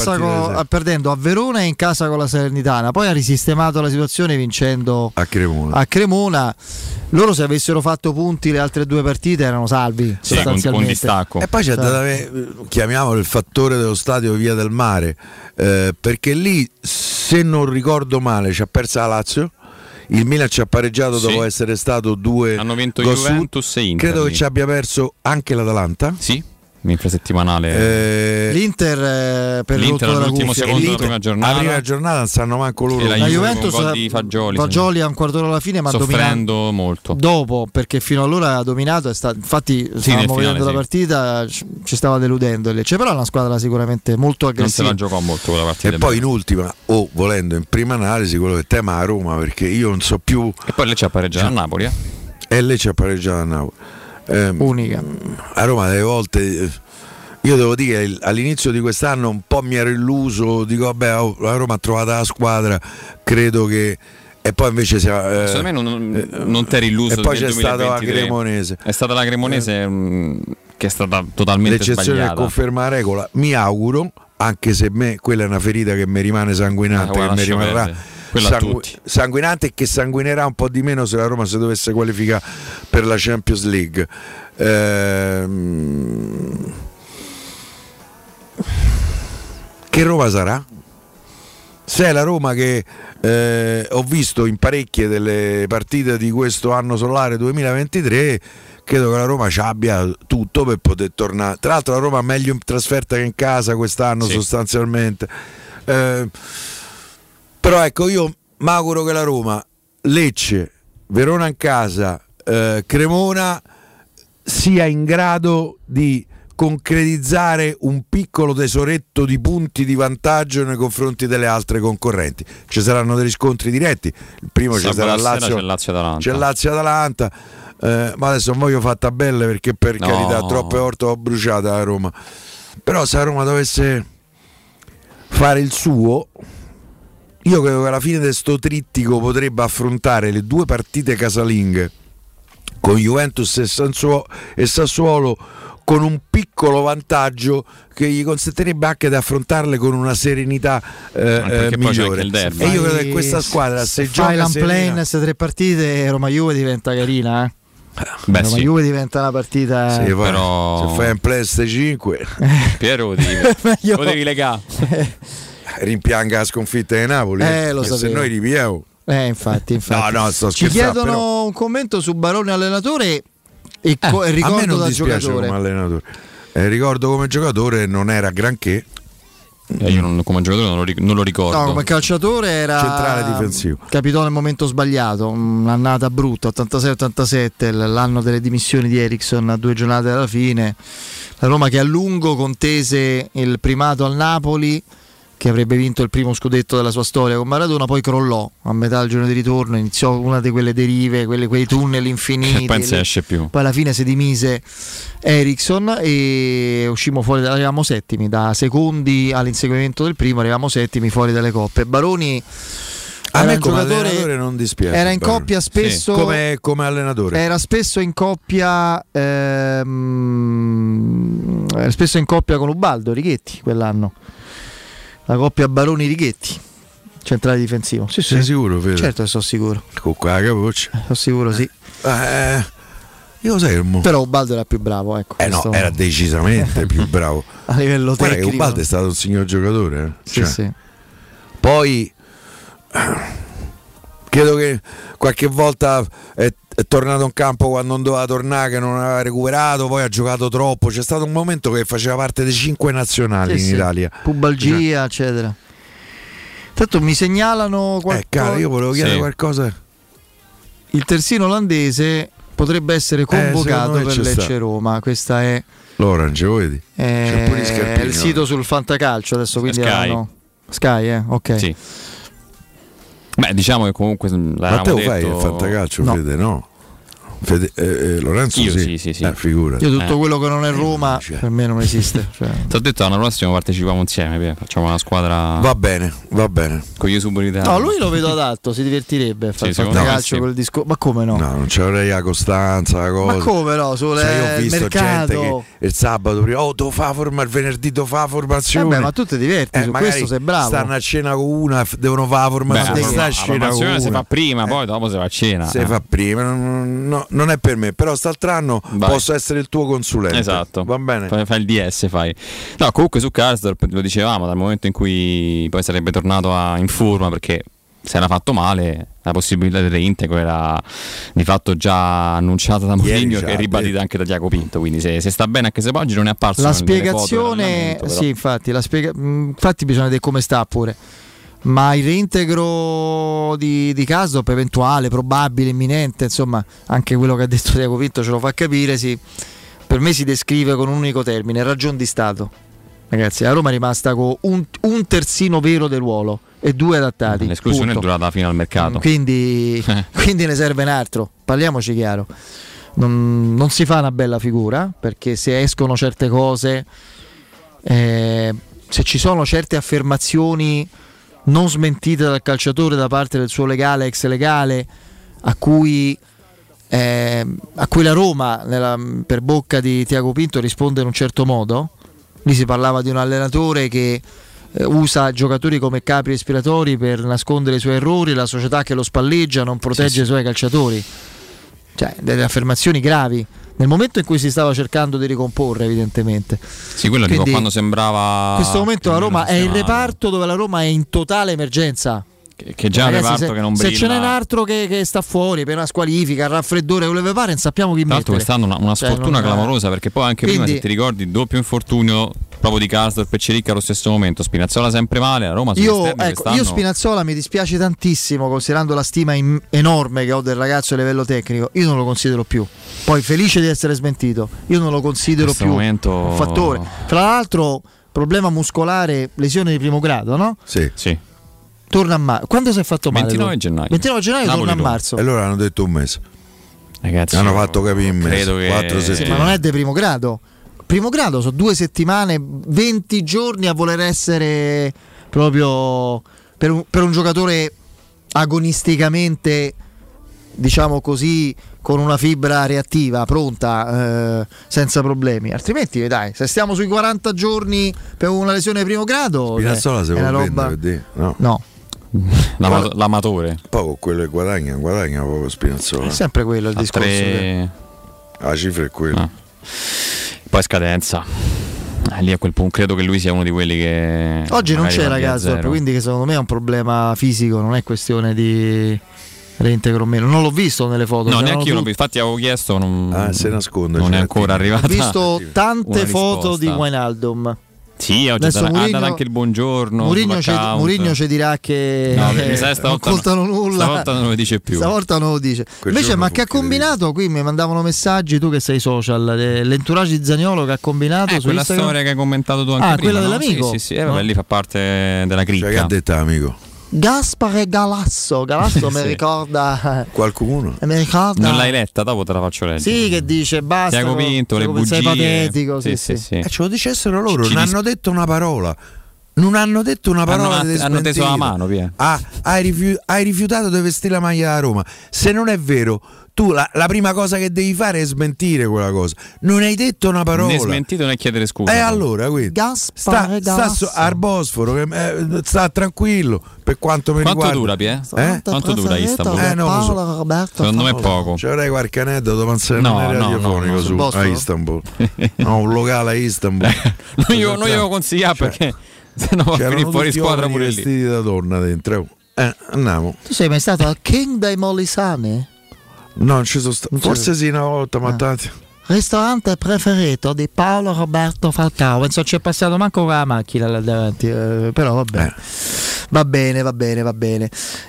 a Verona e in casa con la Salernitana. Poi ha risistemato la situazione vincendo a Cremona. Loro, se avessero fatto punti le altre due partite, erano salvi, sostanzialmente. Con distacco. E poi c'è da chiamiamolo il fattore dello stadio Via del Mare, perché lì, se non ricordo male, ci ha persa la Lazio. Il Milan ci ha pareggiato dopo essere stato 2. Hanno vinto Juventus e Inter. Credo che ci abbia perso anche l'Atalanta. Sì. Infrasettimanale. L'Inter per all'ultimo secondo della prima giornata. La prima giornata non sanno manco loro. La Juventus di Fagioli a un quarto d'ora alla fine, ma soffrendo molto dopo, perché fino allora ha dominato. Infatti stavamo vedendo la partita, ci stava deludendo il Lecce, però è una squadra sicuramente molto aggressiva. Non se la giocò molto quella partita. E poi in ultima, volendo in prima analisi, quello che tema a Roma, perché io non so più. E poi Lecce ha pareggiato a Napoli. E Lecce ha pareggiato a Napoli. Unica a Roma delle volte io devo dire che all'inizio di quest'anno un po' mi ero illuso, dico vabbè, la Roma ha trovato la squadra, credo che, e poi invece secondo me non ti eri illuso. E poi c'è stata la Cremonese, è stata la Cremonese che è stata totalmente l'eccezione sbagliata. Che conferma la regola. Mi auguro, anche se quella è una ferita che mi rimane sanguinante, che mi rimarrà sanguinante e che sanguinerà un po' di meno se la Roma si dovesse qualificare per la Champions League. Che Roma sarà? Se è la Roma che ho visto in parecchie delle partite di questo anno solare 2023, credo che la Roma ci abbia tutto per poter tornare. Tra l'altro la Roma è meglio in trasferta che in casa quest'anno, sostanzialmente. Però ecco, io mi auguro che la Roma, Lecce, Verona in casa, Cremona sia in grado di concretizzare un piccolo tesoretto di punti di vantaggio nei confronti delle altre concorrenti. Ci saranno degli scontri diretti. Il primo ci sarà c'è Lazio-Atalanta. Ma adesso non voglio fare tabelle perché per carità troppe volte ho bruciata la Roma. Però se la Roma dovesse fare il suo, io credo che alla fine di sto trittico potrebbe affrontare le due partite casalinghe con Juventus e Sassuolo con un piccolo vantaggio che gli consentirebbe anche di affrontarle con una serenità migliore. E io credo che questa squadra, se gioca l'unplane, queste 3 partite, Roma-Juve diventa carina, Roma-Juve diventa una partita. Sì, però se fai un Play 5 Piero lo devi legare. Rimpianga la sconfitta di Napoli, lo se noi ripiamo. Infatti. No, sto Ci chiedono però... un commento su Baroni allenatore e ricordo a me non da dispiace giocatore. come allenatore. Ricordo come giocatore non era granché. Io come giocatore non lo ricordo. No, come calciatore era centrale difensivo. Capitò nel momento sbagliato, un'annata brutta, 86-87, l'anno delle dimissioni di Eriksson a 2 giornate dalla fine. La Roma che a lungo contese il primato al Napoli, che avrebbe vinto il primo scudetto della sua storia con Maradona, poi crollò a metà del giorno di ritorno, iniziò una di quelle derive, quei tunnel infiniti, e poi non si esce più. Poi alla fine si dimise Eriksson e uscimmo fuori, arrivavamo settimi, da secondi all'inseguimento del primo arrivavamo settimi fuori dalle coppe. Baroni a me come allenatore non dispiace, era in coppia spesso, sì. come allenatore era spesso in coppia con Ubaldo Righetti quell'anno, la coppia Baroni-Righetti, centrale difensivo. Sì, sei sicuro, Fede? Certo che sono sicuro. Con quella capoccia? Sono sicuro, sì. Io sermo. Però Ubaldo era più bravo, ecco. No, era decisamente più bravo. A livello Guarda tecnico. che Ubaldo è stato un signor giocatore. Sì. Poi credo che qualche volta è tornato in campo quando non doveva tornare, che non aveva recuperato, poi ha giocato troppo. C'è stato un momento che faceva parte dei 5 nazionali in Italia, pubalgia, eccetera. Tanto mi segnalano cara, io volevo chiedere qualcosa. Il terzino olandese potrebbe essere convocato per Lecce Roma. Questa è l'Orange, vedi? C'è pure Scarpino, il sito sul Fantacalcio adesso, quindi Sky, ok. Sì. Beh, diciamo che comunque ma te lo fai il Fantacalcio, no. Fede? No. Lorenzo io sì. Figurati. Io tutto quello che non è Roma per me non esiste. Ti ho detto l'anno prossimo partecipiamo insieme, facciamo una squadra. Va bene. Con gli subordinati. No, lui lo vedo adatto, si divertirebbe a fare calcio col discorso. Ma come no? No, non ci avrei la costanza, la cosa. Ma come no? Io ho visto mercato. Gente che il sabato prima devo fare la forma, il venerdì devo fare la formazione. Vabbè, ma tu ti diverti, su questo sei bravo. Stanno a cena con una, devono fare la formazione. La formazione si fa prima, poi dopo si va a cena. Si fa prima, non è per me, però quest'altro anno posso essere il tuo consulente. Esatto. Va bene. Fai il DS, fai. No, comunque su Karsdorp lo dicevamo, dal momento in cui poi sarebbe tornato in forma, perché se era fatto male, la possibilità di reintegro era di fatto già annunciata da Mourinho e ribadita anche da Tiago Pinto, quindi se sta bene anche se oggi non è apparso la spiegazione, sì, infatti bisogna vedere come sta pure. Ma il reintegro di Karsdorp eventuale, probabile, imminente, insomma, anche quello che ha detto Tiago Pinto ce lo fa capire, sì. Per me si descrive con un unico termine: ragion di Stato. Ragazzi, la Roma è rimasta con un terzino vero del ruolo e 2 adattati. L'esclusione è durata fino al mercato. Quindi ne serve un altro, parliamoci chiaro. Non si fa una bella figura, perché se escono certe cose, se ci sono certe affermazioni non smentite dal calciatore da parte del suo legale, ex legale, a cui la Roma per bocca di Tiago Pinto risponde in un certo modo. Lì si parlava di un allenatore che usa giocatori come capri espiratori per nascondere i suoi errori, la società che lo spalleggia, non protegge i suoi calciatori, cioè delle affermazioni gravi nel momento in cui si stava cercando di ricomporre, evidentemente. Sì, quello dico, quando sembrava. In questo momento la Roma è il reparto dove la Roma è in totale emergenza. Che già è un reparto che non brilla. Se ce n'è un altro che sta fuori per una squalifica, il raffreddore, quello che pare, non sappiamo chi mettere. Tra l'altro quest'anno una sfortuna clamorosa, perché poi anche prima, se ti ricordi, doppio infortunio proprio di Karsdorp e Cericca allo stesso momento. Spinazzola sempre male, la Roma io Spinazzola mi dispiace tantissimo, considerando la stima enorme che ho del ragazzo a livello tecnico. Io non lo considero più, poi felice di essere smentito, io non lo considero più un fattore. Tra l'altro problema muscolare, lesione di primo grado, no? Sì. Torna a marzo. Quando si è fatto male? 29 gennaio. 29 gennaio Napoli, torna a marzo. E allora hanno detto un mese. Ragazzi, hanno fatto capire un mese, 4 settimane. Sì, ma non è di primo grado. Primo grado sono 2 settimane, 20 giorni a voler essere proprio per un giocatore agonisticamente diciamo così, con una fibra reattiva pronta, senza problemi. Altrimenti dai, se stiamo sui 40 giorni per una lesione primo grado, Spinazzola se è una può roba... vendere, no. L'amatore. Poco quello che guadagna poco Spinazzola. È sempre quello il discorso. La cifra è quella. Poi scadenza. Lì a quel punto credo che lui sia uno di quelli che oggi non c'è ragazzo, quindi che secondo me è un problema fisico, non è questione di reintegro o meno. Non l'ho visto nelle foto. No, neanche io l'ho visto. Infatti avevo chiesto, se nasconde. Non è ancora arrivata. Ho visto tante foto di Wijnaldum. Sì, oggi ha dato anche il buongiorno. Mourinho ci dirà che non contano nulla. Stavolta non lo dice più. Stavolta non lo dice. Invece, ma che ha combinato? Qui mi mandavano messaggi, tu che sei social, l'entourage di Zaniolo che ha combinato su quella Instagram. Storia che hai commentato tu anche prima. Quella dell'amico? Sì, lì fa parte della cricca. Cioè, che ha detto amico? Gaspare Galasso mi ricorda qualcuno. Mi ricorda. Non l'hai letta, dopo te la faccio leggere. Sì, che dice basta. Ti hai convinto, le bugie. Sei patetico, sì. Ce lo dicessero loro, non hanno detto una parola. Non hanno detto una parola. Hanno teso la mano, via. Hai rifiutato di vestire la maglia da Roma. Se non è vero, tu la prima cosa che devi fare è smentire quella cosa. Non hai detto una parola. Né smentito né chiedere scusa. E allora, quindi sta al Bosforo, sta tranquillo. Per quanto mi riguarda. Quanto dura, Pie? Quanto dura Istanbul? Non lo so. Roberto, secondo me è poco. Ci avrei qualche aneddoto, ma non radiofonico su a Istanbul. No, un locale a Istanbul. non glielo consigliare perché se no va a finire fuori squadra pure lì. Vestiti da donna dentro. Andiamo. Tu sei mai stato al King dei Molisani? No, non ci sono stato. Forse sì, una volta, ma tanti. Ristorante preferito di Paolo Roberto Falcao. Penso c'è passato manco con la macchina là davanti, però vabbè. Va bene.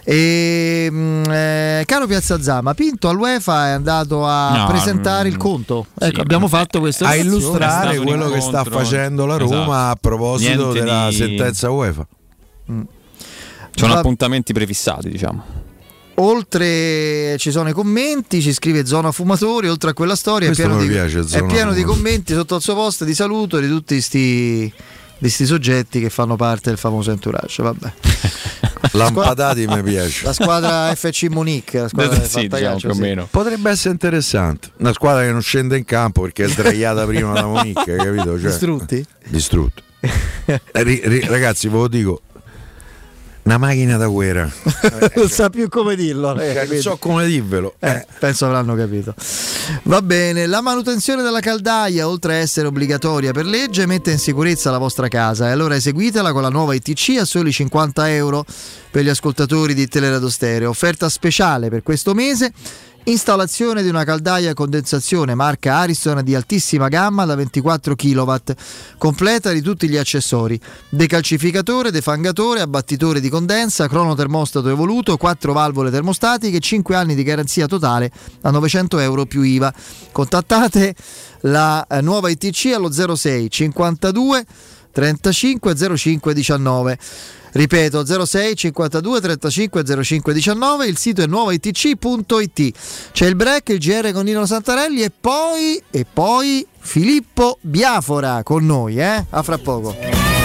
Caro Piazza Zama, Pinto all'UEFA è andato a presentare il conto. Ecco, abbiamo fatto questo. A illustrare quello che sta facendo la Roma a proposito della sentenza UEFA. Ci sono appuntamenti prefissati, diciamo. Oltre ci sono i commenti, ci scrive Zona Fumatori, oltre a quella storia è pieno di commenti sotto al suo post di saluto di tutti sti soggetti che fanno parte del famoso entourage. Vabbè. Lampadati mi piace. La squadra FC Munich, la squadra diciamo, più o meno. Potrebbe essere interessante. Una squadra che non scende in campo perché è sdraiata prima da Munich, capito? Cioè, distrutti. Ragazzi, ve lo dico. Una macchina da guerra. Non sa più come dirlo. Non so come dirvelo. Penso avranno capito. Va bene, la manutenzione della caldaia, oltre a essere obbligatoria per legge, mette in sicurezza la vostra casa e allora eseguitela con la nuova ITC a soli €50 per gli ascoltatori di Teleradio Stereo. Offerta speciale per questo mese. Installazione di una caldaia a condensazione marca Ariston di altissima gamma da 24 kW, completa di tutti gli accessori: decalcificatore, defangatore, abbattitore di condensa, cronotermostato evoluto, 4 valvole termostatiche, 5 anni di garanzia totale a €900 più IVA. Contattate la nuova ITC allo 06 52 35 05 19. Ripeto, 06 52 35 05 19. Il sito è nuovaitc.it. C'è il break, il GR con Nino Santarelli e poi Filippo Biafora con noi, a fra poco.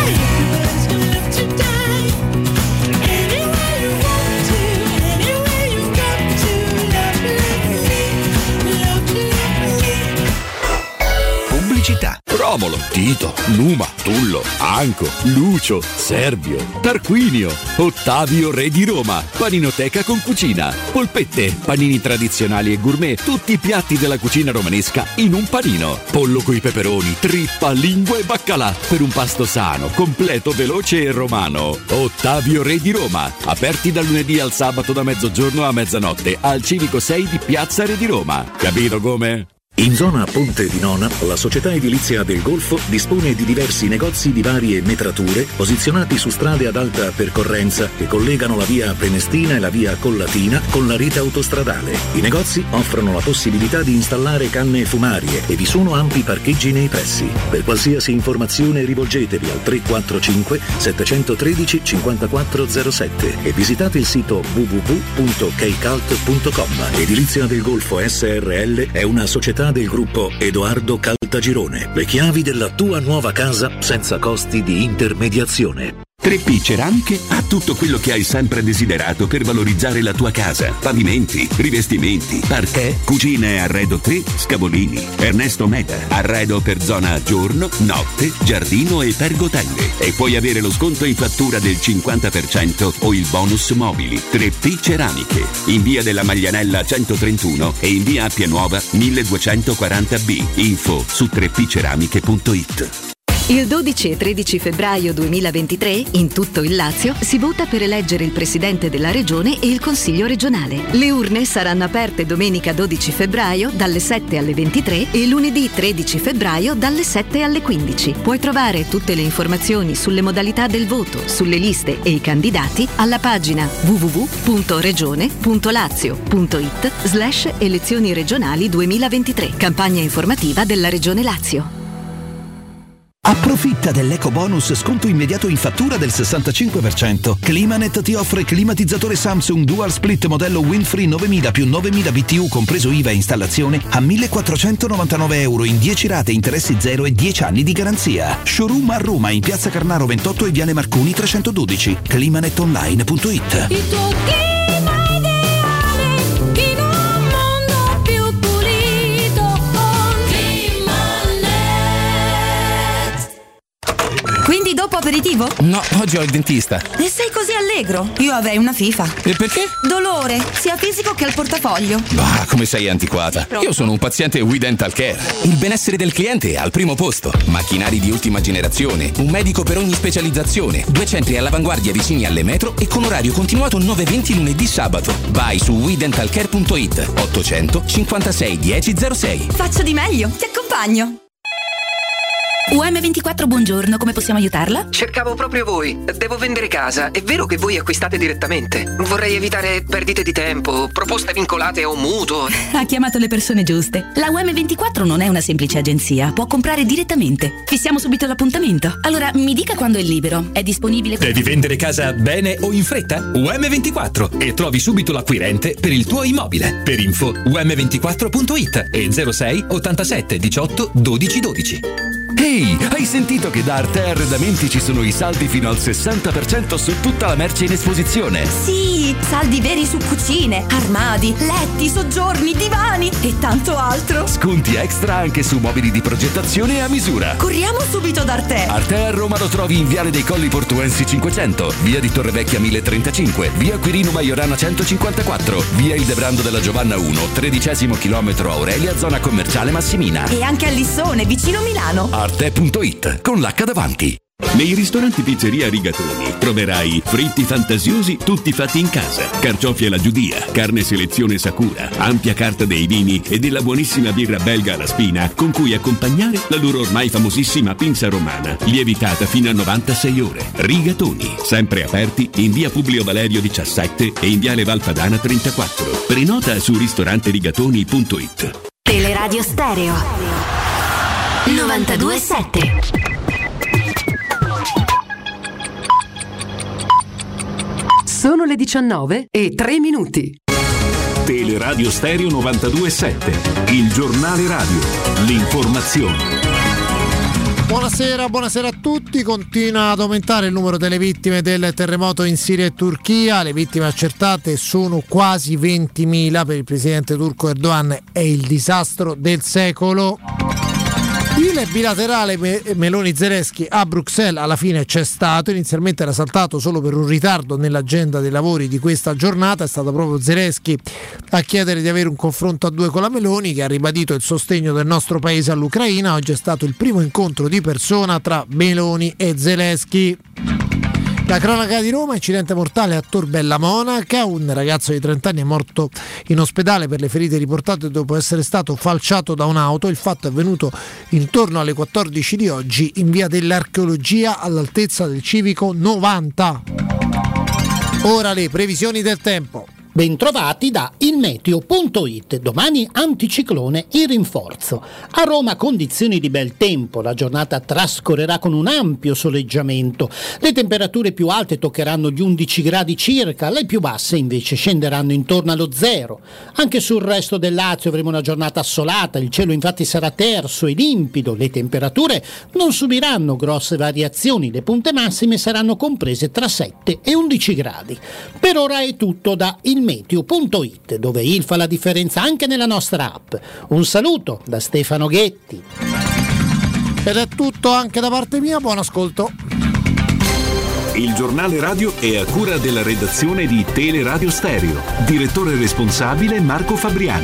Romolo, Tito, Numa, Tullo, Anco, Lucio, Servio, Tarquinio, Ottavio Re di Roma, Paninoteca con cucina, polpette, panini tradizionali e gourmet, tutti i piatti della cucina romanesca in un panino, pollo coi peperoni, trippa, lingua e baccalà, per un pasto sano, completo, veloce e romano. Ottavio Re di Roma, aperti dal lunedì al sabato da mezzogiorno a mezzanotte al Civico 6 di Piazza Re di Roma. Capito come? In zona Ponte di Nona, la società edilizia del Golfo dispone di diversi negozi di varie metrature posizionati su strade ad alta percorrenza che collegano la via Prenestina e la via Collatina con la rete autostradale. I negozi offrono la possibilità di installare canne fumarie e vi sono ampi parcheggi nei pressi. Per qualsiasi informazione rivolgetevi al 345 713 5407 e visitate il sito www.keicalt.com. Edilizia del Golfo SRL è una società del gruppo Edoardo Caltagirone. Le chiavi della tua nuova casa senza costi di intermediazione. 3P Ceramiche ha tutto quello che hai sempre desiderato per valorizzare la tua casa. Pavimenti, rivestimenti, parquet, cucine e arredo 3, Scavolini. Ernesto Meda, arredo per zona giorno, notte, giardino e pergotelle. E puoi avere lo sconto in fattura del 50% o il bonus mobili. 3P Ceramiche, in via della Maglianella 131 e in via Appia Nuova 1240B. Info su 3pceramiche.it. Il 12 e 13 febbraio 2023, in tutto il Lazio, si vota per eleggere il presidente della regione e il consiglio regionale. Le urne saranno aperte domenica 12 febbraio dalle 7 alle 23 e lunedì 13 febbraio dalle 7 alle 15. Puoi trovare tutte le informazioni sulle modalità del voto, sulle liste e i candidati alla pagina www.regione.lazio.it/elezioni regionali 2023. Campagna informativa della Regione Lazio. Approfitta dell'eco bonus sconto immediato in fattura del 65%. Climanet ti offre climatizzatore Samsung Dual Split modello Windfree 9000 più 9000 BTU compreso IVA e installazione a €1.499 in 10 rate, interessi 0 e 10 anni di garanzia. Showroom a Roma in Piazza Carnaro 28 e Viale Marconi 312. Climanetonline.it. Il tuo clima ideale in un mondo più pulito con Climanet. Quindi dopo aperitivo? No, oggi ho il dentista. E sei così allegro? Io avrei una FIFA. E perché? Dolore, sia fisico che al portafoglio. Bah, come sei antiquata. Io sono un paziente We Dental Care. Il benessere del cliente è al primo posto. Macchinari di ultima generazione, un medico per ogni specializzazione, 2 centri all'avanguardia vicini alle metro e con orario continuato 9-20 lunedì sabato. Vai su wedentalcare.it 800 56 1006. Faccio di meglio, ti accompagno. UM24, buongiorno, come possiamo aiutarla? Cercavo proprio voi. Devo vendere casa. È vero che voi acquistate direttamente? Vorrei evitare perdite di tempo, proposte vincolate a un mutuo. Ha chiamato le persone giuste. La UM24 non è una semplice agenzia, può comprare direttamente. Fissiamo subito l'appuntamento. Allora, mi dica quando è libero. È disponibile? Devi vendere casa bene o in fretta? UM24 e trovi subito l'acquirente per il tuo immobile. Per info um24.it e 06 87 18 12 12. Ehi, hai sentito che da Arte Arredamenti ci sono i saldi fino al 60% su tutta la merce in esposizione? Sì, saldi veri su cucine, armadi, letti, soggiorni, divani e tanto altro. Sconti extra anche su mobili di progettazione a misura. Corriamo subito da Arte. Arte a Roma lo trovi in Viale dei Colli Portuensi 500, via di Torrevecchia 1035, via Quirino Maiorana 154, via Il Debrando della Giovanna 1, 13° chilometro Aurelia, zona commerciale Massimina. E anche a Lissone, vicino Milano. Arte.it con l'H davanti. Nei ristoranti Pizzeria Rigatoni troverai fritti fantasiosi tutti fatti in casa, carciofi alla giudia, carne selezione Sakura, ampia carta dei vini e della buonissima birra belga alla spina con cui accompagnare la loro ormai famosissima pinza romana, lievitata fino a 96 ore. Rigatoni, sempre aperti in via Publio Valerio 17 e in viale Valpadana 34. Prenota su ristoranterigatoni.it. Teleradio Stereo 92.7. Sono le 19:03. Teleradio Stereo 92.7, il giornale radio, l'informazione. Buonasera a tutti. Continua ad aumentare il numero delle vittime del terremoto in Siria e Turchia. Le vittime accertate sono quasi 20.000. Per il presidente turco Erdogan è il disastro del secolo. Il bilaterale Meloni-Zelensky a Bruxelles alla fine c'è stato. Inizialmente era saltato solo per un ritardo nell'agenda dei lavori di questa giornata. È stato proprio Zelensky a chiedere di avere un confronto a due con la Meloni, che ha ribadito il sostegno del nostro paese all'Ucraina. Oggi è stato il primo incontro di persona tra Meloni e Zelensky. La cronaca di Roma, incidente mortale a Tor Bella Monaca, un ragazzo di 30 anni è morto in ospedale per le ferite riportate dopo essere stato falciato da un'auto. Il fatto è avvenuto intorno alle 14 di oggi in via dell'Archeologia all'altezza del civico 90. Ora le previsioni del tempo. Bentrovati da ilmeteo.it. Domani anticiclone in rinforzo. A Roma condizioni di bel tempo, la giornata trascorrerà con un ampio soleggiamento. Le temperature più alte toccheranno gli 11 gradi circa, le più basse invece scenderanno intorno allo 0. Anche sul resto del Lazio avremo una giornata assolata, il cielo infatti sarà terso e limpido, le temperature non subiranno grosse variazioni, le punte massime saranno comprese tra 7 e 11 gradi. Per ora è tutto da ilmeteo.it, dove il fa la differenza anche nella nostra app. Un saluto da Stefano Ghetti. Ed è tutto anche da parte mia, buon ascolto. Il giornale radio è a cura della redazione di Teleradio Stereo. Direttore responsabile Marco Fabriani.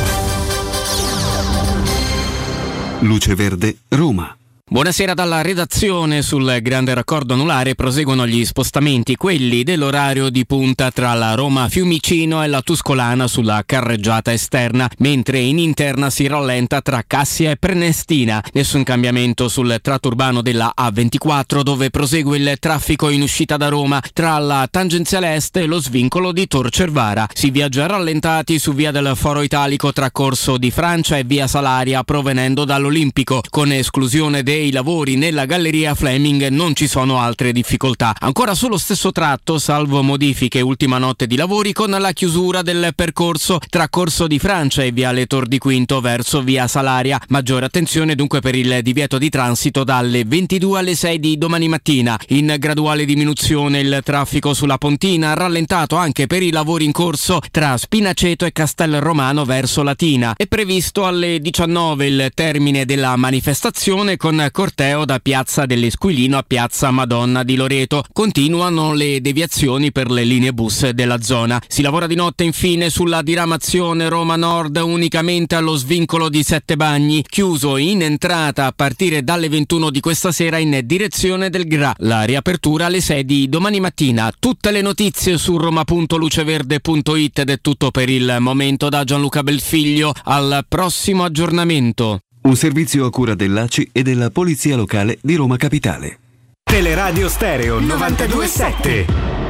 Luce Verde, Roma. Buonasera dalla redazione. Sul grande raccordo anulare proseguono gli spostamenti, quelli dell'orario di punta tra la Roma Fiumicino e la Tuscolana sulla carreggiata esterna, mentre in interna si rallenta tra Cassia e Prenestina. Nessun cambiamento sul tratto urbano della A24, dove prosegue il traffico in uscita da Roma tra la tangenziale est e lo svincolo di Tor Cervara. Si viaggia rallentati su via del Foro Italico tra Corso di Francia e via Salaria provenendo dall'Olimpico, con esclusione dei lavori nella galleria Fleming non ci sono altre difficoltà. Ancora sullo stesso tratto, salvo modifiche, ultima notte di lavori con la chiusura del percorso tra Corso di Francia e viale Tor di Quinto verso via Salaria. Maggiore attenzione dunque per il divieto di transito dalle 22 alle 6 di domani mattina. In graduale diminuzione il traffico sulla Pontina, rallentato anche per i lavori in corso tra Spinaceto e Castel Romano verso Latina. È previsto alle 19 il termine della manifestazione con corteo da Piazza dell'Esquilino a Piazza Madonna di Loreto. Continuano le deviazioni per le linee bus della zona. Si lavora di notte infine sulla diramazione Roma Nord unicamente allo svincolo di Sette Bagni, chiuso in entrata a partire dalle 21 di questa sera in direzione del Gra. La riapertura alle 6 di domani mattina. Tutte le notizie su roma.luceverde.it ed è tutto per il momento da Gianluca Belfiglio. Al prossimo aggiornamento. Un servizio a cura dell'ACI e della Polizia Locale di Roma Capitale. Teleradio Stereo 92.7.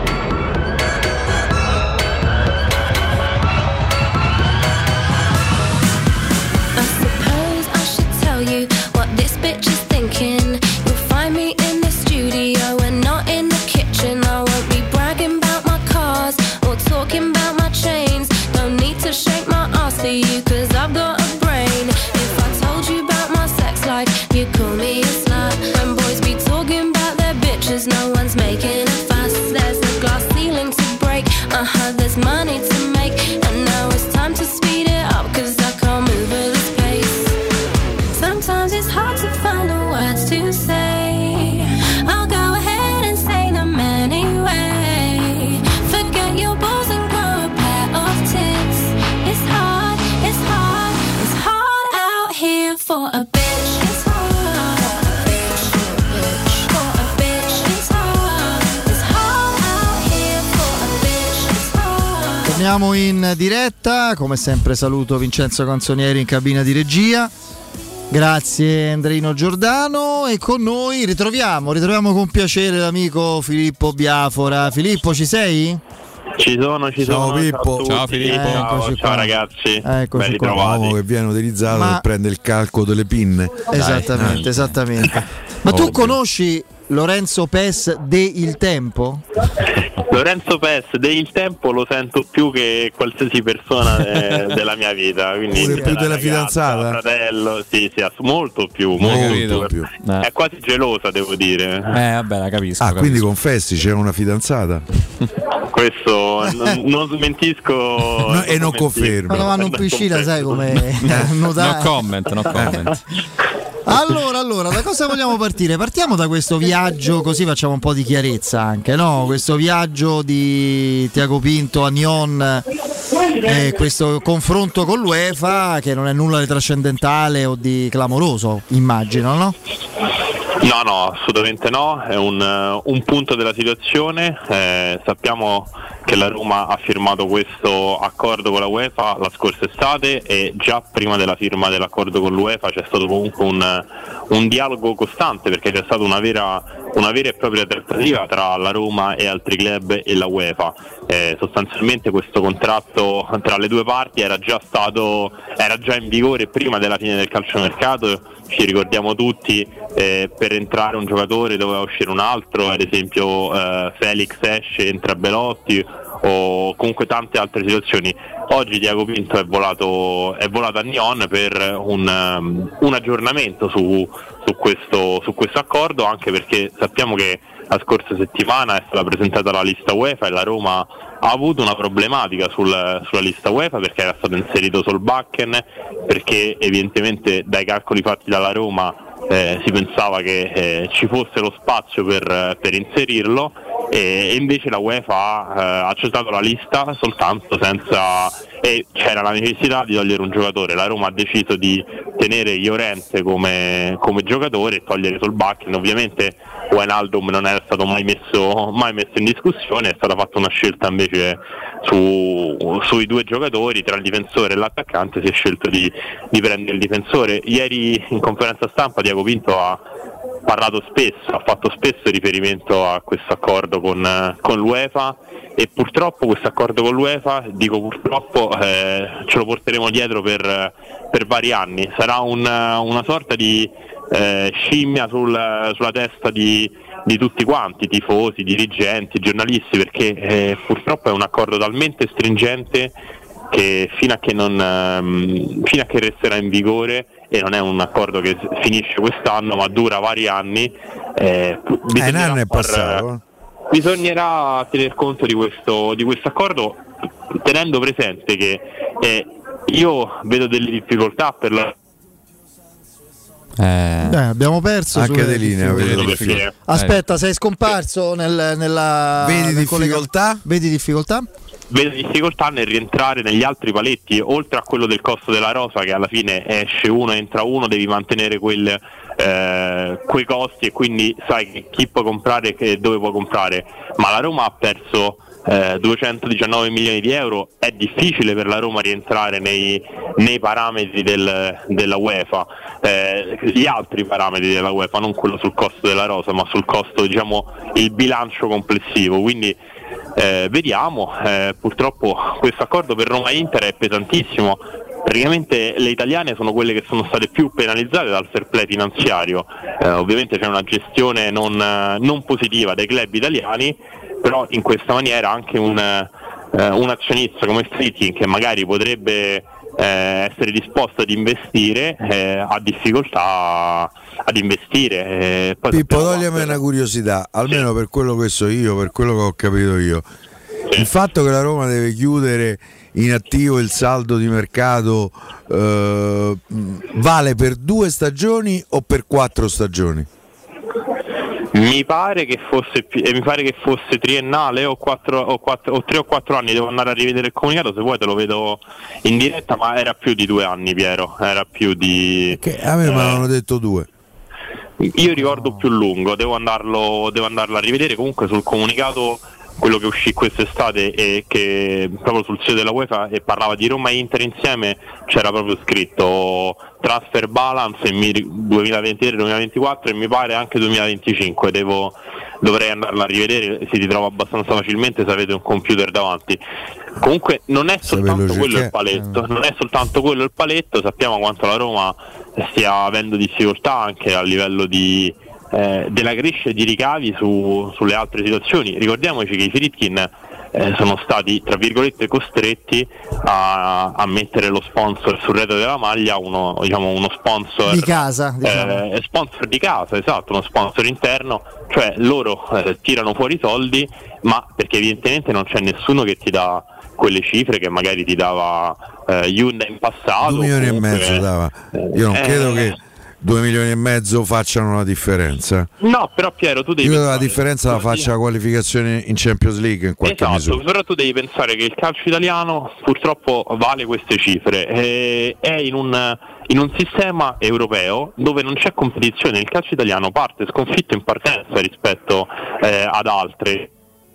No one's making a fuss. There's a glass ceiling to break. There's money to make. And now it's time to speed it up, 'cause I can't move at this pace. Sometimes it's hard to find the words to say. I'll go ahead and say them anyway. Forget your balls and grow a pair of tits. It's hard, it's hard, it's hard out here for a bitch. It's hard. Torniamo in diretta, come sempre saluto Vincenzo Canzonieri in cabina di regia. Grazie Andreino Giordano e con noi ritroviamo con piacere l'amico Filippo Biafora. Filippo, ci sei? Ci sono. Pippo. Ciao Filippo. Ciao ragazzi. Eccoci ben ritrovati. L'uomo che viene utilizzato per prendere il calcolo delle pinne. Esattamente. Ma tu conosci Lorenzo Pes de Il Tempo? Lorenzo Pes de Il Tempo lo sento più che qualsiasi persona della mia vita, quindi pure più della ragazza, fidanzata? Fratello, sì, molto più. È quasi gelosa, devo dire. Vabbè, la capisco. Quindi confessi, c'era una fidanzata? Questo non smentisco e non confermo. Quando vanno in piscina sai come nuotare. No comment. Allora, da cosa vogliamo partire? Partiamo da questo viaggio, così facciamo un po' di chiarezza anche, no? Questo viaggio di Tiago Pinto a Nyon, questo confronto con l'UEFA che non è nulla di trascendentale o di clamoroso, immagino, no? No, assolutamente no, è un punto della situazione. Sappiamo che la Roma ha firmato questo accordo con la UEFA la scorsa estate e già prima della firma dell'accordo con l'UEFA c'è stato comunque un dialogo costante, perché c'è stata una vera e propria trattativa tra la Roma e altri club e la UEFA. Sostanzialmente questo contratto tra le due parti era già in vigore prima della fine del calciomercato. Ci ricordiamo tutti, per entrare un giocatore doveva uscire un altro, ad esempio Felix esce, entra Belotti, o comunque tante altre situazioni. Oggi Tiago Pinto è volato a Nyon per un aggiornamento su questo accordo, anche perché sappiamo che la scorsa settimana è stata presentata la lista UEFA e la Roma ha avuto una problematica sulla lista UEFA, perché era stato inserito Solbakken, perché evidentemente dai calcoli fatti dalla Roma si pensava che ci fosse lo spazio per inserirlo, e invece la UEFA ha accettato la lista soltanto e c'era la necessità di togliere un giocatore. La Roma ha deciso di tenere Llorente come giocatore e togliere Solbakken. Ovviamente Wijnaldum non era stato mai messo in discussione, è stata fatta una scelta invece sui due giocatori, tra il difensore e l'attaccante si è scelto di prendere il difensore. Ieri in conferenza stampa Tiago Pinto ha fatto spesso riferimento a questo accordo con l'UEFA, e purtroppo questo accordo con l'UEFA, dico purtroppo, ce lo porteremo dietro per vari anni. Sarà una sorta di scimmia sulla testa di tutti quanti, tifosi, dirigenti, giornalisti, perché purtroppo è un accordo talmente stringente che fino a che resterà in vigore, e non è un accordo che finisce quest'anno ma dura vari anni, un anno è passato. Bisognerà tener conto di questo accordo, tenendo presente che io vedo delle difficoltà per la abbiamo perso anche delle linee. Aspetta, sei scomparso nella vedi difficoltà? Vedo difficoltà nel rientrare negli altri paletti, oltre a quello del costo della rosa, che alla fine esce uno, entra uno, devi mantenere quei costi, e quindi sai che chi puoi comprare e dove puoi comprare. Ma la Roma ha perso 219 milioni di euro, è difficile per la Roma rientrare nei parametri della UEFA, gli altri parametri della UEFA, non quello sul costo della rosa, ma sul costo, diciamo, il bilancio complessivo. Quindi vediamo, purtroppo questo accordo per Roma e Inter è pesantissimo. Praticamente le italiane sono quelle che sono state più penalizzate dal fair play finanziario. Ovviamente c'è una gestione non positiva dei club italiani, però in questa maniera anche un azionista come Friedkin, che magari potrebbe essere disposto ad investire, ha difficoltà ad investire. Pippo, togliami una curiosità, almeno per quello che so io, per quello che ho capito io. Il fatto che la Roma deve chiudere in attivo il saldo di mercato vale per 2 stagioni o per 4 stagioni? Mi pare che fosse triennale o 3 o 4 anni. Devo andare a rivedere il comunicato, se vuoi te lo vedo in diretta, ma era più di 2 anni, Piero, era più di... Che a me mi avevano detto 2. Io ricordo più lungo, devo andarlo a rivedere. Comunque sul comunicato, quello che uscì quest'estate e che proprio sul sito della UEFA e parlava di Roma e Inter insieme, c'era proprio scritto transfer balance 2023-2024 e mi pare anche 2025. Dovrei andarla a rivedere, si ritrova abbastanza facilmente se avete un computer davanti. Comunque non è soltanto quello il paletto, sappiamo quanto la Roma stia avendo difficoltà anche a livello della crescita di ricavi sulle altre situazioni. Ricordiamoci che i Friedkin sono stati, tra virgolette, costretti a mettere lo sponsor sul retro della maglia, uno sponsor di casa, sponsor di casa, esatto, uno sponsor interno, cioè loro tirano fuori i soldi, ma perché evidentemente non c'è nessuno che ti dà quelle cifre che magari ti dava Hyundai in passato. 2 milioni e mezzo dava. Io non credo che 2,5 milioni facciano la differenza. No, però Piero, tu devi Io pensare, la differenza la faccia la qualificazione in Champions League in qualche misura. Però tu devi pensare che il calcio italiano purtroppo vale queste cifre, è in un sistema europeo dove non c'è competizione. Il calcio italiano parte sconfitto in partenza rispetto ad altre.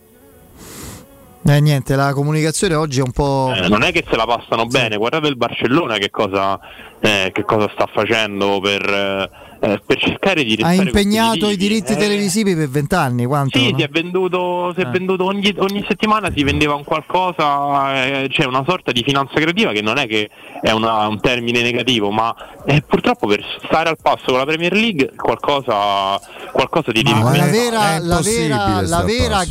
Niente, la comunicazione oggi è un po'. Non è che se la passano bene, guardate il Barcellona che cosa sta facendo per cercare di restare ha impegnato i competitivi. diritti televisivi per 20 anni. Quanto? Sì, no? si è venduto ogni settimana si vendeva un qualcosa, c'è una sorta di finanza creativa che non è che è un termine negativo, ma purtroppo per stare al passo con la Premier League qualcosa di la vera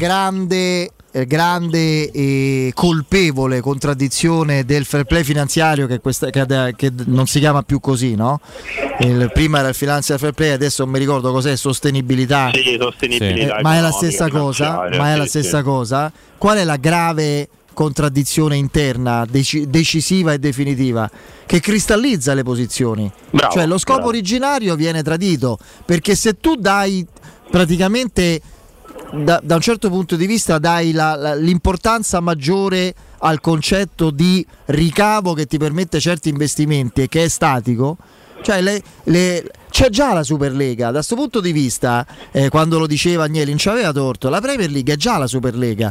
grande e colpevole contraddizione del fair play finanziario che non si chiama più così, no? Prima era il financial fair play, adesso non mi ricordo cos'è, sostenibilità. Sì, sostenibilità. Ma è la stessa cosa? Cosa? Qual è la grave contraddizione interna decisiva e definitiva che cristallizza le posizioni? Cioè lo scopo originario viene tradito, perché se tu dai praticamente da un certo punto di vista dai l'importanza maggiore al concetto di ricavo che ti permette certi investimenti e che è statico, cioè c'è già la Superlega. Da questo punto di vista, quando lo diceva Agnelli non c'aveva torto, la Premier League è già la Superlega.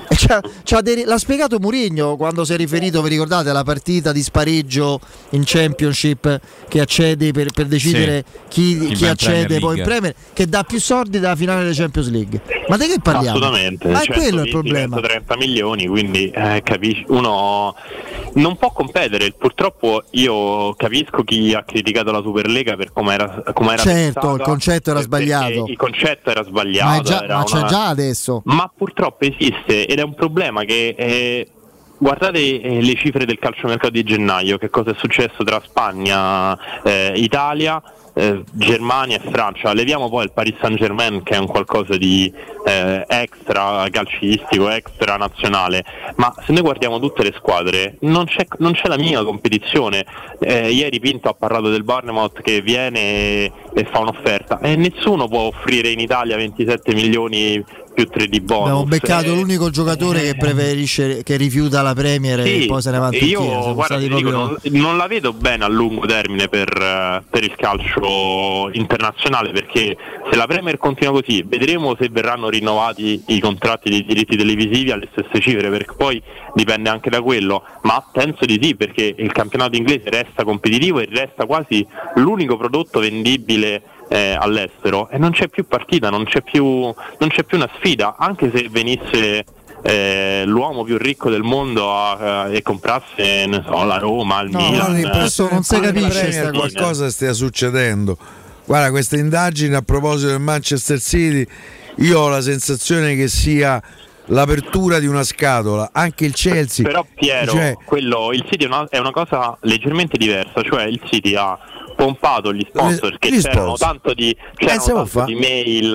L'ha spiegato Mourinho quando si è riferito, vi ricordate, alla partita di spareggio in Championship che accede per decidere chi accede poi in Premier, che dà più soldi della finale della Champions League. Ma di che parliamo? Assolutamente, ma è quello il problema. 130 milioni, quindi capisci, uno non può competere. Purtroppo io capisco chi ha criticato la Superlega per come era certo, il concetto era sbagliato. Il concetto era sbagliato, ma c'è già adesso. Ma purtroppo esiste ed è un problema che guardate le cifre del calciomercato di gennaio, che cosa è successo tra Spagna, Italia, Germania e Francia. Leviamo poi il Paris Saint-Germain, che è un qualcosa di extra calcistico, extra nazionale, ma se noi guardiamo tutte le squadre non c'è la minima competizione. Ieri Pinto ha parlato del Bournemouth che viene e fa un'offerta e nessuno può offrire in Italia 27 milioni più 3 di bonus. Abbiamo beccato l'unico giocatore che preferisce, che rifiuta la Premier e poi se ne va in Turchia. Io non la vedo bene a lungo termine per il calcio internazionale, perché se la Premier continua così vedremo se verranno rinnovati i contratti dei diritti televisivi alle stesse cifre, perché poi dipende anche da quello, ma penso di sì, perché il campionato inglese resta competitivo e resta quasi l'unico prodotto vendibile all'estero e non c'è più partita, non c'è più una sfida, anche se venisse l'uomo più ricco del mondo e comprasse la Roma, il Milan. Adesso non si capisce se qualcosa stia succedendo. Guarda, questa indagine a proposito del Manchester City, io ho la sensazione che sia l'apertura di una scatola. Anche il Chelsea, però Piero, il City è una cosa leggermente diversa, cioè il City ha pompato gli sponsor che c'erano tanto di mail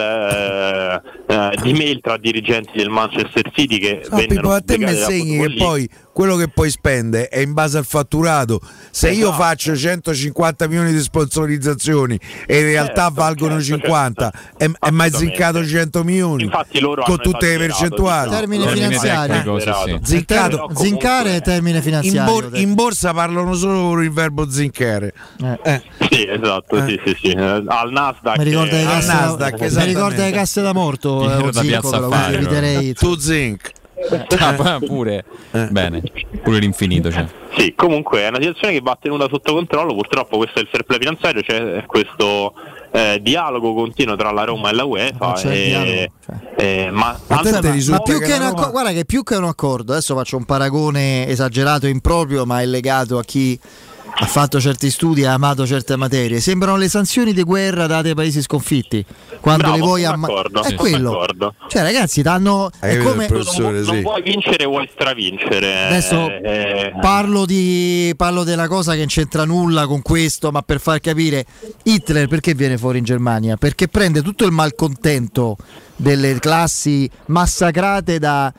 tra dirigenti del Manchester City che vennero a te mi insegni che poi quello che poi spende è in base al fatturato. Se io faccio 150 milioni di sponsorizzazioni e in realtà valgono 50, è mai ziccato 100 milioni. Infatti loro con tutte le percentuali. Termine finanziario. Ziccato. Zincare è termine finanziario. In borsa parlano solo con il verbo zincare. Sì, esatto, sì. Al Nasdaq. Mi ricorda le casse da morto. Tu zinc. Pure bene, pure l'infinito c'è. Sì, comunque è una situazione che va tenuta sotto controllo. Purtroppo questo è il fair play finanziario, c'è questo dialogo continuo tra la Roma e la UEFA ma più che guarda che più che un accordo, adesso faccio un paragone esagerato e improprio, ma è legato a chi ha fatto certi studi e ha amato certe materie. Sembrano le sanzioni di guerra date ai paesi sconfitti quando le vuoi è quello. Cioè ragazzi danno è come non vuoi vincere, vuoi stravincere. Adesso parlo della cosa che non c'entra nulla con questo, ma per far capire, Hitler perché viene fuori in Germania? Perché prende tutto il malcontento delle classi massacrate da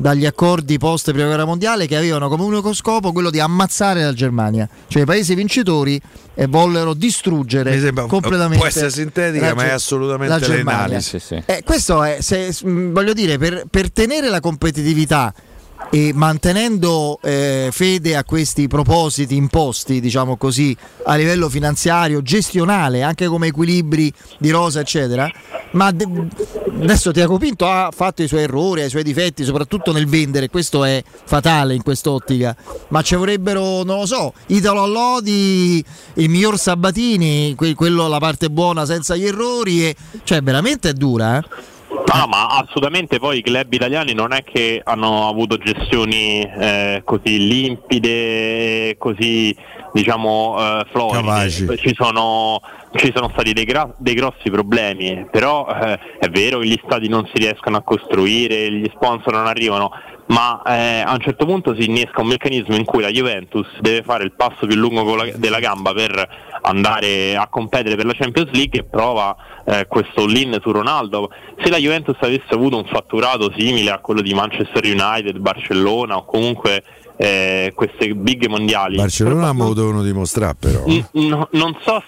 dagli accordi post prima guerra mondiale, che avevano come unico scopo quello di ammazzare la Germania, cioè i paesi vincitori vollero distruggere completamente. Può essere sintetica, ma è assolutamente l'analisi. Questo è, voglio dire, per tenere la competitività e mantenendo fede a questi propositi imposti, diciamo così, a livello finanziario, gestionale, anche come equilibri di rosa eccetera, ma adesso Tiago Pinto ha fatto i suoi errori, i suoi difetti, soprattutto nel vendere, questo è fatale in quest'ottica, ma ci vorrebbero, non lo so, Italo Allodi, il miglior Sabatini, quello la parte buona senza gli errori, cioè veramente è dura, No, ma assolutamente. Poi i club italiani non è che hanno avuto gestioni così limpide, così diciamo floride. Ci sono stati dei grossi problemi, però è vero che gli stadi non si riescono a costruire, gli sponsor non arrivano, ma a un certo punto si innesca un meccanismo in cui la Juventus deve fare il passo più lungo della gamba per andare a competere per la Champions League e prova questo all-in su Ronaldo. Se la Juventus avesse avuto un fatturato simile a quello di Manchester United, Barcellona o comunque queste big mondiali, Barcellona me lo devono dimostrare, però non so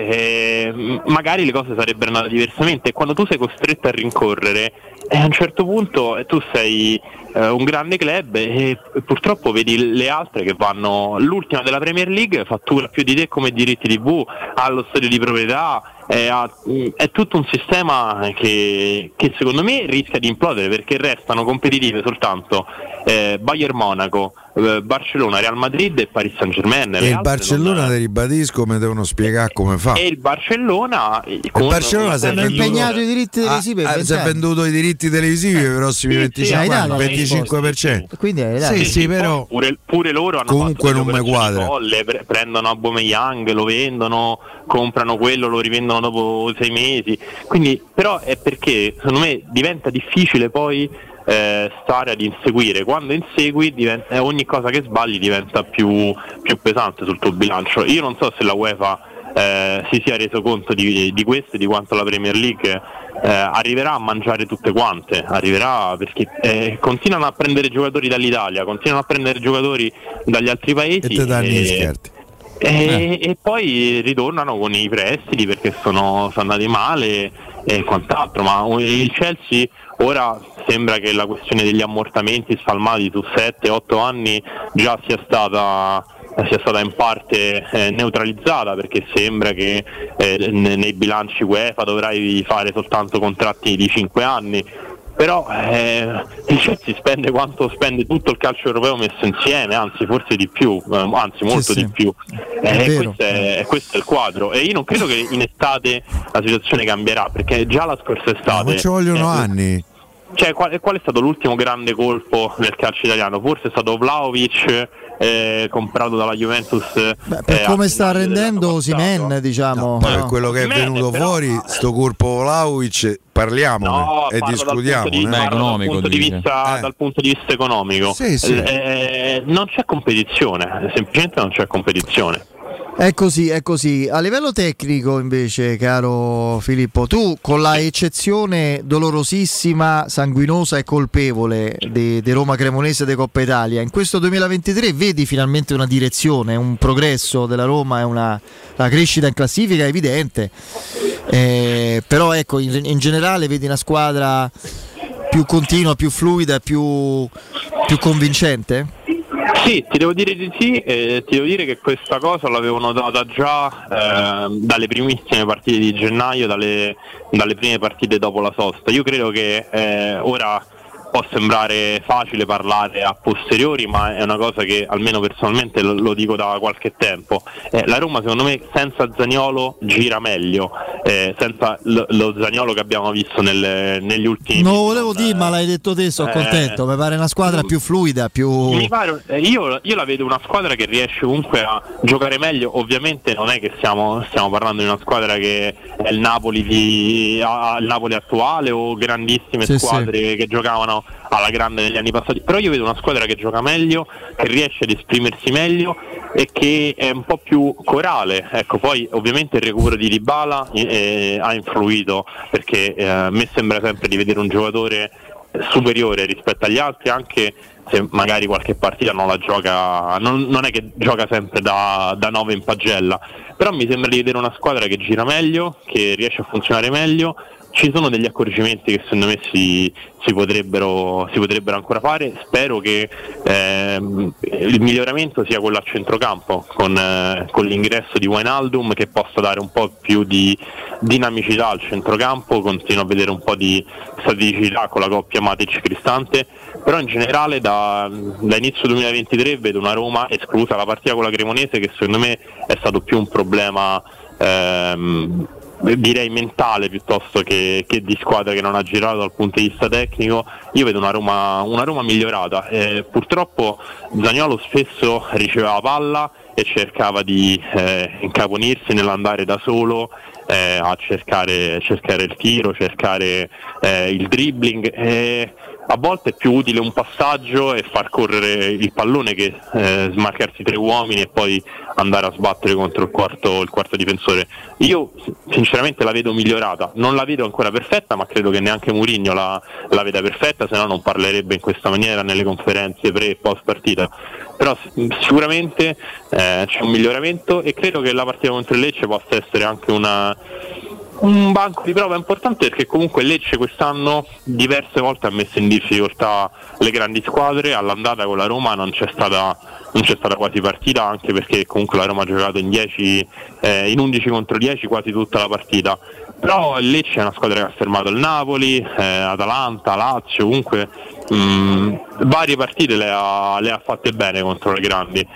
se magari le cose sarebbero andate diversamente. Quando tu sei costretto a rincorrere, a un certo punto tu sei un grande club e purtroppo vedi le altre che vanno, l'ultima della Premier League fattura più di te come diritti TV, ha lo stadio di proprietà, è tutto un sistema che secondo me rischia di implodere, perché restano competitive soltanto Bayern Monaco, Barcellona, Real Madrid e Paris Saint-Germain. E il Barcellona, ti ribadisco, mi devono spiegare come fa. E il Barcellona si è impegnato i diritti televisivi, si è venduto i diritti televisivi per i prossimi 25 anni, 25%. Quindi però pure loro hanno comunque non mi quadra. Prendono Aubameyang, lo vendono, comprano quello, lo rivendono dopo 6 mesi. Quindi però è perché secondo me diventa difficile poi stare ad inseguire. Quando insegui ogni cosa che sbagli diventa più pesante sul tuo bilancio. Io non so se la UEFA si sia reso conto di questo e di quanto la Premier League arriverà a mangiare tutte quante, arriverà perché continuano a prendere giocatori dall'Italia, continuano a prendere giocatori dagli altri paesi e te danno gli scherzi. E poi ritornano con i prestiti perché sono andati male e quant'altro, ma il Chelsea ora sembra che la questione degli ammortamenti spalmati su 7-8 anni già sia stata in parte neutralizzata, perché sembra che nei bilanci UEFA dovrai fare soltanto contratti di 5 anni. Però il Chelsea spende quanto spende tutto il calcio europeo messo insieme, anzi forse di più, anzi molto di più. Questo è il quadro, e io non credo che in estate la situazione cambierà, perché già la scorsa estate non ci vogliono anni. Cioè, qual è stato l'ultimo grande colpo nel calcio italiano? Forse è stato Vlahovic, comprato dalla Juventus. Per come sta rendendo Osimhen, diciamo. Per quello che è venuto fuori, sto colpo Vlahovic, parliamo e discutiamo. Dal punto di vista economico. Sì. Non c'è competizione, semplicemente non c'è competizione. È così. A livello tecnico invece, caro Filippo, tu con la eccezione dolorosissima, sanguinosa e colpevole di Roma Cremonese de Coppa Italia, in questo 2023 vedi finalmente una direzione, un progresso della Roma, la crescita in classifica è evidente, però ecco, in generale vedi una squadra più continua, più fluida, più convincente? Sì, ti devo dire di sì, ti devo dire che questa cosa l'avevo notata già dalle primissime partite di gennaio, dalle prime partite dopo la sosta. Io credo che ora può sembrare facile parlare a posteriori, ma è una cosa che almeno personalmente lo dico da qualche tempo. La Roma secondo me senza Zaniolo gira meglio, senza lo Zaniolo che abbiamo visto negli ultimi. Non lo volevo dire, ma l'hai detto te, sono contento. Mi pare una squadra più fluida, più. Mi pare, io la vedo una squadra che riesce comunque a giocare meglio. Ovviamente non è che stiamo parlando di una squadra che è il Napoli il Napoli attuale o grandissime squadre che giocavano alla grande negli anni passati, però io vedo una squadra che gioca meglio, che riesce ad esprimersi meglio e che è un po' più corale. Ecco, poi ovviamente il recupero di Dybala ha influito, perché a me sembra sempre di vedere un giocatore superiore rispetto agli altri, anche se magari qualche partita non la gioca, non è che gioca sempre da 9 in pagella, però mi sembra di vedere una squadra che gira meglio, che riesce a funzionare meglio. Ci sono degli accorgimenti che secondo me si potrebbero ancora fare. Spero che il miglioramento sia quello a centrocampo, con l'ingresso di Wijnaldum, che possa dare un po' più di dinamicità al centrocampo. Continuo a vedere un po' di staticità con la coppia Matic-Cristante, però in generale da inizio 2023 vedo una Roma, esclusa la partita con la Cremonese, che secondo me è stato più un problema direi mentale piuttosto che di squadra che non ha girato dal punto di vista tecnico. Io vedo una Roma migliorata. Purtroppo Zaniolo spesso riceveva la palla e cercava di incaponirsi nell'andare da solo a cercare il tiro, cercare il dribbling. A volte è più utile un passaggio e far correre il pallone che smarcarsi 3 uomini e poi andare a sbattere contro il quarto difensore. Io sinceramente la vedo migliorata, non la vedo ancora perfetta, ma credo che neanche Mourinho la veda perfetta, se no non parlerebbe in questa maniera nelle conferenze pre e post partita. Però sicuramente c'è un miglioramento, e credo che la partita contro il Lecce possa essere anche un banco di prova importante, perché comunque Lecce quest'anno diverse volte ha messo in difficoltà le grandi squadre. All'andata con la Roma non c'è stata quasi partita, anche perché comunque la Roma ha giocato in 11 contro 10 quasi tutta la partita. Però il Lecce è una squadra che ha fermato il Napoli, Atalanta, Lazio, comunque varie partite le ha fatte bene contro le grandi.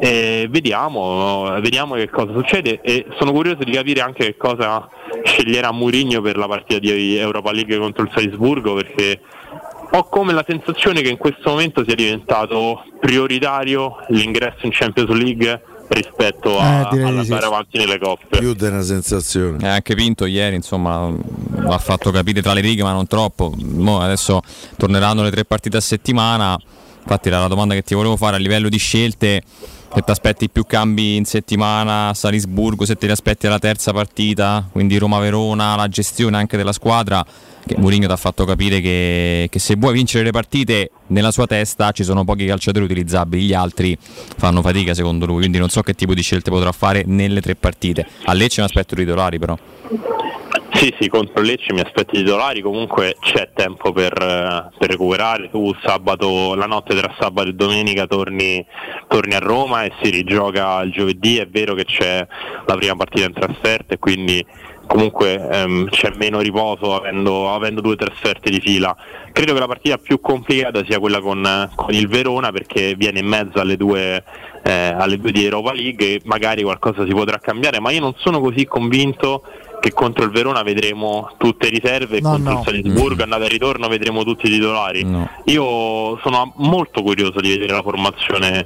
Vediamo che cosa succede, e sono curioso di capire anche che cosa sceglierà Mourinho per la partita di Europa League contro il Salisburgo, perché ho come la sensazione che in questo momento sia diventato prioritario l'ingresso in Champions League rispetto all'andare avanti nelle coppe. Più di una sensazione. Anche Pinto ieri insomma l'ha fatto capire tra le righe, ma non troppo. Adesso torneranno le 3 partite a settimana. Infatti era la domanda che ti volevo fare a livello di scelte: se ti aspetti più cambi in settimana a Salisburgo, se te li aspetti alla terza partita, quindi Roma-Verona, la gestione anche della squadra, che Mourinho ti ha fatto capire che se vuoi vincere le partite nella sua testa ci sono pochi calciatori utilizzabili, gli altri fanno fatica secondo lui, quindi non so che tipo di scelte potrà fare nelle 3 partite. A Lecce mi aspetto i titolari però. Sì, contro Lecce mi aspetto i titolari, comunque c'è tempo per recuperare. Tu sabato, la notte tra sabato e domenica torni a Roma e si rigioca il giovedì. È vero che c'è la prima partita in trasferta e quindi comunque c'è meno riposo avendo 2 trasferte di fila. Credo che la partita più complicata sia quella con il Verona, perché viene in mezzo alle due di Europa League e magari qualcosa si potrà cambiare, ma io non sono così convinto che contro il Verona vedremo tutte riserve e contro il Salisburgo andata e ritorno vedremo tutti i titolari. Io sono molto curioso di vedere la formazione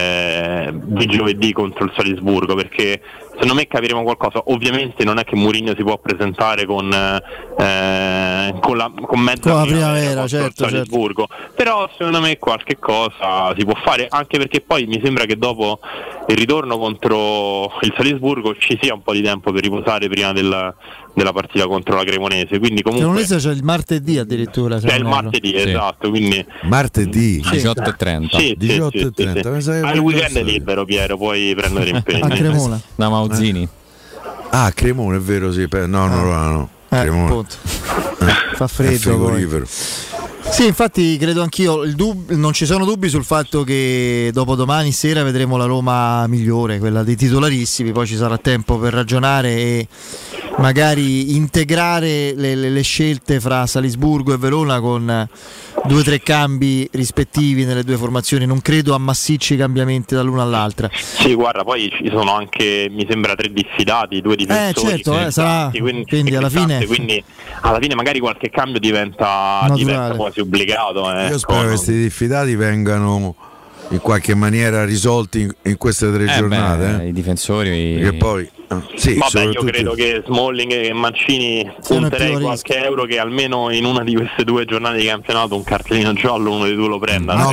di giovedì contro il Salisburgo, perché secondo me capiremo qualcosa. Ovviamente non è che Mourinho si può presentare con mezza primavera contro il Salisburgo, però secondo me qualche cosa si può fare, anche perché poi mi sembra che dopo il ritorno contro il Salisburgo ci sia un po' di tempo per riposare prima della partita contro la Cremonese, quindi comunque Cremonese c'è il martedì addirittura, c'è il martedì, esatto, quindi martedì 18:30. Sì. 18:30. Il weekend è libero, Piero, puoi prendere impegni. A Cremona. Da Mauzzini. Cremona è vero, sì, no. Cremona. Fa freddo poi. Sì, infatti credo anch'io, non ci sono dubbi sul fatto che dopo domani sera vedremo la Roma migliore, quella dei titolarissimi, poi ci sarà tempo per ragionare e magari integrare le scelte fra Salisburgo e Verona con 2-3 cambi rispettivi nelle 2 formazioni. Non credo a massicci cambiamenti dall'una all'altra. Sì, guarda, poi ci sono anche, mi sembra, 3 diffidati, 2 difensori, sarà, quindi alla fine magari qualche cambio diventa quasi obbligato. Io spero che questi diffidati vengano in qualche maniera risolti in queste 3 giornate. I difensori che poi io credo che Smalling e Mancini punterei qualche euro che almeno in una di queste 2 giornate di campionato un cartellino giallo uno dei 2 lo prenda.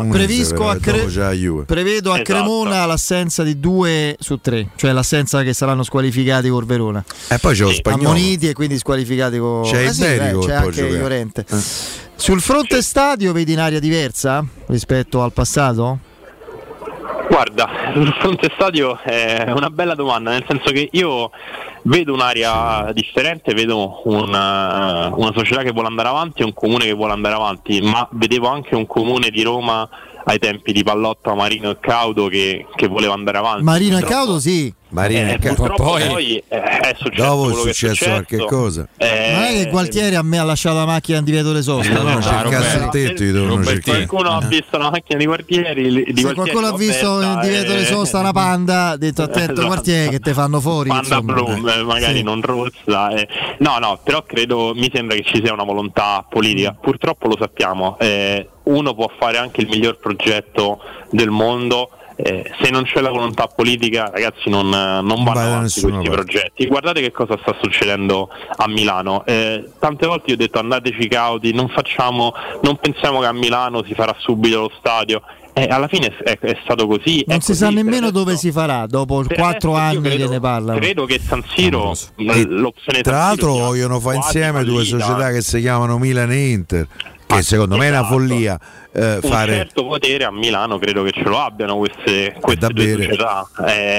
Prevedo a Cremona l'assenza di 2 su 3, cioè l'assenza che saranno squalificati col Verona e poi c'è lo Spagnolo ammoniti e quindi squalificati con c'è Iberico, c'è anche Llorente. Sul fronte stadio vedi un'area diversa rispetto al passato? Guarda, sul fronte stadio è una bella domanda, nel senso che io vedo un'area differente, vedo una società che vuole andare avanti e un comune che vuole andare avanti, ma vedevo anche un comune di Roma ai tempi di Pallotta, Marino e Caudo che voleva andare avanti. Marino e Caudo sì. Poi è successo dopo quello è successo qualche cosa. Non è che Gualtieri a me ha lasciato la macchina in divieto di sosta, no? Qualcuno ha visto la macchina di Gualtieri. Se qualcuno ha visto in divieto di sosta una Panda, ha detto attento Esatto. Gualtieri che te fanno fuori. Panda blu, magari non rossa. No, però mi sembra che ci sia una volontà politica. Purtroppo lo sappiamo. Uno può fare anche il miglior progetto del mondo. Se non c'è la volontà politica, ragazzi, non vanno avanti questi progetti. Guardate che cosa sta succedendo a Milano. Tante volte io ho detto andateci cauti, non pensiamo che a Milano si farà subito lo stadio. Alla fine è stato così. Non si sa nemmeno dove si farà dopo 4 anni che ne parlano. Credo che San Siro, l'opzione tra l'altro vogliono fare insieme due società che si chiamano Milan e Inter, che secondo me è una follia. Un certo potere a Milano credo che ce lo abbiano queste due società,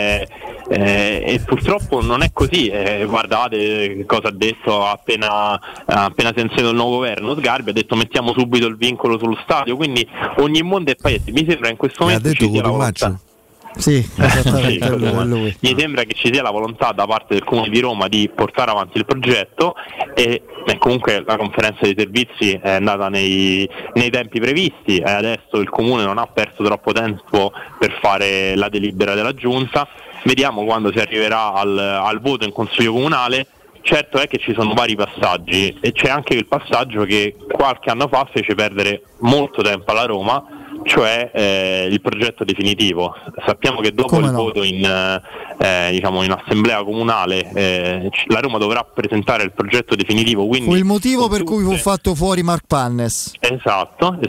e purtroppo non è così. Guardate cosa ha detto appena si è insediato il nuovo governo. Sgarbi ha detto mettiamo subito il vincolo sullo stadio, quindi ogni mondo è paese. Mi sembra in questo momento ci sia la volontà. Sì, esattamente. Lui. Mi sembra che ci sia la volontà da parte del Comune di Roma di portare avanti il progetto e comunque la conferenza dei servizi è andata nei tempi previsti e adesso il Comune non ha perso troppo tempo per fare la delibera della Giunta. Vediamo quando si arriverà al voto in Consiglio Comunale. Certo è che ci sono vari passaggi e c'è anche il passaggio che qualche anno fa fece perdere molto tempo alla Roma, cioè il progetto definitivo. Sappiamo che dopo il voto in assemblea comunale la Roma dovrà presentare il progetto definitivo. Quindi fu il motivo per cui fu fatto fuori Mark Pannes. Esatto.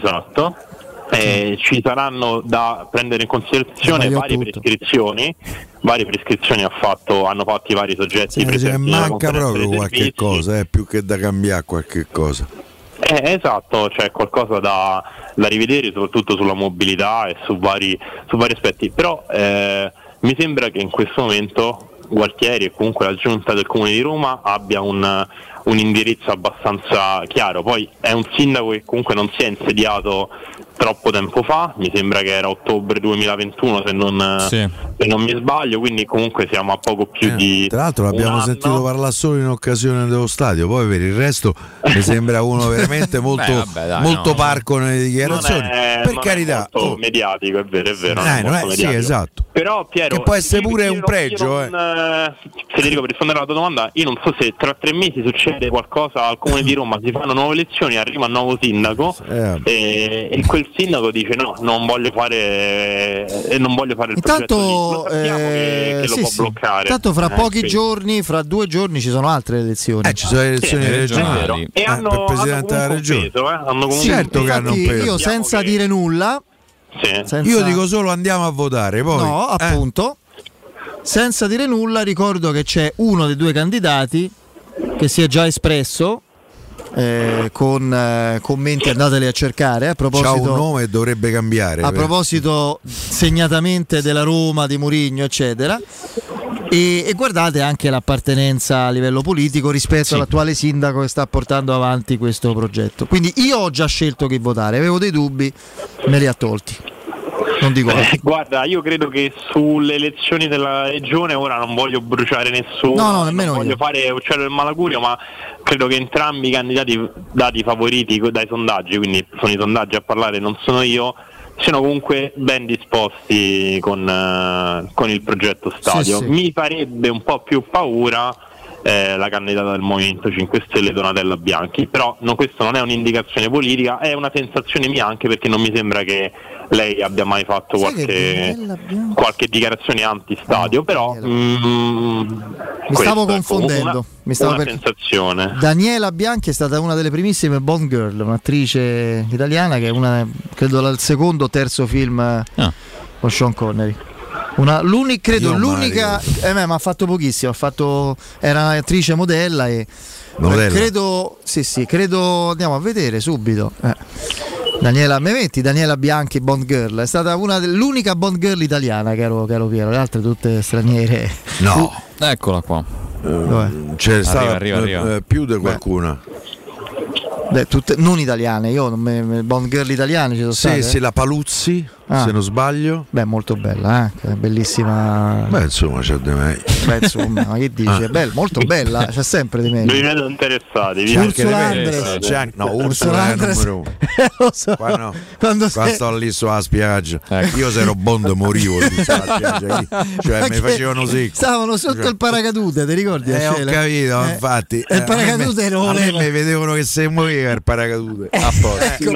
Ci saranno da prendere in considerazione varie prescrizioni hanno fatto i vari soggetti presenti. Manca proprio qualche cosa, più che da cambiare qualche cosa. Esatto, c'è qualcosa da rivedere soprattutto sulla mobilità e su vari aspetti, però mi sembra che in questo momento Gualtieri e comunque la giunta del Comune di Roma abbia un indirizzo abbastanza chiaro. Poi è un sindaco che comunque non si è insediato troppo tempo fa, mi sembra che era ottobre 2021 se non mi sbaglio, quindi comunque siamo a poco più di tra l'altro l'abbiamo sentito parlare solo in occasione dello stadio, poi per il resto mi sembra uno veramente molto parco nelle dichiarazioni, per carità, molto mediatico, è vero, sì, esatto, però Piero, che può essere pure un pregio. Federico, per rispondere alla tua domanda, io non so se tra 3 mesi succede qualcosa al Comune di Roma, si fanno nuove elezioni, arriva un nuovo sindaco e quel sindaco dice no, non voglio fare il progetto che lo può bloccare. Tanto fra pochi giorni, fra 2 giorni ci sono altre elezioni. Ci sono le elezioni regionali e per presidente della regione. Certo che hanno preso. Io senza dire nulla, io dico solo andiamo a votare, poi no, appunto. Senza dire nulla ricordo che c'è uno dei 2 candidati che si è già espresso con commenti, andateli a cercare. A proposito, c'ha un nome e dovrebbe cambiare. A proposito segnatamente della Roma, di Mourinho, eccetera. E guardate anche l'appartenenza a livello politico rispetto all'attuale sindaco che sta portando avanti questo progetto. Quindi io ho già scelto chi votare, avevo dei dubbi, me li ha tolti. Non dico guarda, io credo che sulle elezioni della regione ora non voglio bruciare nessuno, no, nemmeno non voglio fare uccello del malagurio, ma credo che entrambi i candidati dati favoriti dai sondaggi, quindi sono i sondaggi a parlare, non sono io, siano comunque ben disposti con il progetto stadio. Mi farebbe un po' più paura la candidata del Movimento 5 Stelle Donatella Bianchi, però questo non è un'indicazione politica, è una sensazione mia, anche perché non mi sembra che lei abbia mai fatto qualche dichiarazione anti-stadio, però mi stavo confondendo, una sensazione. Daniela Bianchi è stata una delle primissime Bond Girl, un'attrice italiana che è una, credo, dal secondo o terzo film con Sean Connery. L'unica, ma ha fatto pochissimo, era attrice modella e Credo andiamo a vedere subito. Daniela, me metti Daniela Bianchi Bond Girl? È stata l'unica Bond Girl italiana, caro Piero, le altre tutte straniere. No, eccola qua. C'è stata arriva. più di qualcuna. Tutte non italiane, io Bond Girl italiane ci sono state. Sì, la Paluzzi, se non sbaglio. Beh, molto bella, bellissima. Beh, insomma, c'è di meglio. Beh, insomma, ma che dici? È bella, molto bella, c'è sempre di meglio. Vi vedo interessati. Ursula Andres. Ursula è il numero uno. Lo so. Quando sto lì sulla spiaggia, io se ero Bond morivo lì sulla spiaggia, cioè mi facevano secco. Stavano sotto il paracadute, ti ricordi? Ho capito, infatti. Il paracadute non voleva. Mi vedevano che se moriva il paracadute. A posto.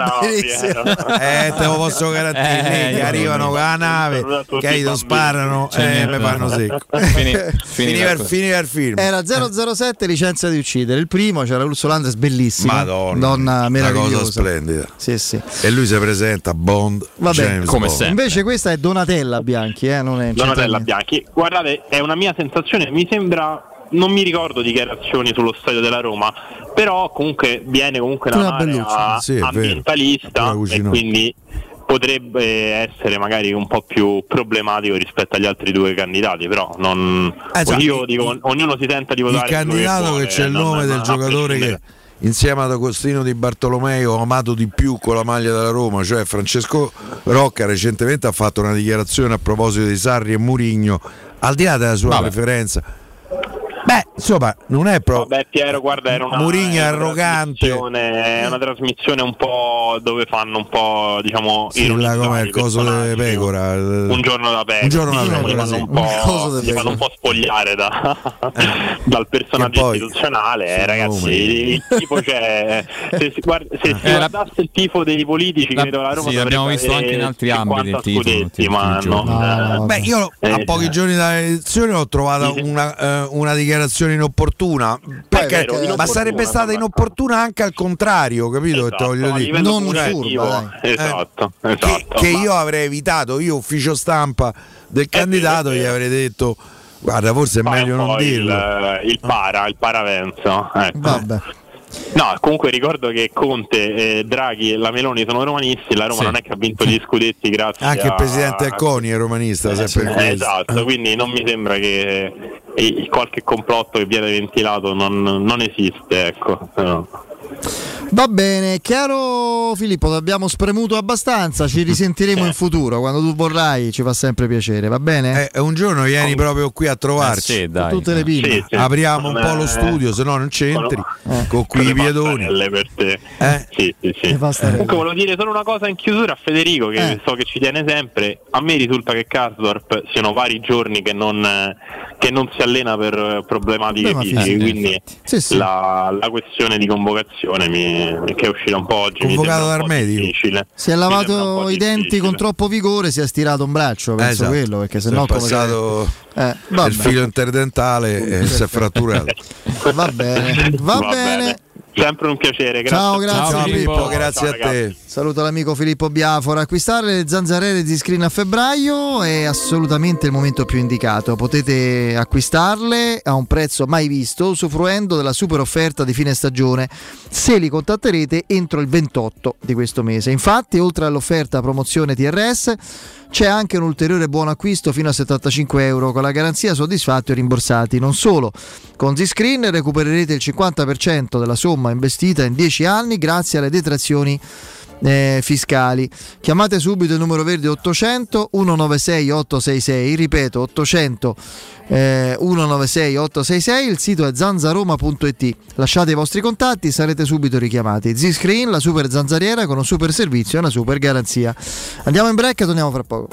Te lo posso garantire. Che arrivano con la nave, che sparano e mi fanno secco. Finiva il film. Era 007 Licenza di uccidere. Il primo c'era Ursula Andres, bellissima. Madonna, meravigliosa. Una cosa splendida. Sì. E lui si presenta Bond. Vabbè, come sempre. Invece questa è Donatella Bianchi, non è Donatella Bianchi. Guardate, è una mia sensazione, mi sembra. Non mi ricordo dichiarazioni sullo stadio della Roma, però comunque viene da un'area ambientalista e quindi potrebbe essere magari un po' più problematico rispetto agli altri due candidati, però io dico ognuno si tenta di votare il candidato che c'è il nome del giocatore che insieme ad Agostino Di Bartolomeo ho amato di più con la maglia della Roma, cioè Francesco Rocca. Recentemente ha fatto una dichiarazione a proposito di Sarri e Mourinho, al di là della sua preferenza. Beh, insomma, non è proprio. Vabbè, Piero, guarda, era una Mourinho è arrogante. È una trasmissione un po' dove fanno un po', diciamo, come il coso delle pecora. Un giorno da pecora. Si fanno un po' spogliare dal personaggio istituzionale, ragazzi. Il tifo c'è. Se si guardasse il tifo dei politici, credo la Roma. Sì, l'abbiamo visto anche in altri ambiti il tifo. Beh, io a pochi giorni dalle elezioni ho trovato una dichiarazione inopportuna, perché ma sarebbe stata inopportuna anche al contrario, capito? Esatto, voglio dire, non furba, esatto. Che io avrei evitato, io ufficio stampa del candidato gli avrei detto guarda, forse è meglio non dirlo. Il paravenzo, ecco. Vabbè. No, comunque ricordo che Conte, Draghi e la Meloni sono romanisti, la Roma non è che ha vinto gli scudetti grazie anche il presidente Acconi è romanista, sempre esatto, quindi non mi sembra che qualche complotto che viene ventilato non esiste, ecco. Va bene, caro Filippo, ti abbiamo spremuto abbastanza, ci risentiremo in futuro, quando tu vorrai, ci fa sempre piacere, va bene? Un giorno vieni proprio qui a trovarci, sì, dai. Tutte le pinne. Sì. Apriamo un po' lo studio, se no non c'entri, con qui i piedoni. Per te. Sì. Comunque volevo dire solo una cosa in chiusura a Federico, che so che ci tiene sempre. A me risulta che Karsdorp siano vari giorni che non si allena per problematiche fisiche, quindi la questione di convocazione che è uscita un po' oggi convocato dal medico, si è lavato i denti con troppo vigore, si è stirato un braccio, penso quello, perché sennò come passato il filo interdentale e si è fratturato. Va bene. Sempre un piacere, grazie. Ciao, grazie Filippo, grazie a te. Saluto l'amico Filippo Biafora. Acquistare le zanzariere di Screen a febbraio è assolutamente il momento più indicato. Potete acquistarle a un prezzo mai visto, usufruendo della super offerta di fine stagione se li contatterete entro il 28 di questo mese. Infatti, oltre all'offerta promozione TRS, c'è anche un ulteriore buon acquisto fino a €75 con la garanzia soddisfatti o rimborsati. Non solo, con Zscreen recupererete il 50% della somma investita in 10 anni grazie alle detrazioni fiscali. Chiamate subito il numero verde 800 196 866, ripeto 800 196 866, il sito è zanzaroma.it. Lasciate i vostri contatti, sarete subito richiamati. Zscreen, la super zanzariera con un super servizio e una super garanzia. Andiamo in break e torniamo fra poco.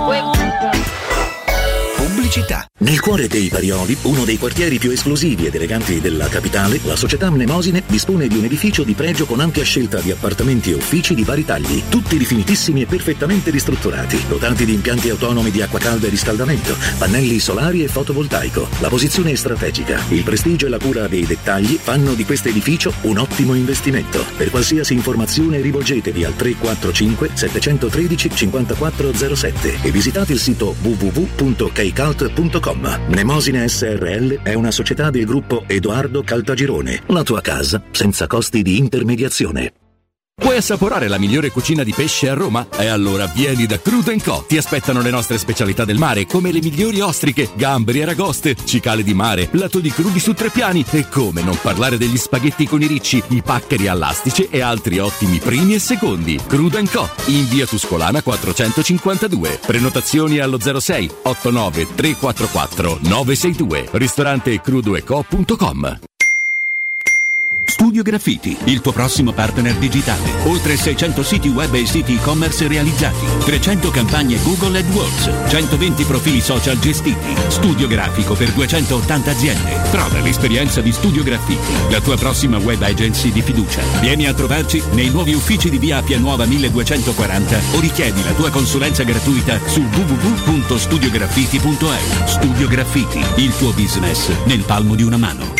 Pubblicità. Nel cuore dei Parioli, uno dei quartieri più esclusivi ed eleganti della capitale, la società Mnemosine dispone di un edificio di pregio con ampia scelta di appartamenti e uffici di vari tagli, tutti rifinitissimi e perfettamente ristrutturati, dotati di impianti autonomi di acqua calda e riscaldamento, pannelli solari e fotovoltaico. La posizione è strategica, il prestigio e la cura dei dettagli fanno di questo edificio un ottimo investimento. Per qualsiasi informazione rivolgetevi al 345 713 5407 e visitate il sito www.kcalc.it. Realtime.com. Mnemosine SRL è una società del gruppo Edoardo Caltagirone. La tua casa senza costi di intermediazione. Vuoi assaporare la migliore cucina di pesce a Roma? E allora vieni da Crudo & Co. Ti aspettano le nostre specialità del mare, come le migliori ostriche, gamberi e aragoste, cicale di mare, lato di crudi su 3 piani e come non parlare degli spaghetti con i ricci, i paccheri all'astice e altri ottimi primi e secondi. Crudo & Co. in via Tuscolana 452. Prenotazioni allo 06 89 344 962. Ristorante crudoeco.com. Studio Graffiti, il tuo prossimo partner digitale. Oltre 600 siti web e siti e-commerce realizzati, 300 campagne Google AdWords, 120 profili social gestiti. Studio grafico per 280 aziende. Prova l'esperienza di Studio Graffiti, la tua prossima web agency di fiducia. Vieni a trovarci nei nuovi uffici di via Appia Nuova 1240 o richiedi la tua consulenza gratuita su www.studiograffiti.eu. Studio Graffiti, il tuo business nel palmo di una mano.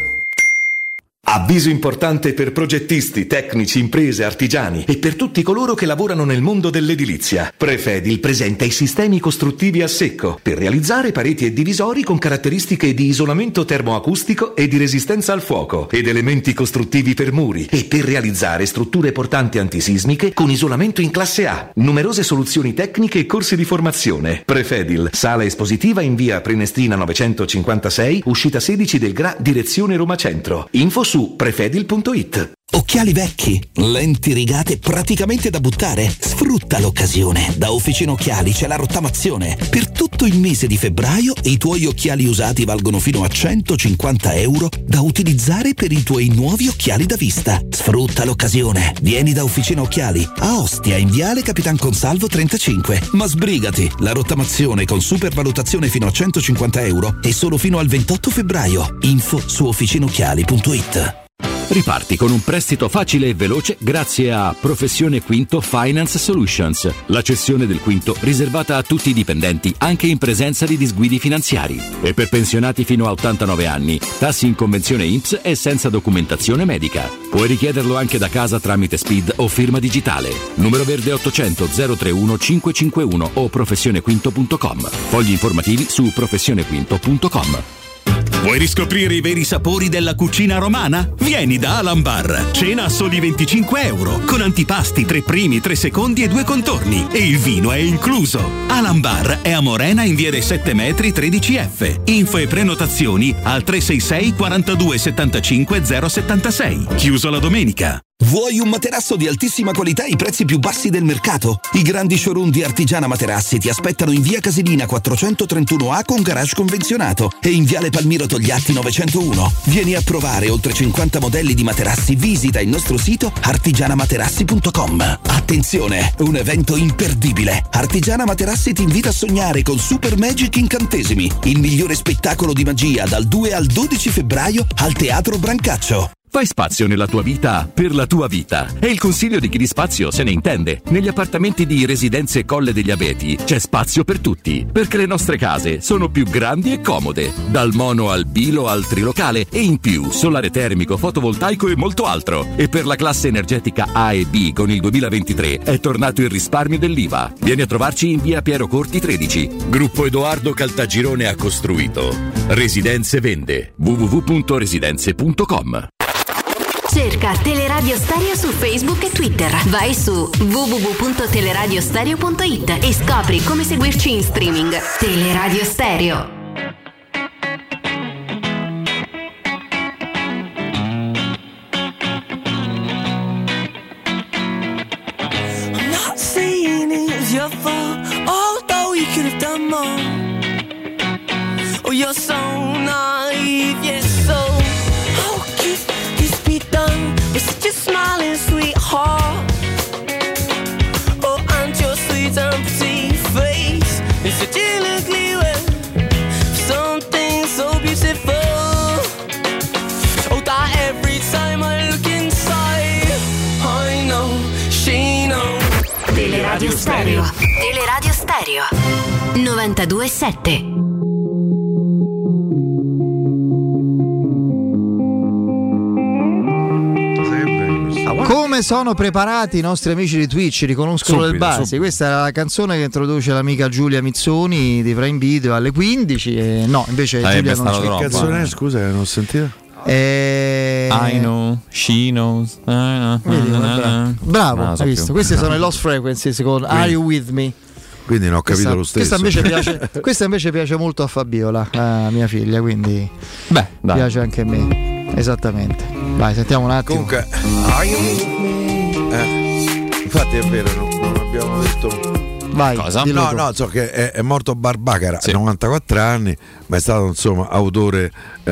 Avviso importante per progettisti, tecnici, imprese, artigiani e per tutti coloro che lavorano nel mondo dell'edilizia. Prefedil presenta i sistemi costruttivi a secco per realizzare pareti e divisori con caratteristiche di isolamento termoacustico e di resistenza al fuoco ed elementi costruttivi per muri e per realizzare strutture portanti antisismiche con isolamento in classe A. Numerose soluzioni tecniche e corsi di formazione. Prefedil, sala espositiva in via Prenestina 956, uscita 16 del GRA, direzione Roma Centro. Info su prefedil.it. Occhiali vecchi, lenti rigate praticamente da buttare? Sfrutta l'occasione. Da Officina Occhiali c'è la rottamazione. Per tutto il mese di febbraio i tuoi occhiali usati valgono fino a €150 da utilizzare per i tuoi nuovi occhiali da vista. Sfrutta l'occasione. Vieni da Officina Occhiali a Ostia in viale Capitan Consalvo 35. Ma sbrigati, la rottamazione con supervalutazione fino a €150 è solo fino al 28 febbraio. Info su officinocchiali.it. Riparti con un prestito facile e veloce grazie a Professione Quinto Finance Solutions, la cessione del quinto riservata a tutti i dipendenti anche in presenza di disguidi finanziari. E per pensionati fino a 89 anni, tassi in convenzione INPS e senza documentazione medica. Puoi richiederlo anche da casa tramite SPID o firma digitale. Numero verde 800 031 551 o professionequinto.com. Fogli informativi su professionequinto.com. Vuoi riscoprire i veri sapori della cucina romana? Vieni da Alan Bar. Cena a soli €25, con antipasti, 3 primi, 3 secondi e 2 contorni. E il vino è incluso. Alan Bar è a Morena in via dei 7 metri 13F. Info e prenotazioni al 366 42 75 076. Chiuso la domenica. Vuoi un materasso di altissima qualità ai prezzi più bassi del mercato? I grandi showroom di Artigiana Materassi ti aspettano in via Casilina 431A con garage convenzionato e in viale Palmiro Togliatti 901. Vieni a provare oltre 50 modelli di materassi. Visita il nostro sito artigianamaterassi.com. Attenzione, un evento imperdibile. Artigiana Materassi ti invita a sognare con Super Magic Incantesimi, il migliore spettacolo di magia dal 2 al 12 febbraio al Teatro Brancaccio. Fai spazio nella tua vita per la tua vita. È il consiglio di chi di spazio se ne intende. Negli appartamenti di Residenze Colle degli Abeti c'è spazio per tutti, perché le nostre case sono più grandi e comode. Dal mono al bilo al trilocale e in più solare termico, fotovoltaico e molto altro. E per la classe energetica A e B con il 2023 è tornato il risparmio dell'IVA. Vieni a trovarci in via Piero Corti 13. Gruppo Edoardo Caltagirone ha costruito. Residenze vende. www.residenze.com. Cerca Teleradio Stereo su Facebook e Twitter. Vai su www.teleradiostereo.it e scopri come seguirci in streaming. Teleradio Stereo. I'm not saying it's your fault, although you could have done more. Oh, you're so naive, yes, so how could this be done with such a smiling sweetheart? Oh, and your sweet and pretty face is such an ugly way, something so beautiful. Oh, that every time I look inside, I know, she knows. Teleradio Stereo. Teleradio Stereo 92.7. come sono preparati i nostri amici di Twitch, riconoscono Subito, le basi. subito. Questa era la canzone che introduce l'amica Giulia Mizzoni di Prime Video alle 15 e no, invece Giulia non c'è. Che canzone è? Scusa, non ho sentito. I know, she knows. Vedi, bravo, hai visto? Questi sono i Lost Frequencies con Are You With Me? Quindi non ho capito lo stesso. Questa invece piace molto a Fabiola, a mia figlia, quindi dai. Piace anche a me. Esattamente. Vai, sentiamo un attimo. Comunque, infatti è vero, non abbiamo detto. Vai, cosa? No, so che è morto Barbacara, 94 anni, ma è stato insomma autore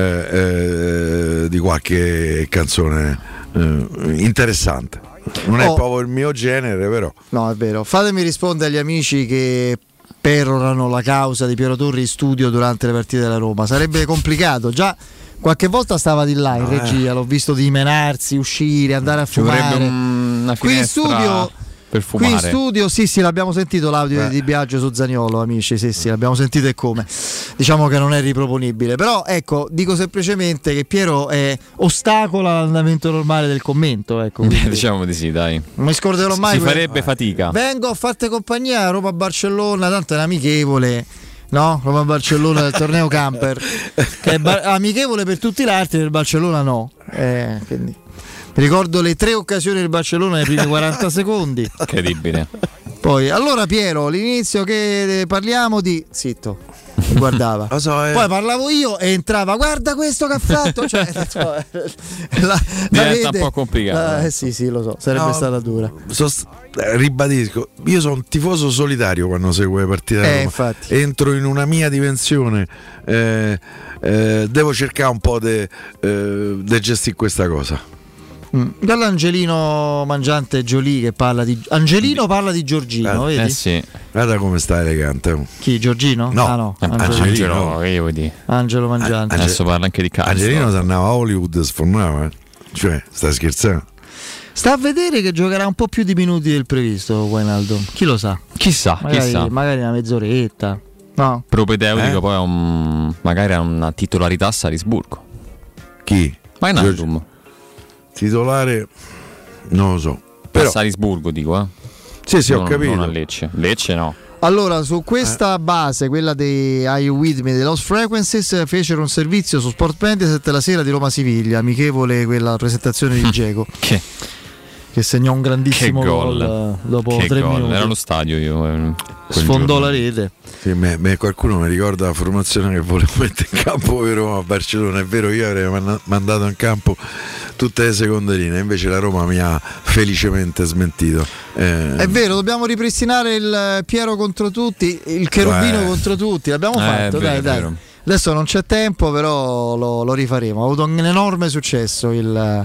di qualche canzone interessante. Non è proprio il mio genere, però. No, è vero. Fatemi rispondere agli amici che perorano la causa di Piero Torri in studio durante le partite della Roma. Sarebbe complicato. Già qualche volta stava di là in regia, l'ho visto dimenarsi, uscire, andare a fumare. Una qui in finestra studio per fumare. Qui in studio sì, l'abbiamo sentito l'audio di Biagio su Zaniolo, amici, sì, l'abbiamo sentito e come. Diciamo che non è riproponibile, però ecco, dico semplicemente che Piero ostacola l'andamento normale del commento, ecco. Diciamo di sì, dai. Non mi scorderò mai. Si farebbe fatica. Vengo a farti compagnia a Roma-Barcellona, tanto è un amichevole. No, Roma-Barcellona del torneo Camper, che è amichevole per tutti gli altri, del Barcellona no. Quindi ricordo le 3 occasioni del Barcellona nei primi 40 secondi. Incredibile. Poi, allora Piero, l'inizio che parliamo di... Zitto, guardava. Poi parlavo io e entrava, guarda questo che ha fatto. Cioè, diventa un po' complicato. Sì, lo so, sarebbe stata dura. Ribadisco, io sono un tifoso solitario quando seguo le partite da Roma. Infatti. Entro in una mia dimensione, devo cercare un po' di gestire questa cosa. Dall'Angelino Mangiante Giolì che parla di Angelino parla di Giorgino, vedi? Sì. Guarda come sta elegante. Chi? Giorgino? No, Angelino. Angelo Mangiante. Adesso parla anche di calcio. Angelino se andava a Hollywood, sfornava, cioè, stai scherzando? Sta a vedere che giocherà un po' più di minuti del previsto Wijnaldum. Chi lo sa? Chissà. Magari una mezz'oretta. No. Propedeutico poi magari ha una titolarità a Salisburgo. Chi? Wijnaldum. Titolare non lo so. Però a Salisburgo dico, Sì, ho capito. Non a Lecce. Lecce no. Allora, su questa base, quella dei Are You With Me dei Lost Frequencies, fecero un servizio su Sport Mediaset la sera di Roma-Siviglia, amichevole quella presentazione di Dzeko. Che segnò un grandissimo gol dopo 3 minuti. Era allo stadio io. Sfondò la rete. Sì, qualcuno mi ricorda la formazione che volevo mettere in campo per Roma a Barcellona. È vero, io avrei mandato in campo tutte le seconde linee, invece la Roma mi ha felicemente smentito. È vero, dobbiamo ripristinare il Piero contro tutti, il cherubino contro tutti. L'abbiamo fatto, dai. Adesso non c'è tempo, però lo rifaremo. Ha avuto un enorme successo il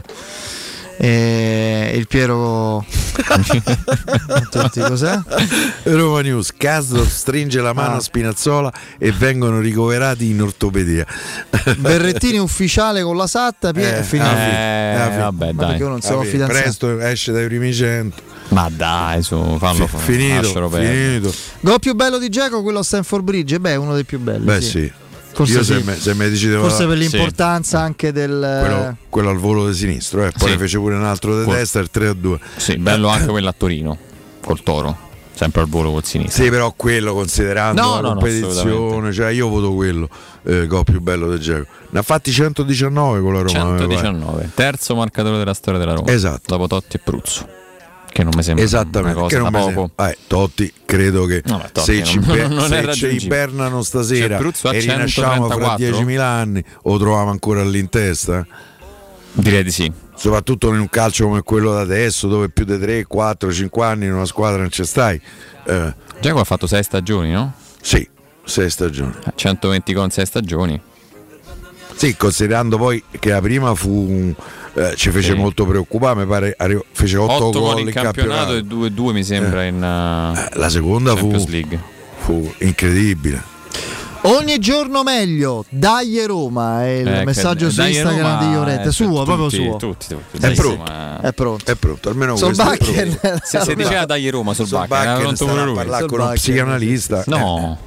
Piero tutti, cos'è? Roma News. Kasdorf stringe la mano a Spinazzola e vengono ricoverati in ortopedia. Berrettini ufficiale con la Satta è finito. Vabbè, dai. Non siamo fidanzati. Presto esce dai primi 100. Ma dai, fallo finito. Gol più bello di Dzeko, quello a Stamford Bridge. Uno dei più belli. Sì. Forse io se mi decidevo, forse per l'importanza anche del quello al volo di sinistro, poi ne fece pure un altro di destra, il 3-2. Sì, bello anche quello a Torino col Toro, sempre al volo col sinistro. Sì, però quello considerando la competizione, cioè io voto quello gol più bello del Dzeko. Ne ha fatti 119 con la Roma. 119, terzo marcatore della storia della Roma. Esatto. Dopo Totti e Pruzzo. Che non mi sembra una cosa da poco. Totti credo che se ci ibernano stasera e rinasciamo fra 10.000 anni o troviamo ancora lì in testa? Direi di sì. Soprattutto in un calcio come quello da adesso, dove più di 3, 4, 5 anni in una squadra non ci stai. Dzeko ha fatto 6 stagioni, no? Sì, 6 stagioni. 120 con 6 stagioni. Sì, considerando poi che la prima fu ci fece molto preoccupare, mi pare fece 8 gol in campionato e 2-2 mi sembra in la seconda Champions League. Fu incredibile. Ogni giorno meglio, dai Roma è il messaggio su Instagram di Ioretta, suo, proprio suo. Tutti. È pronto, almeno questo. Se diceva dai Roma sul Bacca, parlare con uno psicanalista. No.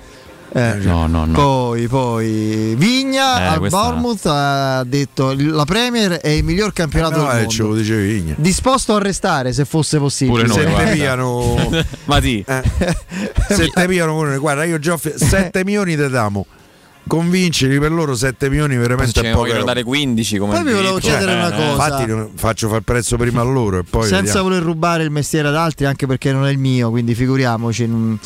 No. Poi Vigna al Bournemouth ha detto la Premier è il miglior campionato del mondo. Ce lo dice Vigna. Disposto a restare se fosse possibile. Pure noi, se te piano ma sì. Se te piano, guarda, io già 7 milioni te damo. Convincili, per loro 7 milioni veramente è poco. Vogliono dare 15 come. Poi vi volevo chiedere una cosa. Infatti faccio fare il prezzo prima a loro e poi senza voler rubare il mestiere ad altri, anche perché non è il mio, quindi figuriamoci.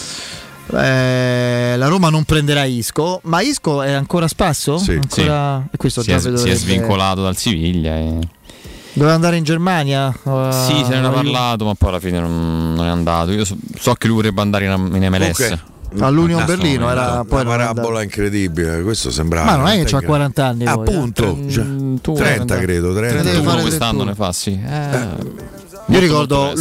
La Roma non prenderà Isco, ma Isco è ancora a spasso? Sì. Ancora... E questo si è svincolato dal Siviglia doveva andare in Germania? Sì, se ne era parlato, ma poi alla fine non è andato. Io so che lui vorrebbe andare in MLS. Okay. All'Union Berlino era poi una parabola incredibile, questo sembrava. Ma non è che c'ha 40 anni, appunto, 30 credo, 30. Quest'anno ne fa, sì. Io ricordo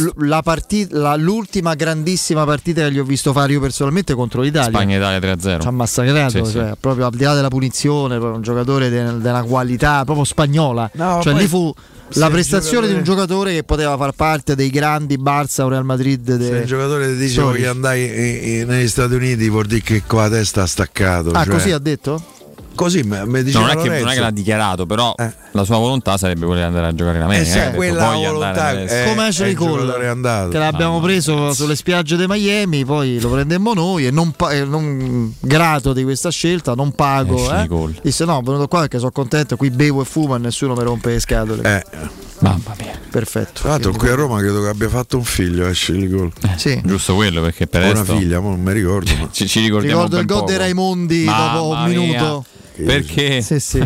l'ultima grandissima partita che gli ho visto fare io personalmente contro l'Italia. Spagna-Italia 3-0. Ci ha massacrato, cioè, proprio al di là della punizione, un giocatore della qualità proprio spagnola. Cioè lì fu la prestazione di un giocatore che poteva far parte dei grandi Barça o Real Madrid. Se il giocatore dice che andai negli Stati Uniti vuol dire che con la testa ha staccato. Ah, così ha detto? Così mi diceva non è che l'ha dichiarato, però la sua volontà sarebbe quella di andare a giocare in America. Quella volontà come Ashley Cole, che l'abbiamo preso sulle spiagge di Miami, poi lo prendemmo noi e non grato di questa scelta, non pago. Disse no, venuto qua perché sono contento, qui bevo e fumo e nessuno mi rompe le scatole. Mamma mia, perfetto. Tra l'altro qui a Roma credo che abbia fatto un figlio Ashley Cole. Sì. Giusto quello, perché per una figlia, non mi ricordo. Ma... ci ricordiamo il gol dei Raimondi dopo un minuto. Perché? Sì.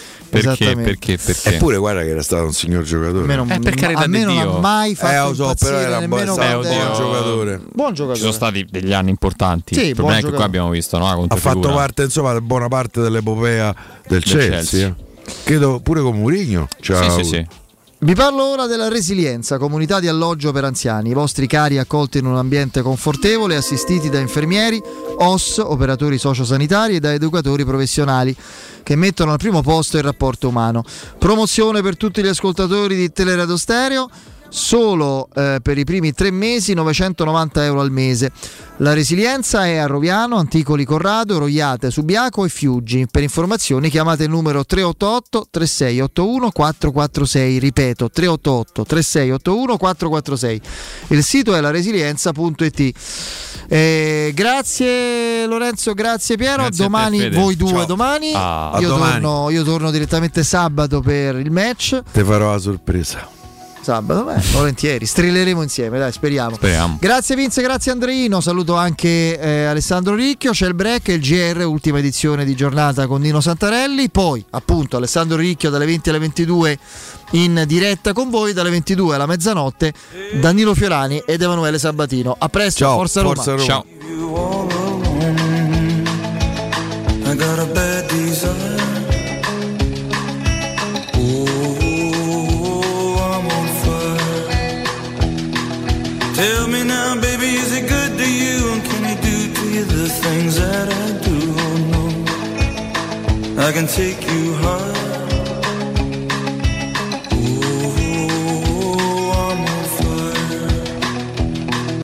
Perché? Eppure guarda che era stato un signor giocatore. Per carità a me non Dio. ha mai fatto impazzire, però era nemmeno un buon giocatore. Ci sono stati degli anni importanti. Sì, il problema è che qua abbiamo visto, no? Ha fatto parte, insomma, buona parte dell'epopea del Chelsea. Credo pure con Mourinho. Sì. Vi parlo ora della Resilienza, comunità di alloggio per anziani, i vostri cari accolti in un ambiente confortevole, assistiti da infermieri, OS, operatori sociosanitari e da educatori professionali che mettono al primo posto il rapporto umano. Promozione per tutti gli ascoltatori di Teleradio Stereo, solo per i primi 3 mesi 990 euro al mese. La Resilienza è a Roviano, Anticoli Corrado, Roiate, Subiaco e Fiuggi. Per informazioni chiamate il numero 388 3681 446, ripeto 388 3681 446. Il sito è laresilienza.it. Grazie Lorenzo, grazie Piero, grazie domani voi due. Ciao. Domani io torno direttamente sabato per il match. Te farò la sorpresa sabato, volentieri, strilleremo insieme, dai, speriamo. Grazie Vince, grazie Andreino, saluto anche Alessandro Ricchio, c'è il break e il GR, ultima edizione di giornata con Nino Santarelli, poi appunto Alessandro Ricchio dalle 20 alle 22 in diretta con voi, dalle 22 alla mezzanotte Danilo Fiorani ed Emanuele Sabatino. A presto, ciao, Forza Roma. Ciao. Tell me now, baby, is it good to you? And can I do to you the things that I do? Oh, no, I can take you high.